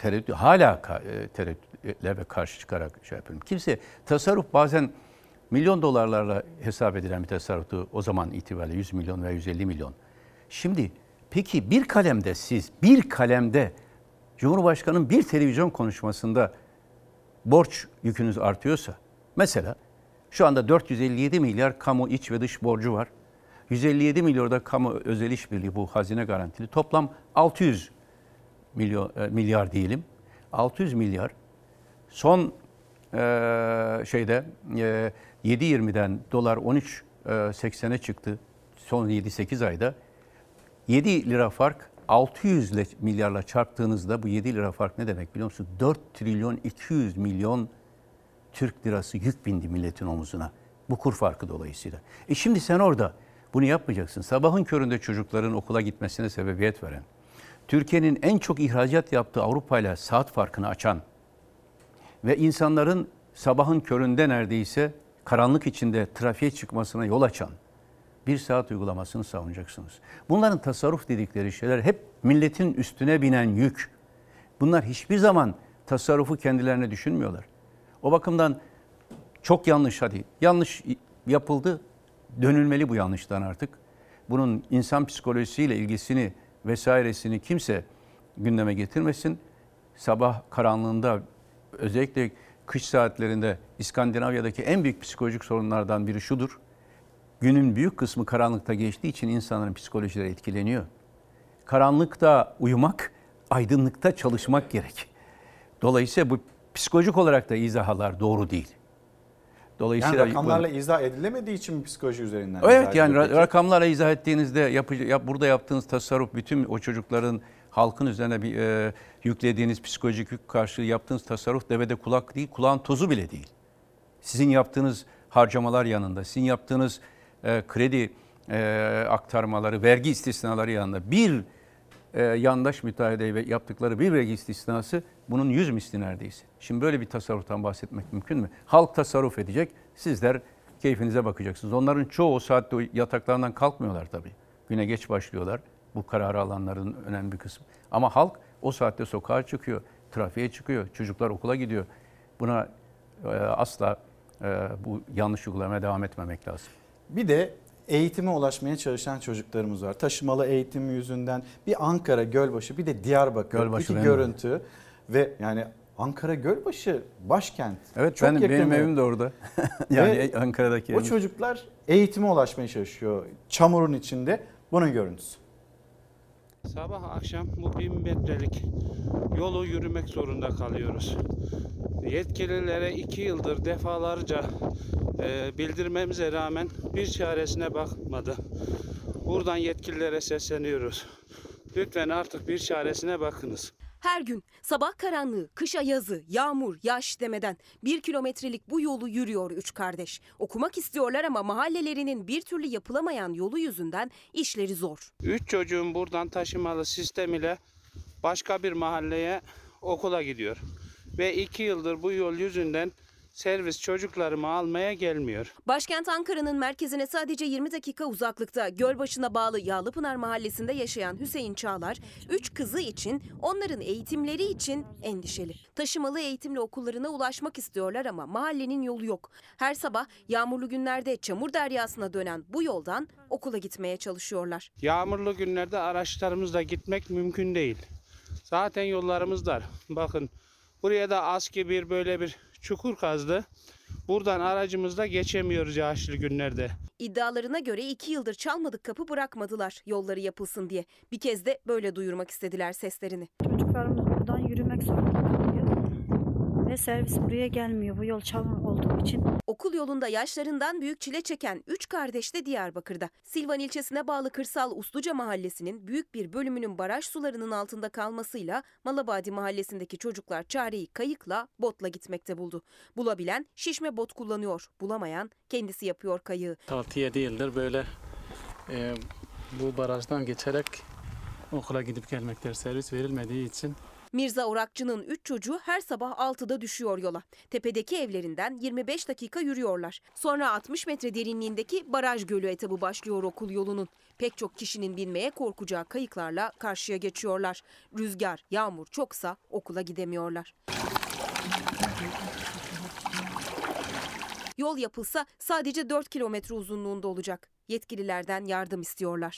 tereddütle ve karşı çıkarak şey yapıyorum. Kimse tasarruf bazen milyon dolarlarla hesap edilen bir tasarruftu o zaman itibariyle 100 milyon veya 150 milyon. Şimdi peki bir kalemde Cumhurbaşkanı'nın bir televizyon konuşmasında borç yükünüz artıyorsa, mesela şu anda 457 milyar kamu iç ve dış borcu var. 157 milyar da kamu özel işbirliği bu hazine garantili. Toplam 600 milyar diyelim. 600 milyar. Son 7.20'den dolar 13.80'e çıktı. Son 7-8 ayda. 7 lira fark 600 milyarla çarptığınızda bu 7 lira fark ne demek biliyor musun? 4 trilyon 200 milyon Türk lirası yük bindi milletin omuzuna. Bu kur farkı dolayısıyla. Şimdi sen orada bunu yapmayacaksın. Sabahın köründe çocukların okula gitmesine sebebiyet veren, Türkiye'nin en çok ihracat yaptığı Avrupa ile saat farkını açan ve insanların sabahın köründe neredeyse karanlık içinde trafiğe çıkmasına yol açan bir saat uygulamasını savunacaksınız. Bunların tasarruf dedikleri şeyler hep milletin üstüne binen yük. Bunlar hiçbir zaman tasarrufu kendilerine düşünmüyorlar. O bakımdan çok yanlış yanlış yapıldı, dönülmeli bu yanlıştan artık. Bunun insan psikolojisiyle ilgisini vesairesini kimse gündeme getirmesin. Sabah karanlığında özellikle kış saatlerinde İskandinavya'daki en büyük psikolojik sorunlardan biri şudur. Günün büyük kısmı karanlıkta geçtiği için insanların psikolojileri etkileniyor. Karanlıkta uyumak, aydınlıkta çalışmak gerek. Dolayısıyla bu psikolojik olarak da izahlar doğru değil. Dolayısıyla yani rakamlarla izah edilemediği için psikoloji üzerinden. Evet yani rakamlarla izah ettiğinizde burada yaptığınız tasarruf bütün o çocukların halkın üzerine yüklediğiniz psikolojik yük karşılığı yaptığınız tasarruf devede kulak değil, kulağın tozu bile değil. Sizin yaptığınız harcamalar yanında, sizin yaptığınız kredi aktarmaları, vergi istisnaları yanında bir yandaş müteahhide yaptıkları bir vergi istisnası bunun 100 misli neredeyse. Şimdi böyle bir tasarruftan bahsetmek mümkün mü? Halk tasarruf edecek, sizler keyfinize bakacaksınız. Onların çoğu o saatte yataklarından kalkmıyorlar tabii. Güne geç başlıyorlar. Bu kararı alanların önemli bir kısmı. Ama halk o saatte sokağa çıkıyor, trafiğe çıkıyor, çocuklar okula gidiyor. Buna asla bu yanlış uygulamaya devam etmemek lazım. Bir de eğitime ulaşmaya çalışan çocuklarımız var. Taşımalı eğitim yüzünden bir Ankara, Gölbaşı, bir de Diyarbakır. İki görüntü ve yani Ankara, Gölbaşı başkent. Evet benim evim de orada. Yani Ankara'daki evim. O çocuklar eğitime ulaşmaya çalışıyor. Çamurun içinde. Bunun görüntüsü. Sabah akşam bu 1000 metrelik yolu yürümek zorunda kalıyoruz. Yetkililere 2 yıldır defalarca bildirmemize rağmen bir çaresine bakmadı. Buradan yetkililere sesleniyoruz. Lütfen artık bir çaresine bakınız. Her gün sabah karanlığı, kış ayazı, yağmur, yaş demeden 1 kilometrelik bu yolu yürüyor 3 kardeş. Okumak istiyorlar ama mahallelerinin bir türlü yapılamayan yolu yüzünden işleri zor. 3 çocuğum buradan taşımalı sistem ile başka bir mahalleye okula gidiyor. Ve 2 yıldır bu yol yüzünden servis çocuklarımı almaya gelmiyor. Başkent Ankara'nın merkezine sadece 20 dakika uzaklıkta Gölbaşı'na bağlı Yağlıpınar mahallesinde yaşayan Hüseyin Çağlar, 3 kızı için, onların eğitimleri için endişeli. Taşımalı eğitimle okullarına ulaşmak istiyorlar ama mahallenin yolu yok. Her sabah yağmurlu günlerde çamur deryasına dönen bu yoldan okula gitmeye çalışıyorlar. Yağmurlu günlerde araçlarımızla gitmek mümkün değil. Zaten yollarımız dar. Bakın buraya da aski böyle bir çukur kazdı. Buradan aracımızla geçemiyoruz yağışlı günlerde. İddialarına göre 2 yıldır çalmadık kapı bırakmadılar yolları yapılsın diye. Bir kez de böyle duyurmak istediler seslerini. Çocuklarımız buradan yürümek zorunda kalıyor ve servis buraya gelmiyor bu yol çamur olduğu için. Okul yolunda yaşlarından büyük çile çeken 3 kardeş de Diyarbakır'da. Silvan ilçesine bağlı Kırsal Usluca mahallesinin büyük bir bölümünün baraj sularının altında kalmasıyla Malabadi mahallesindeki çocuklar çareyi kayıkla, botla gitmekte buldu. Bulabilen şişme bot kullanıyor, bulamayan kendisi yapıyor kayığı. 6-7 yıldır böyle bu barajdan geçerek okula gidip gelmekte servis verilmediği için. Mirza Orakçı'nın 3 çocuğu her sabah 6'da düşüyor yola. Tepedeki evlerinden 25 dakika yürüyorlar. Sonra 60 metre derinliğindeki Baraj Gölü etabı başlıyor okul yolunun. Pek çok kişinin binmeye korkacağı kayıklarla karşıya geçiyorlar. Rüzgar, yağmur çoksa okula gidemiyorlar. Yol yapılsa sadece 4 kilometre uzunluğunda olacak. Yetkililerden yardım istiyorlar.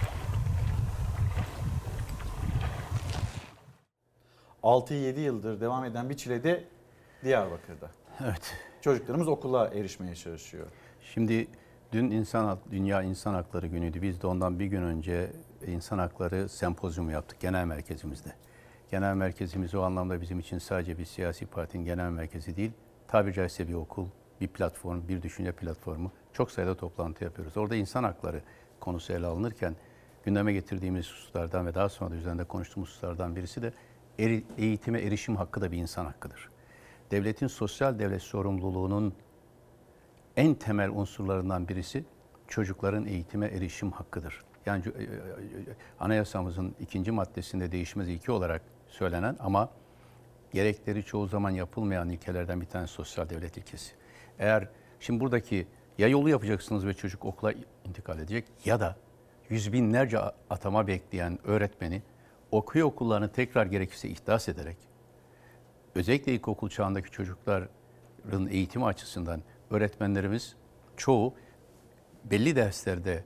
...6-7 yıldır devam eden bir çile de Diyarbakır'da. Evet. Çocuklarımız okula erişmeye çalışıyor. Şimdi dün Dünya İnsan Hakları Günü'ydü. Biz de ondan bir gün önce İnsan Hakları Sempozyumu yaptık genel merkezimizde. Genel merkezimiz o anlamda bizim için sadece bir siyasi partinin genel merkezi değil, tabiri caizse bir okul, bir platform, bir düşünce platformu. Çok sayıda toplantı yapıyoruz. Orada insan hakları konusu ele alınırken gündeme getirdiğimiz hususlardan ve daha sonra da üzerinde konuştuğumuz hususlardan birisi de eğitime erişim hakkı da bir insan hakkıdır. Devletin sosyal devlet sorumluluğunun en temel unsurlarından birisi çocukların eğitime erişim hakkıdır. Yani anayasamızın 2. maddesinde değişmez ilke olarak söylenen ama gerekleri çoğu zaman yapılmayan ilkelerden bir tanesi sosyal devlet ilkesi. Eğer şimdi buradaki ya yolu yapacaksınız ve çocuk okula intikal edecek ya da yüz binlerce atama bekleyen öğretmeni okuyor okullarını tekrar gerekirse ihdas ederek özellikle ilkokul çağındaki çocukların eğitimi açısından öğretmenlerimiz çoğu belli derslerde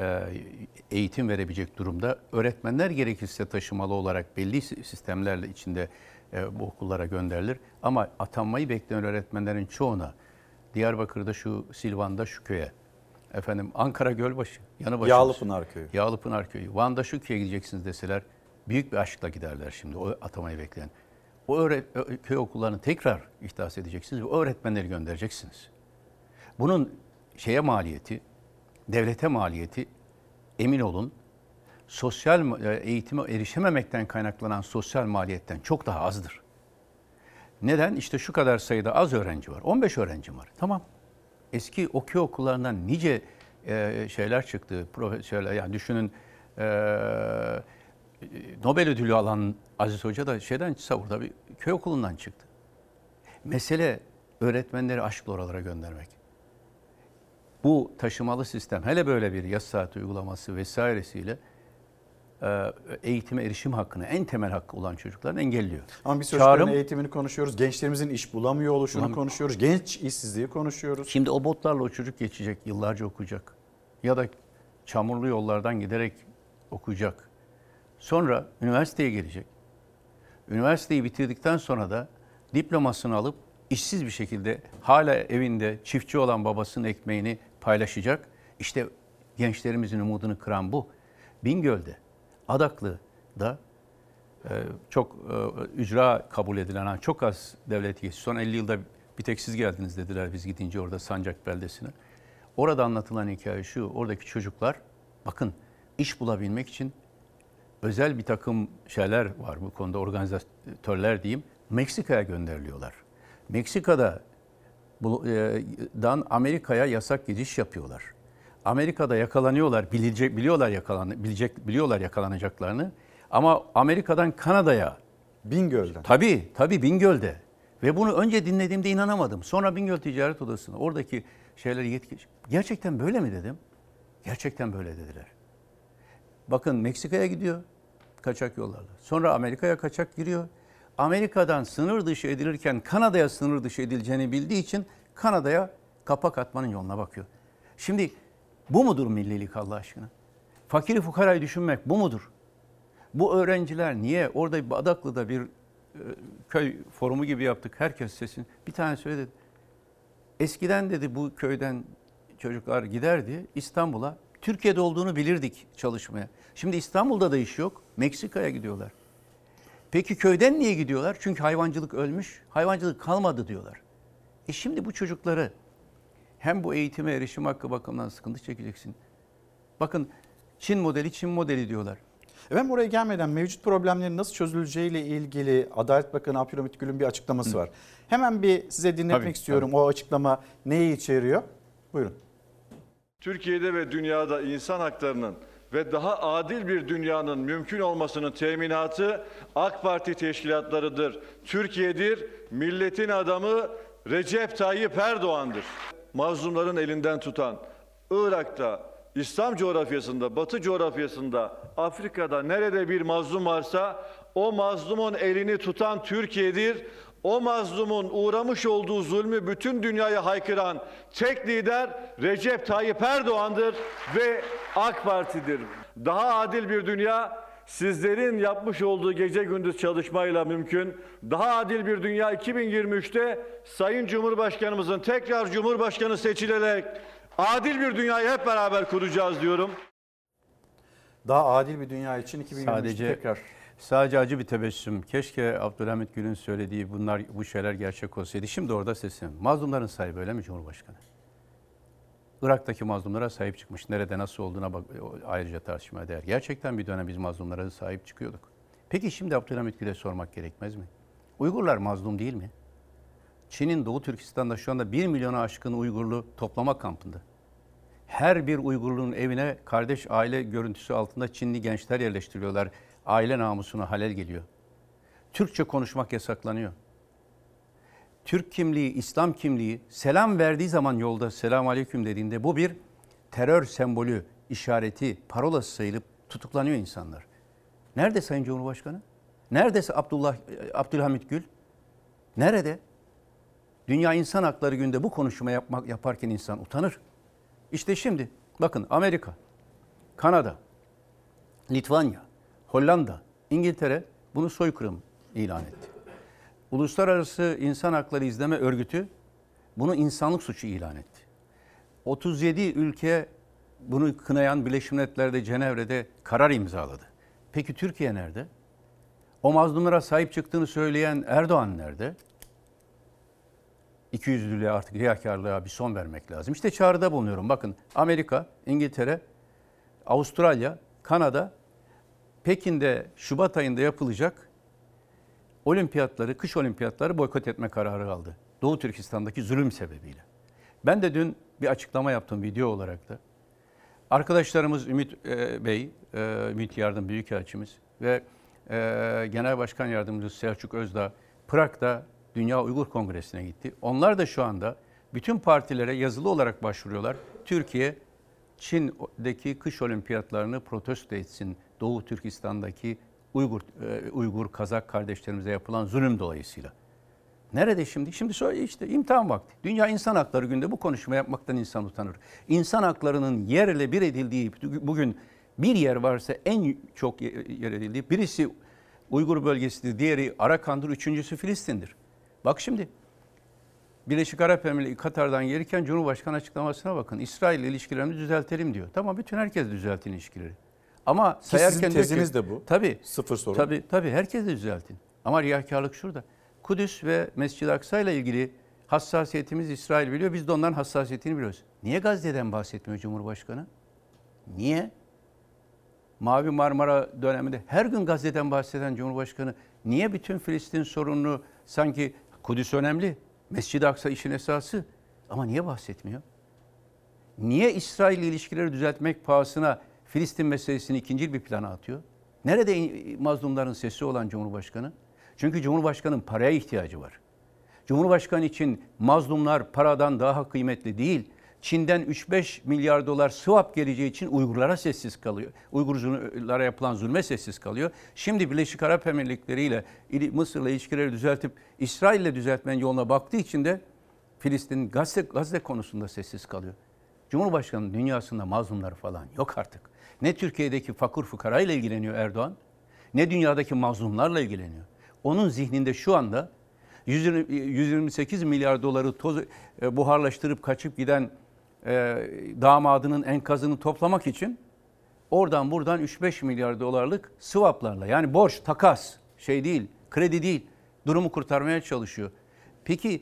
eğitim verebilecek durumda. Öğretmenler gerekirse taşımalı olarak belli sistemlerle içinde bu okullara gönderilir. Ama atanmayı bekleyen öğretmenlerin çoğuna Diyarbakır'da şu Silvan'da şu köye, Ankara Gölbaşı, Yanıbaşı, Yağlıpınar Köyü. Yağlıpınar Köyü, Van'da şu köye gideceksiniz deseler büyük bir aşkla giderler şimdi o atamayı bekleyen. O köy okullarını tekrar ihdas edeceksiniz ve öğretmenleri göndereceksiniz. Bunun maliyeti, devlete maliyeti emin olun sosyal eğitime erişememekten kaynaklanan sosyal maliyetten çok daha azdır. Neden? İşte şu kadar sayıda az öğrenci var. 15 öğrencim var. Tamam. Eski köy okullarından nice şeyler çıktı. Profesörler yani düşünün Nobel ödülü alan Aziz Hoca da Savur'da bir köy okulundan çıktı. Mesele öğretmenleri aşkla oralara göndermek. Bu taşımalı sistem hele böyle bir yaz saati uygulaması vesairesiyle eğitime erişim hakkını, en temel hakkı olan çocukların engelliyor. Ama biz çocukların eğitimini konuşuyoruz, gençlerimizin iş bulamıyor oluşunu konuşuyoruz, genç işsizliği konuşuyoruz. Şimdi o botlarla o çocuk geçecek, yıllarca okuyacak ya da çamurlu yollardan giderek okuyacak. Sonra üniversiteye gelecek. Üniversiteyi bitirdikten sonra da diplomasını alıp işsiz bir şekilde hala evinde çiftçi olan babasının ekmeğini paylaşacak. İşte gençlerimizin umudunu kıran bu. Bingöl'de, Adaklı'da çok ücra kabul edilen, çok az devlet yetkisi. Son 50 yılda bir tek siz geldiniz dediler biz gidince orada Sancak beldesine. Orada anlatılan hikaye şu, oradaki çocuklar bakın iş bulabilmek için özel bir takım şeyler var bu konuda, organizatörler diyeyim, Meksika'ya gönderiliyorlar. Meksika'dan Amerika'ya yasak gidiş yapıyorlar. Amerika'da yakalanıyorlar, biliyorlar yakalanacaklarını. Ama Amerika'dan Kanada'ya. Bingöl'den. Tabii Bingöl'de. Ve bunu önce dinlediğimde inanamadım. Sonra Bingöl Ticaret Odası'na oradaki gerçekten böyle mi dedim? Gerçekten böyle dediler. Bakın Meksika'ya gidiyor kaçak yollarla. Sonra Amerika'ya kaçak giriyor. Amerika'dan sınır dışı edilirken Kanada'ya sınır dışı edileceğini bildiği için Kanada'ya kapak atmanın yoluna bakıyor. Şimdi bu mudur millilik Allah aşkına? Fakiri fukarayı düşünmek bu mudur? Bu öğrenciler niye? Orada Adaklı'da bir köy forumu gibi yaptık. Herkes sesini. Bir tane söyledi. Eskiden dedi bu köyden çocuklar giderdi İstanbul'a. Türkiye'de olduğunu bilirdik çalışmaya. Şimdi İstanbul'da da iş yok. Meksika'ya gidiyorlar. Peki köyden niye gidiyorlar? Çünkü hayvancılık ölmüş. Hayvancılık kalmadı diyorlar. Şimdi bu çocukları hem bu eğitime erişim hakkı bakımından sıkıntı çekeceksin. Bakın Çin modeli diyorlar. Ben oraya gelmeden mevcut problemlerin nasıl çözüleceğiyle ilgili Adalet Bakanı Abdülhamit Gül'ün bir açıklaması var. Hemen bir size dinletmek istiyorum. O açıklama neyi içeriyor? Buyurun. Türkiye'de ve dünyada insan haklarının ve daha adil bir dünyanın mümkün olmasının teminatı AK Parti teşkilatlarıdır. Türkiye'dir, milletin adamı Recep Tayyip Erdoğan'dır. Mazlumların elinden tutan, Irak'ta, İslam coğrafyasında, Batı coğrafyasında, Afrika'da nerede bir mazlum varsa o mazlumun elini tutan Türkiye'dir. O mazlumun uğramış olduğu zulmü bütün dünyaya haykıran tek lider Recep Tayyip Erdoğan'dır ve AK Parti'dir. Daha adil bir dünya sizlerin yapmış olduğu gece gündüz çalışmayla mümkün. Daha adil bir dünya 2023'te Sayın Cumhurbaşkanımızın tekrar Cumhurbaşkanı seçilerek adil bir dünyayı hep beraber kuracağız diyorum. Daha adil bir dünya için 2023'te tekrar. Sadece acı bir tebessüm. Keşke Abdülhamit Gül'ün söylediği bu şeyler gerçek olsaydı. Şimdi orada sesleniyorum. Mazlumların sahibi öyle mi Cumhurbaşkanı? Irak'taki mazlumlara sahip çıkmış. Nerede nasıl olduğuna ayrıca tartışmaya değer. Gerçekten bir dönem biz mazlumlara sahip çıkıyorduk. Peki şimdi Abdülhamit Gül'e sormak gerekmez mi? Uygurlar mazlum değil mi? Çin'in Doğu Türkistan'da şu anda 1 milyona aşkın Uygurlu toplama kampında. Her bir Uygurlu'nun evine kardeş aile görüntüsü altında Çinli gençler yerleştiriyorlar. Aile namusuna halel geliyor. Türkçe konuşmak yasaklanıyor. Türk kimliği, İslam kimliği selam verdiği zaman yolda selam aleyküm dediğinde bu bir terör sembolü, işareti, parolası sayılıp tutuklanıyor insanlar. Nerede Sayın Cumhurbaşkanı? Nerede Abdülhamit Gül? Nerede? Dünya İnsan Hakları Günü'nde bu konuşma yaparken insan utanır. İşte şimdi bakın Amerika, Kanada, Litvanya, Hollanda, İngiltere bunu soykırım ilan etti. Uluslararası İnsan Hakları İzleme Örgütü bunu insanlık suçu ilan etti. 37 ülke bunu kınayan Birleşmiş Milletler'de Cenevre'de karar imzaladı. Peki Türkiye nerede? O mazlumlara sahip çıktığını söyleyen Erdoğan nerede? İkiyüzlülüğe artık riyakarlığa bir son vermek lazım. İşte çağrıda bulunuyorum. Bakın Amerika, İngiltere, Avustralya, Kanada, Pekin'de Şubat ayında yapılacak olimpiyatları, kış olimpiyatları boykot etme kararı aldı. Doğu Türkistan'daki zulüm sebebiyle. Ben de dün bir açıklama yaptım video olarak da. Arkadaşlarımız Ümit Bey, Ümit Yardım Büyükelçimiz ve Genel Başkan Yardımcısı Selçuk Özdağ Prag'da Dünya Uygur Kongresi'ne gitti. Onlar da şu anda bütün partilere yazılı olarak başvuruyorlar. Türkiye, Çin'deki kış olimpiyatlarını protesto etsin. Doğu Türkistan'daki Uygur, Kazak kardeşlerimize yapılan zulüm dolayısıyla. Nerede şimdi? Şimdi söyle işte imtihan vakti. Dünya İnsan Hakları Günü'nde bu konuşma yapmaktan insan utanır. İnsan haklarının yerle bir edildiği bugün bir yer varsa en çok yer edildiği birisi Uygur bölgesidir, diğeri Arakan'dır, üçüncüsü Filistin'dir. Bak şimdi Birleşik Arap Emirlikleri Katar'dan gelirken Cumhurbaşkanı açıklamasına bakın. İsrail ile ilişkilerini düzeltelim diyor. Tamam bütün herkes düzeltin ilişkileri. Ama sayarken teziniz de bu. Tabii. Sıfır sorun. Tabii herkes de düzeltin. Ama riyakarlık şurada. Kudüs ve Mescid-i Aksa ile ilgili hassasiyetimiz İsrail biliyor. Biz de onların hassasiyetini biliyoruz. Niye Gazze'den bahsetmiyor Cumhurbaşkanı? Niye? Mavi Marmara döneminde her gün Gazze'den bahseden Cumhurbaşkanı niye bütün Filistin sorununu sanki Kudüs önemli, Mescid-i Aksa işin esası ama niye bahsetmiyor? Niye İsrail ile ilişkileri düzeltmek pahasına Filistin meselesini ikinci bir plana atıyor? Nerede mazlumların sesi olan Cumhurbaşkanı? Çünkü Cumhurbaşkanı'nın paraya ihtiyacı var. Cumhurbaşkanı için mazlumlar paradan daha kıymetli değil. Çin'den 3-5 milyar dolar swap geleceği için Uygurlara sessiz kalıyor. Uygurlara yapılan zulme sessiz kalıyor. Şimdi Birleşik Arap Emirlikleri ile Mısır'la ilişkileri düzeltip İsrail ile düzeltmenin yoluna baktığı için de Filistin Gazze konusunda sessiz kalıyor. Cumhurbaşkanı dünyasında mazlumlar falan yok artık. Ne Türkiye'deki fakir fukara ile ilgileniyor Erdoğan, ne dünyadaki mazlumlarla ilgileniyor. Onun zihninde şu anda 128 milyar doları buharlaştırıp kaçıp giden damadının enkazını toplamak için oradan buradan 3-5 milyar dolarlık swaplarla yani borç, takas, şey değil, kredi değil, durumu kurtarmaya çalışıyor. Peki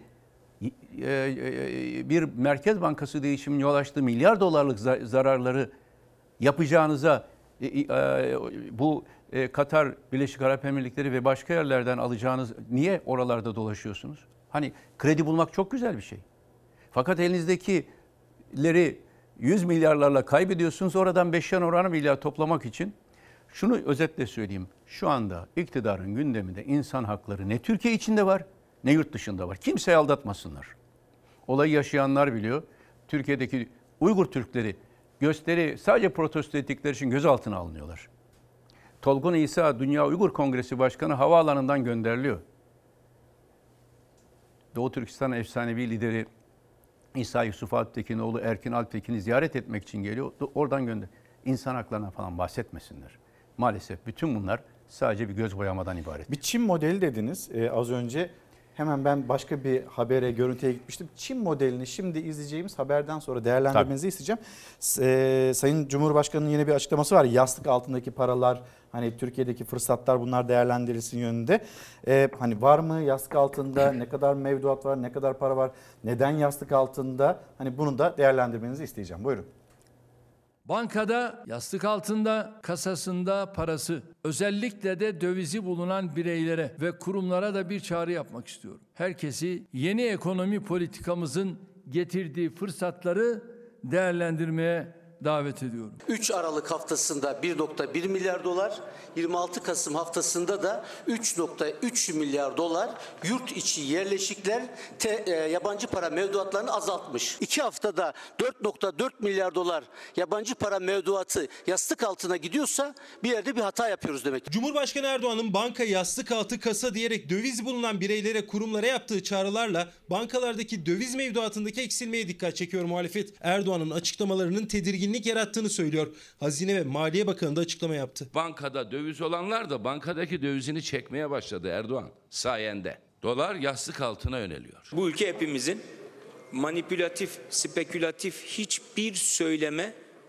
bir Merkez Bankası değişiminin yol açtığı milyar dolarlık zararları yapacağınıza bu Katar, Birleşik Arap Emirlikleri ve başka yerlerden alacağınız niye oralarda dolaşıyorsunuz? Hani kredi bulmak çok güzel bir şey. Fakat elinizdekileri 100 milyarlarla kaybediyorsunuz. Oradan 5'er oranı milyar toplamak için şunu özetle söyleyeyim. Şu anda iktidarın gündeminde insan hakları ne Türkiye içinde var ne yurt dışında var. Kimseyi aldatmasınlar. Olayı yaşayanlar biliyor. Türkiye'deki Uygur Türkleri gösteri sadece protesto ettikleri için gözaltına alınıyorlar. Tolgun İsa Dünya Uygur Kongresi Başkanı havaalanından gönderiliyor. Doğu Türkistan efsanevi lideri İsa Yusuf Alptekinoğlu Erkin Alptekin'i ziyaret etmek için geliyor. Oradan gönder. İnsan haklarına falan bahsetmesinler. Maalesef bütün bunlar sadece bir göz boyamadan ibaret. Bir Çin modeli dediniz az önce. Hemen ben başka bir habere, görüntüye gitmiştim. Çin modelini şimdi izleyeceğimiz haberden sonra değerlendirmenizi isteyeceğim. Sayın Cumhurbaşkanı'nın yine bir açıklaması var. Yastık altındaki paralar, hani Türkiye'deki fırsatlar, bunlar değerlendirilsin yönünde. Hani var mı yastık altında, ne kadar mevduat var, ne kadar para var, neden yastık altında? Hani bunu da değerlendirmenizi isteyeceğim. Buyurun. Bankada, yastık altında, kasasında parası, özellikle de dövizi bulunan bireylere ve kurumlara da bir çağrı yapmak istiyorum. Herkesi yeni ekonomi politikamızın getirdiği fırsatları değerlendirmeye davet ediyorum. 3 Aralık haftasında 1.1 milyar dolar, 26 Kasım haftasında da 3.3 milyar dolar yurt içi yerleşikler yabancı para mevduatlarını azaltmış. 2 haftada 4.4 milyar dolar yabancı para mevduatı yastık altına gidiyorsa bir yerde bir hata yapıyoruz demek. Cumhurbaşkanı Erdoğan'ın banka, yastık altı, kasa diyerek döviz bulunan bireylere, kurumlara yaptığı çağrılarla bankalardaki döviz mevduatındaki eksilmeye dikkat çekiyor muhalefet. Erdoğan'ın açıklamalarının tedirginlik yarattığını söylüyor. Hazine ve Maliye Bakanı da açıklama yaptı. Bankada döviz olanlar da bankadaki dövizini çekmeye başladı Erdoğan sayende. Dolar yastık altına yöneliyor. Bu ülke hepimizin. Manipülatif, spekülatif hiçbir söyleme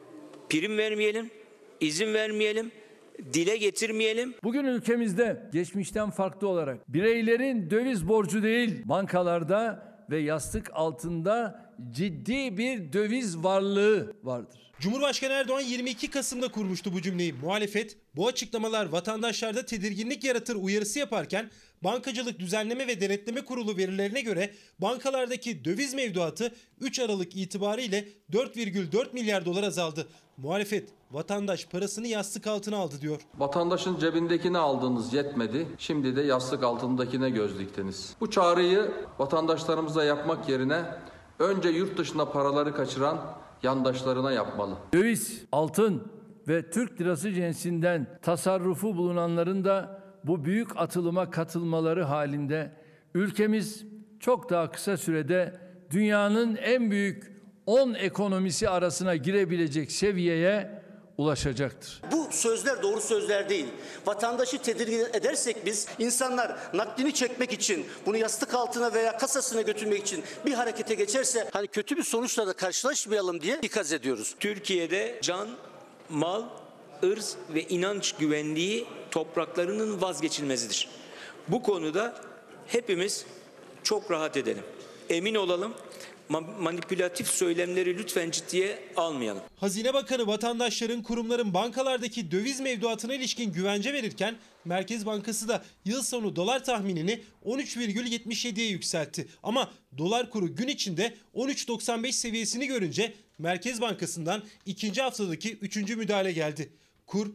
prim vermeyelim, izin vermeyelim, dile getirmeyelim. Bugün ülkemizde geçmişten farklı olarak bireylerin döviz borcu değil, bankalarda ve yastık altında ciddi bir döviz varlığı vardır. Cumhurbaşkanı Erdoğan 22 Kasım'da kurmuştu bu cümleyi. Muhalefet bu açıklamalar vatandaşlarda tedirginlik yaratır uyarısı yaparken Bankacılık Düzenleme ve Denetleme Kurulu verilerine göre bankalardaki döviz mevduatı 3 Aralık itibariyle 4,4 milyar dolar azaldı. Muhalefet vatandaş parasını yastık altına aldı diyor. Vatandaşın cebindekini aldığınız yetmedi. Şimdi de yastık altındakine göz diktiniz. Bu çağrıyı vatandaşlarımıza yapmak yerine önce yurt dışına paraları kaçıran yandaşlarına yapmalı. Döviz, altın ve Türk lirası cinsinden tasarrufu bulunanların da bu büyük atılıma katılmaları halinde ülkemiz çok daha kısa sürede dünyanın en büyük 10 ekonomisi arasına girebilecek seviyeye ulaşacaktır. Bu sözler doğru sözler değil. Vatandaşı tedirgin edersek biz, insanlar nakdini çekmek için, bunu yastık altına veya kasasına götürmek için bir harekete geçerse hani kötü bir sonuçla da karşılaşmayalım diye ikaz ediyoruz. Türkiye'de can, mal, ırz ve inanç güvenliği topraklarının vazgeçilmezidir. Bu konuda hepimiz çok rahat edelim. Emin olalım. Manipülatif söylemleri lütfen ciddiye almayalım. Hazine Bakanı vatandaşların, kurumların bankalardaki döviz mevduatına ilişkin güvence verirken Merkez Bankası da yıl sonu dolar tahminini 13,77'ye yükseltti. Ama dolar kuru gün içinde 13.95 seviyesini görünce Merkez Bankası'ndan ikinci haftadaki 3. müdahale geldi. Kur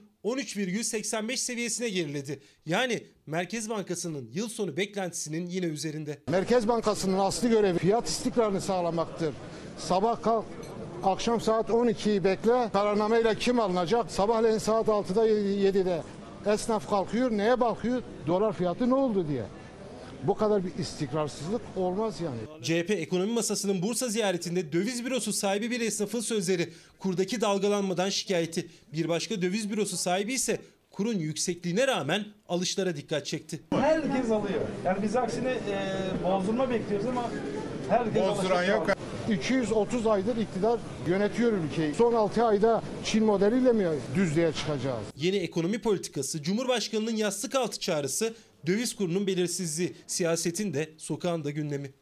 13,85 seviyesine geriledi. Yani Merkez Bankası'nın yıl sonu beklentisinin yine üzerinde. Merkez Bankası'nın asli görevi fiyat istikrarını sağlamaktır. Sabah kalk, akşam saat 12'yi bekle. Kararnameyle kim alınacak? Sabahleyin saat 6'da 7'de esnaf kalkıyor. Neye bakıyor? Dolar fiyatı ne oldu diye. Bu kadar bir istikrarsızlık olmaz yani. CHP ekonomi masasının Bursa ziyaretinde döviz bürosu sahibi bir esnafın sözleri, kurdaki dalgalanmadan şikayeti. Bir başka döviz bürosu sahibi ise kurun yüksekliğine rağmen alışlara dikkat çekti. Herkes alıyor. Yani biz aksine bozdurma bekliyoruz ama herkes bozduran yok. 230 aydır iktidar yönetiyor ülkeyi. Son 6 ayda Çin modeliyle mi düzlüğe çıkacağız? Yeni ekonomi politikası, Cumhurbaşkanı'nın yastık altı çağrısı, döviz kurunun belirsizliği, siyasetin de sokağın da gündemi.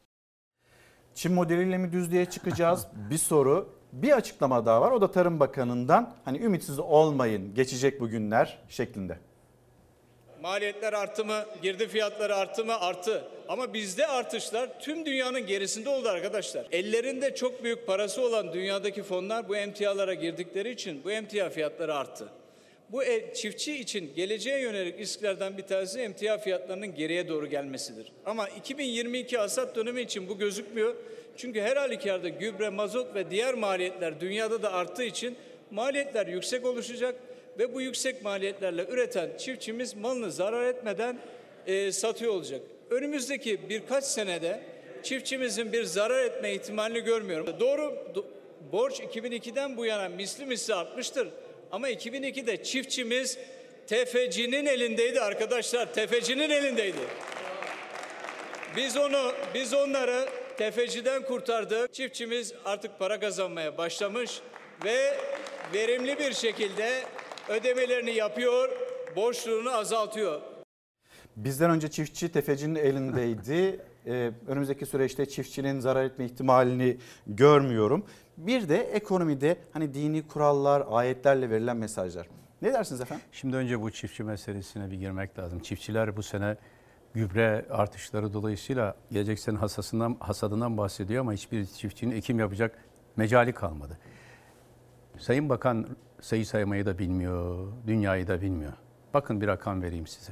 Çin modeliyle mi düzlüğe çıkacağız? Bir soru. Bir açıklama daha var. O da Tarım Bakanı'ndan, hani ümitsiz olmayın, geçecek bu günler şeklinde. Maliyetler arttı mı? Girdi fiyatları arttı mı? Arttı. Ama bizde artışlar tüm dünyanın gerisinde oldu arkadaşlar. Ellerinde çok büyük parası olan dünyadaki fonlar bu emtialara girdikleri için bu emtia fiyatları arttı. Bu çiftçi için geleceğe yönelik risklerden bir tanesi emtia fiyatlarının geriye doğru gelmesidir. Ama 2022 hasat dönemi için bu gözükmüyor. Çünkü her halükarda gübre, mazot ve diğer maliyetler dünyada da arttığı için maliyetler yüksek oluşacak ve bu yüksek maliyetlerle üreten çiftçimiz malını zarar etmeden satıyor olacak. Önümüzdeki birkaç senede çiftçimizin bir zarar etme ihtimalini görmüyorum. Doğru, borç 2002'den bu yana misli artmıştır. Ama 2002'de çiftçimiz tefecinin elindeydi arkadaşlar, tefecinin elindeydi. Biz onları tefeciden kurtardık. Çiftçimiz artık para kazanmaya başlamış ve verimli bir şekilde ödemelerini yapıyor, borçluğunu azaltıyor. Bizden önce çiftçi tefecinin elindeydi. Önümüzdeki süreçte çiftçinin zarar etme ihtimalini görmüyorum. Bir de ekonomide hani dini kurallar, ayetlerle verilen mesajlar. Ne dersiniz efendim? Şimdi önce bu çiftçi meselesine bir girmek lazım. Çiftçiler bu sene gübre artışları dolayısıyla gelecek sene hasadından bahsediyor ama hiçbir çiftçinin ekim yapacak mecali kalmadı. Sayın Bakan sayı saymayı da bilmiyor, dünyayı da bilmiyor. Bakın bir rakam vereyim size.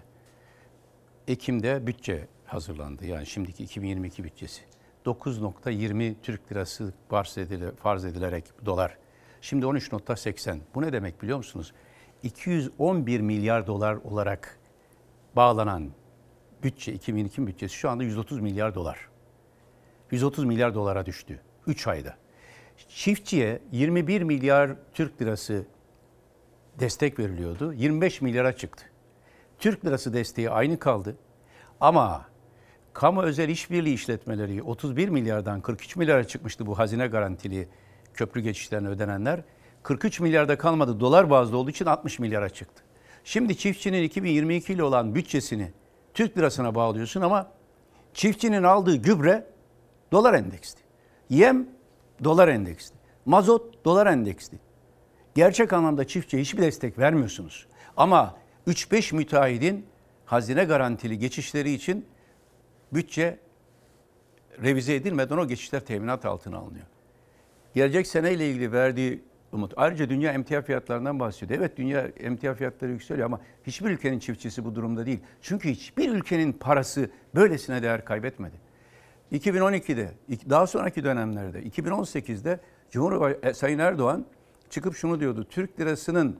Ekim'de bütçe hazırlandı. Yani şimdiki 2022 bütçesi. 9.20 Türk lirası farz edilerek dolar. Şimdi 13.80. Bu ne demek biliyor musunuz? 211 milyar dolar olarak bağlanan bütçe, 2002 bütçesi şu anda 130 milyar dolar. 130 milyar dolara düştü 3 ayda. Çiftçiye 21 milyar Türk lirası destek veriliyordu. 25 milyara çıktı. Türk lirası desteği aynı kaldı. Ama kamu özel işbirliği işletmeleri 31 milyardan 43 milyara çıkmıştı bu hazine garantili köprü geçişlerine ödenenler. 43 milyarda kalmadı, dolar bazlı olduğu için 60 milyara çıktı. Şimdi çiftçinin 2022 ile olan bütçesini Türk lirasına bağlıyorsun ama çiftçinin aldığı gübre dolar endeksli. Yem dolar endeksli. Mazot dolar endeksli. Gerçek anlamda çiftçiye hiçbir destek vermiyorsunuz. Ama 3-5 müteahhidin hazine garantili geçişleri için bütçe revize edilmeden o geçişler teminat altına alınıyor. Gelecek seneyle ilgili verdiği umut. Ayrıca dünya emtia fiyatlarından bahsediyor. Evet, dünya emtia fiyatları yükseliyor ama hiçbir ülkenin çiftçisi bu durumda değil. Çünkü hiçbir ülkenin parası böylesine değer kaybetmedi. 2012'de, daha sonraki dönemlerde, 2018'de Sayın Erdoğan çıkıp şunu diyordu. Türk lirasının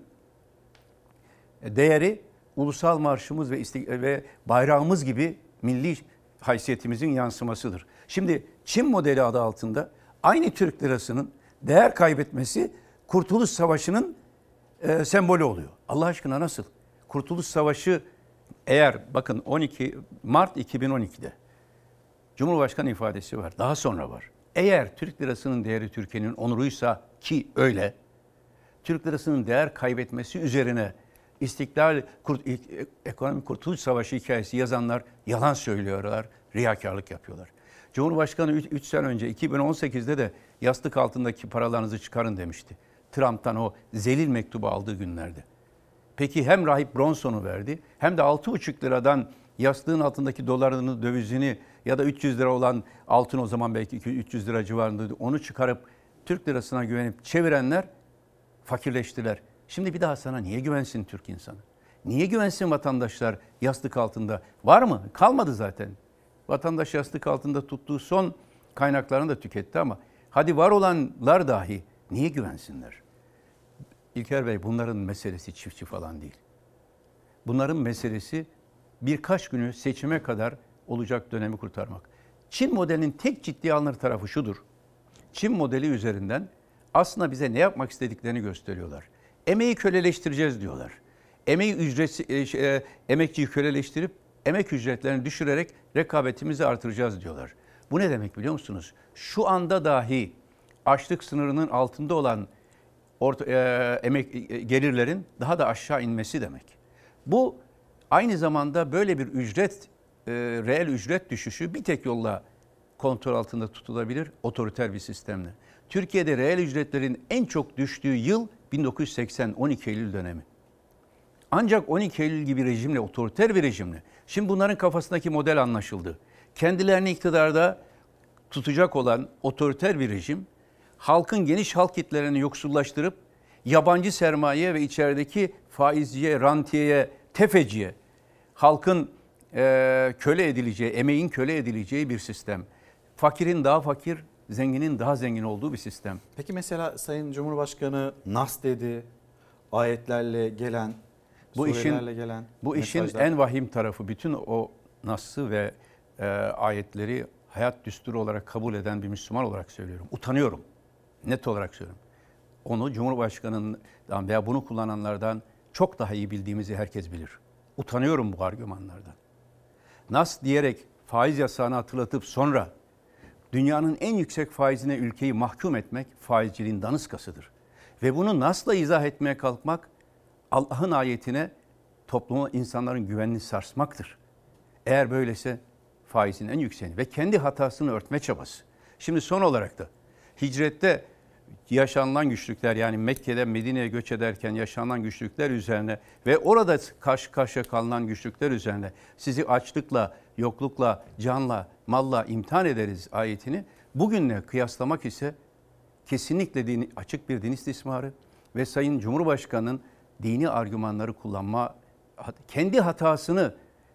değeri ulusal marşımız ve bayrağımız gibi milli haysiyetimizin yansımasıdır. Şimdi Çin modeli adı altında aynı Türk lirasının değer kaybetmesi Kurtuluş Savaşı'nın sembolü oluyor. Allah aşkına nasıl? Kurtuluş Savaşı eğer bakın 12 Mart 2012'de Cumhurbaşkanı ifadesi var. Daha sonra var. Eğer Türk lirasının değeri Türkiye'nin onuruysa ki öyle, Türk lirasının değer kaybetmesi üzerine Ekonomik Kurtuluş Savaşı hikayesi yazanlar yalan söylüyorlar, riyakarlık yapıyorlar. Cumhurbaşkanı 3 sene önce 2018'de de yastık altındaki paralarınızı çıkarın demişti. Trump'tan o zelil mektubu aldığı günlerde. Peki hem Rahip Bronson'u verdi hem de 6,5 liradan yastığın altındaki dolarını, dövizini ya da 300 lira olan altın o zaman belki 300 lira civarında onu çıkarıp Türk lirasına güvenip çevirenler fakirleştiler. Şimdi bir daha sana niye güvensin Türk insanı? Niye güvensin vatandaşlar yastık altında? Var mı? Kalmadı zaten. Vatandaş yastık altında tuttuğu son kaynaklarını da tüketti ama hadi var olanlar dahi niye güvensinler? İlker Bey, bunların meselesi çiftçi falan değil. Bunların meselesi birkaç günü seçime kadar olacak dönemi kurtarmak. Çin modelinin tek ciddiye alınır tarafı şudur. Çin modeli üzerinden aslında bize ne yapmak istediklerini gösteriyorlar. Emeği köleleştireceğiz diyorlar. Emekçiyi köleleştirip emek ücretlerini düşürerek rekabetimizi artıracağız diyorlar. Bu ne demek biliyor musunuz? Şu anda dahi açlık sınırının altında olan gelirlerin daha da aşağı inmesi demek. Bu aynı zamanda böyle bir reel ücret düşüşü bir tek yolla kontrol altında tutulabilir, otoriter bir sistemle. Türkiye'de reel ücretlerin en çok düştüğü yıl 1980, 12 Eylül dönemi. Ancak 12 Eylül gibi rejimle, otoriter bir rejimle, şimdi bunların kafasındaki model anlaşıldı. Kendilerini iktidarda tutacak olan otoriter bir rejim, halkın geniş halk kitlelerini yoksullaştırıp, yabancı sermaye ve içerideki faizciye, rantiyeye, tefeciye, halkın köle edileceği, emeğin köle edileceği bir sistem. Fakirin daha fakir, zenginin daha zengin olduğu bir sistem. Peki mesela Sayın Cumhurbaşkanı nas dedi, ayetlerle gelen, bu işin en vahim tarafı, bütün o nası ve ayetleri hayat düsturu olarak kabul eden bir Müslüman olarak söylüyorum. Utanıyorum. Net olarak söylüyorum. Onu Cumhurbaşkanı'ndan veya bunu kullananlardan çok daha iyi bildiğimizi herkes bilir. Utanıyorum bu argümanlardan. Nas diyerek faiz yasağını hatırlatıp sonra dünyanın en yüksek faizine ülkeyi mahkum etmek faizciliğin daniskasıdır. Ve bunu nasla izah etmeye kalkmak Allah'ın ayetine topluma, insanların güvenini sarsmaktır. Eğer böylese faizin en yükseğini ve kendi hatasını örtme çabası. Şimdi son olarak da hicrette yaşanılan güçlükler, yani Mekke'den Medine'ye göç ederken yaşanan güçlükler üzerine ve orada karşı karşıya kalınan güçlükler üzerine sizi açlıkla, yoklukla, canla, malla imtihan ederiz ayetini bugünle kıyaslamak ise kesinlikle açık bir din istismarı ve Sayın Cumhurbaşkanı'nın dini argümanları kullanma, kendi hatasını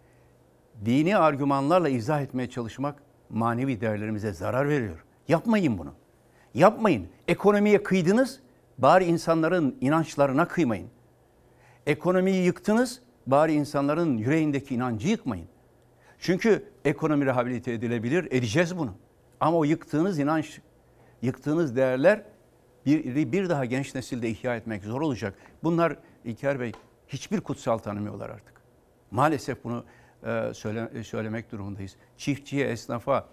dini argümanlarla izah etmeye çalışmak manevi değerlerimize zarar veriyor. Yapmayın bunu. Yapmayın. Ekonomiye kıydınız, bari insanların inançlarına kıymayın. Ekonomiyi yıktınız, bari insanların yüreğindeki inancı yıkmayın. Çünkü ekonomi rehabilite edilebilir, edeceğiz bunu. Ama o yıktığınız inanç, yıktığınız değerler bir daha genç nesilde ihya etmek zor olacak. Bunlar İlker Bey hiçbir kutsal tanımıyorlar artık. Maalesef bunu söylemek durumundayız. Çiftçiye, esnafa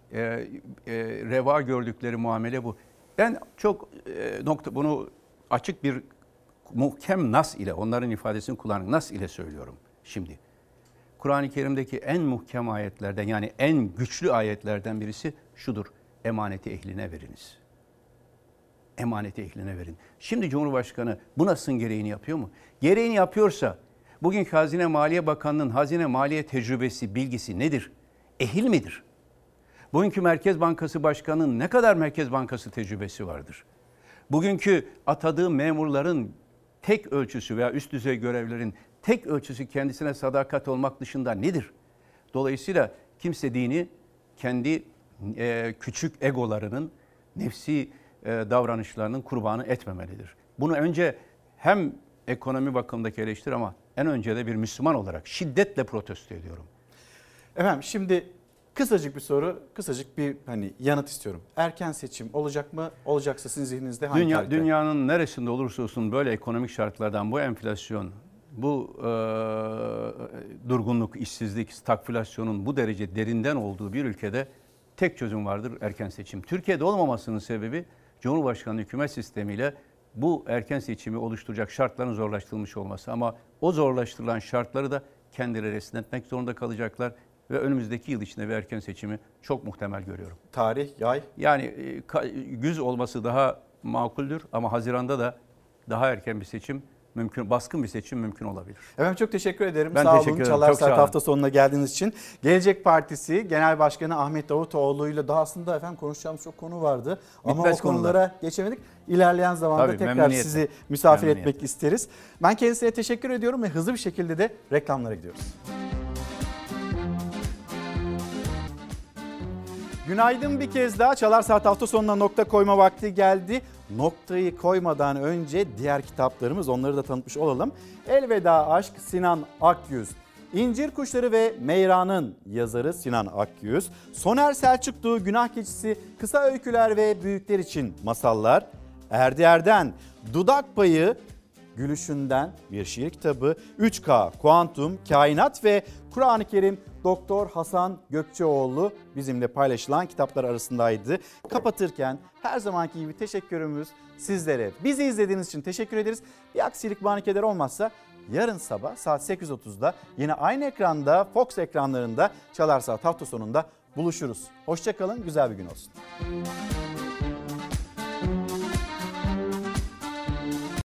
reva gördükleri muamele bu. Ben çok bunu açık bir muhkem nas ile, onların ifadesini kullanan nas ile söylüyorum şimdi. Kur'an-ı Kerim'deki en muhkem ayetlerden, yani en güçlü ayetlerden birisi şudur: emaneti ehline veriniz. Emaneti ehline verin. Şimdi Cumhurbaşkanı bu nasıl gereğini yapıyor mu? Gereğini yapıyorsa bugünkü Hazine Maliye Bakanı'nın hazine maliye tecrübesi, bilgisi nedir? Ehil midir? Bugünkü Merkez Bankası Başkanı'nın ne kadar Merkez Bankası tecrübesi vardır? Bugünkü atadığı memurların tek ölçüsü veya üst düzey görevlerin tek ölçüsü kendisine sadakat olmak dışında nedir? Dolayısıyla kimse dini kendi küçük egolarının, nefsi davranışlarının kurbanı etmemelidir. Bunu önce hem ekonomi bakımındaki eleştiri ama en önce de bir Müslüman olarak şiddetle protesto ediyorum. Efendim şimdi kısacık bir soru, kısacık bir yanıt istiyorum. Erken seçim olacak mı? Olacaksa sizin zihninizde hangi tarihte? Dünyanın neresinde olursa olsun böyle ekonomik şartlardan, bu enflasyon, bu durgunluk, işsizlik, stagflasyonun bu derece derinden olduğu bir ülkede tek çözüm vardır: erken seçim. Türkiye'de olmamasının sebebi Cumhurbaşkanlığı hükümet sistemiyle bu erken seçimi oluşturacak şartların zorlaştırılmış olması. Ama o zorlaştırılan şartları da kendileri esnetmek zorunda kalacaklar ve önümüzdeki yıl içinde bir erken seçimi çok muhtemel görüyorum. Tarih, yay? Yani güz olması daha makuldür ama Haziran'da da daha erken bir seçim mümkün, baskın bir seçim mümkün olabilir. Efendim çok teşekkür ederim. Ben sağ teşekkür olun. ederim. Çalar Çok Saat sağ olun. hafta sonuna geldiğiniz için. Gelecek Partisi Genel Başkanı Ahmet Davutoğlu ile daha aslında efendim konuşacağımız çok konu vardı. Ama o konulara geçemedik. İlerleyen zamanda Tabii, tekrar sizi misafir etmek isteriz. Ben kendisine teşekkür ediyorum ve hızlı bir şekilde de reklamlara gidiyoruz. Günaydın bir kez daha. Çalar Saat hafta sonuna nokta koyma vakti geldi. Noktayı koymadan önce diğer kitaplarımız, onları da tanıtmış olalım. Elveda Aşk, Sinan Akyüz. İncir Kuşları ve Meyran'ın yazarı Sinan Akyüz. Soner Selçuklu, Günah Keçisi, Kısa Öyküler ve Büyükler için Masallar. Erdi Erden, Dudak Payı, Gülüşünden bir şiir kitabı. 3K, Kuantum, Kainat ve Kur'an-ı Kerim. Doktor Hasan Gökçeoğlu bizimle paylaşılan kitaplar arasındaydı. Kapatırken her zamanki gibi teşekkürümüz sizlere. Bizi izlediğiniz için teşekkür ederiz. Bir aksilik manikeler olmazsa yarın sabah saat 8.30'da yine aynı ekranda, Fox ekranlarında Çalar Saat hafta sonunda buluşuruz. Hoşça kalın, güzel bir gün olsun.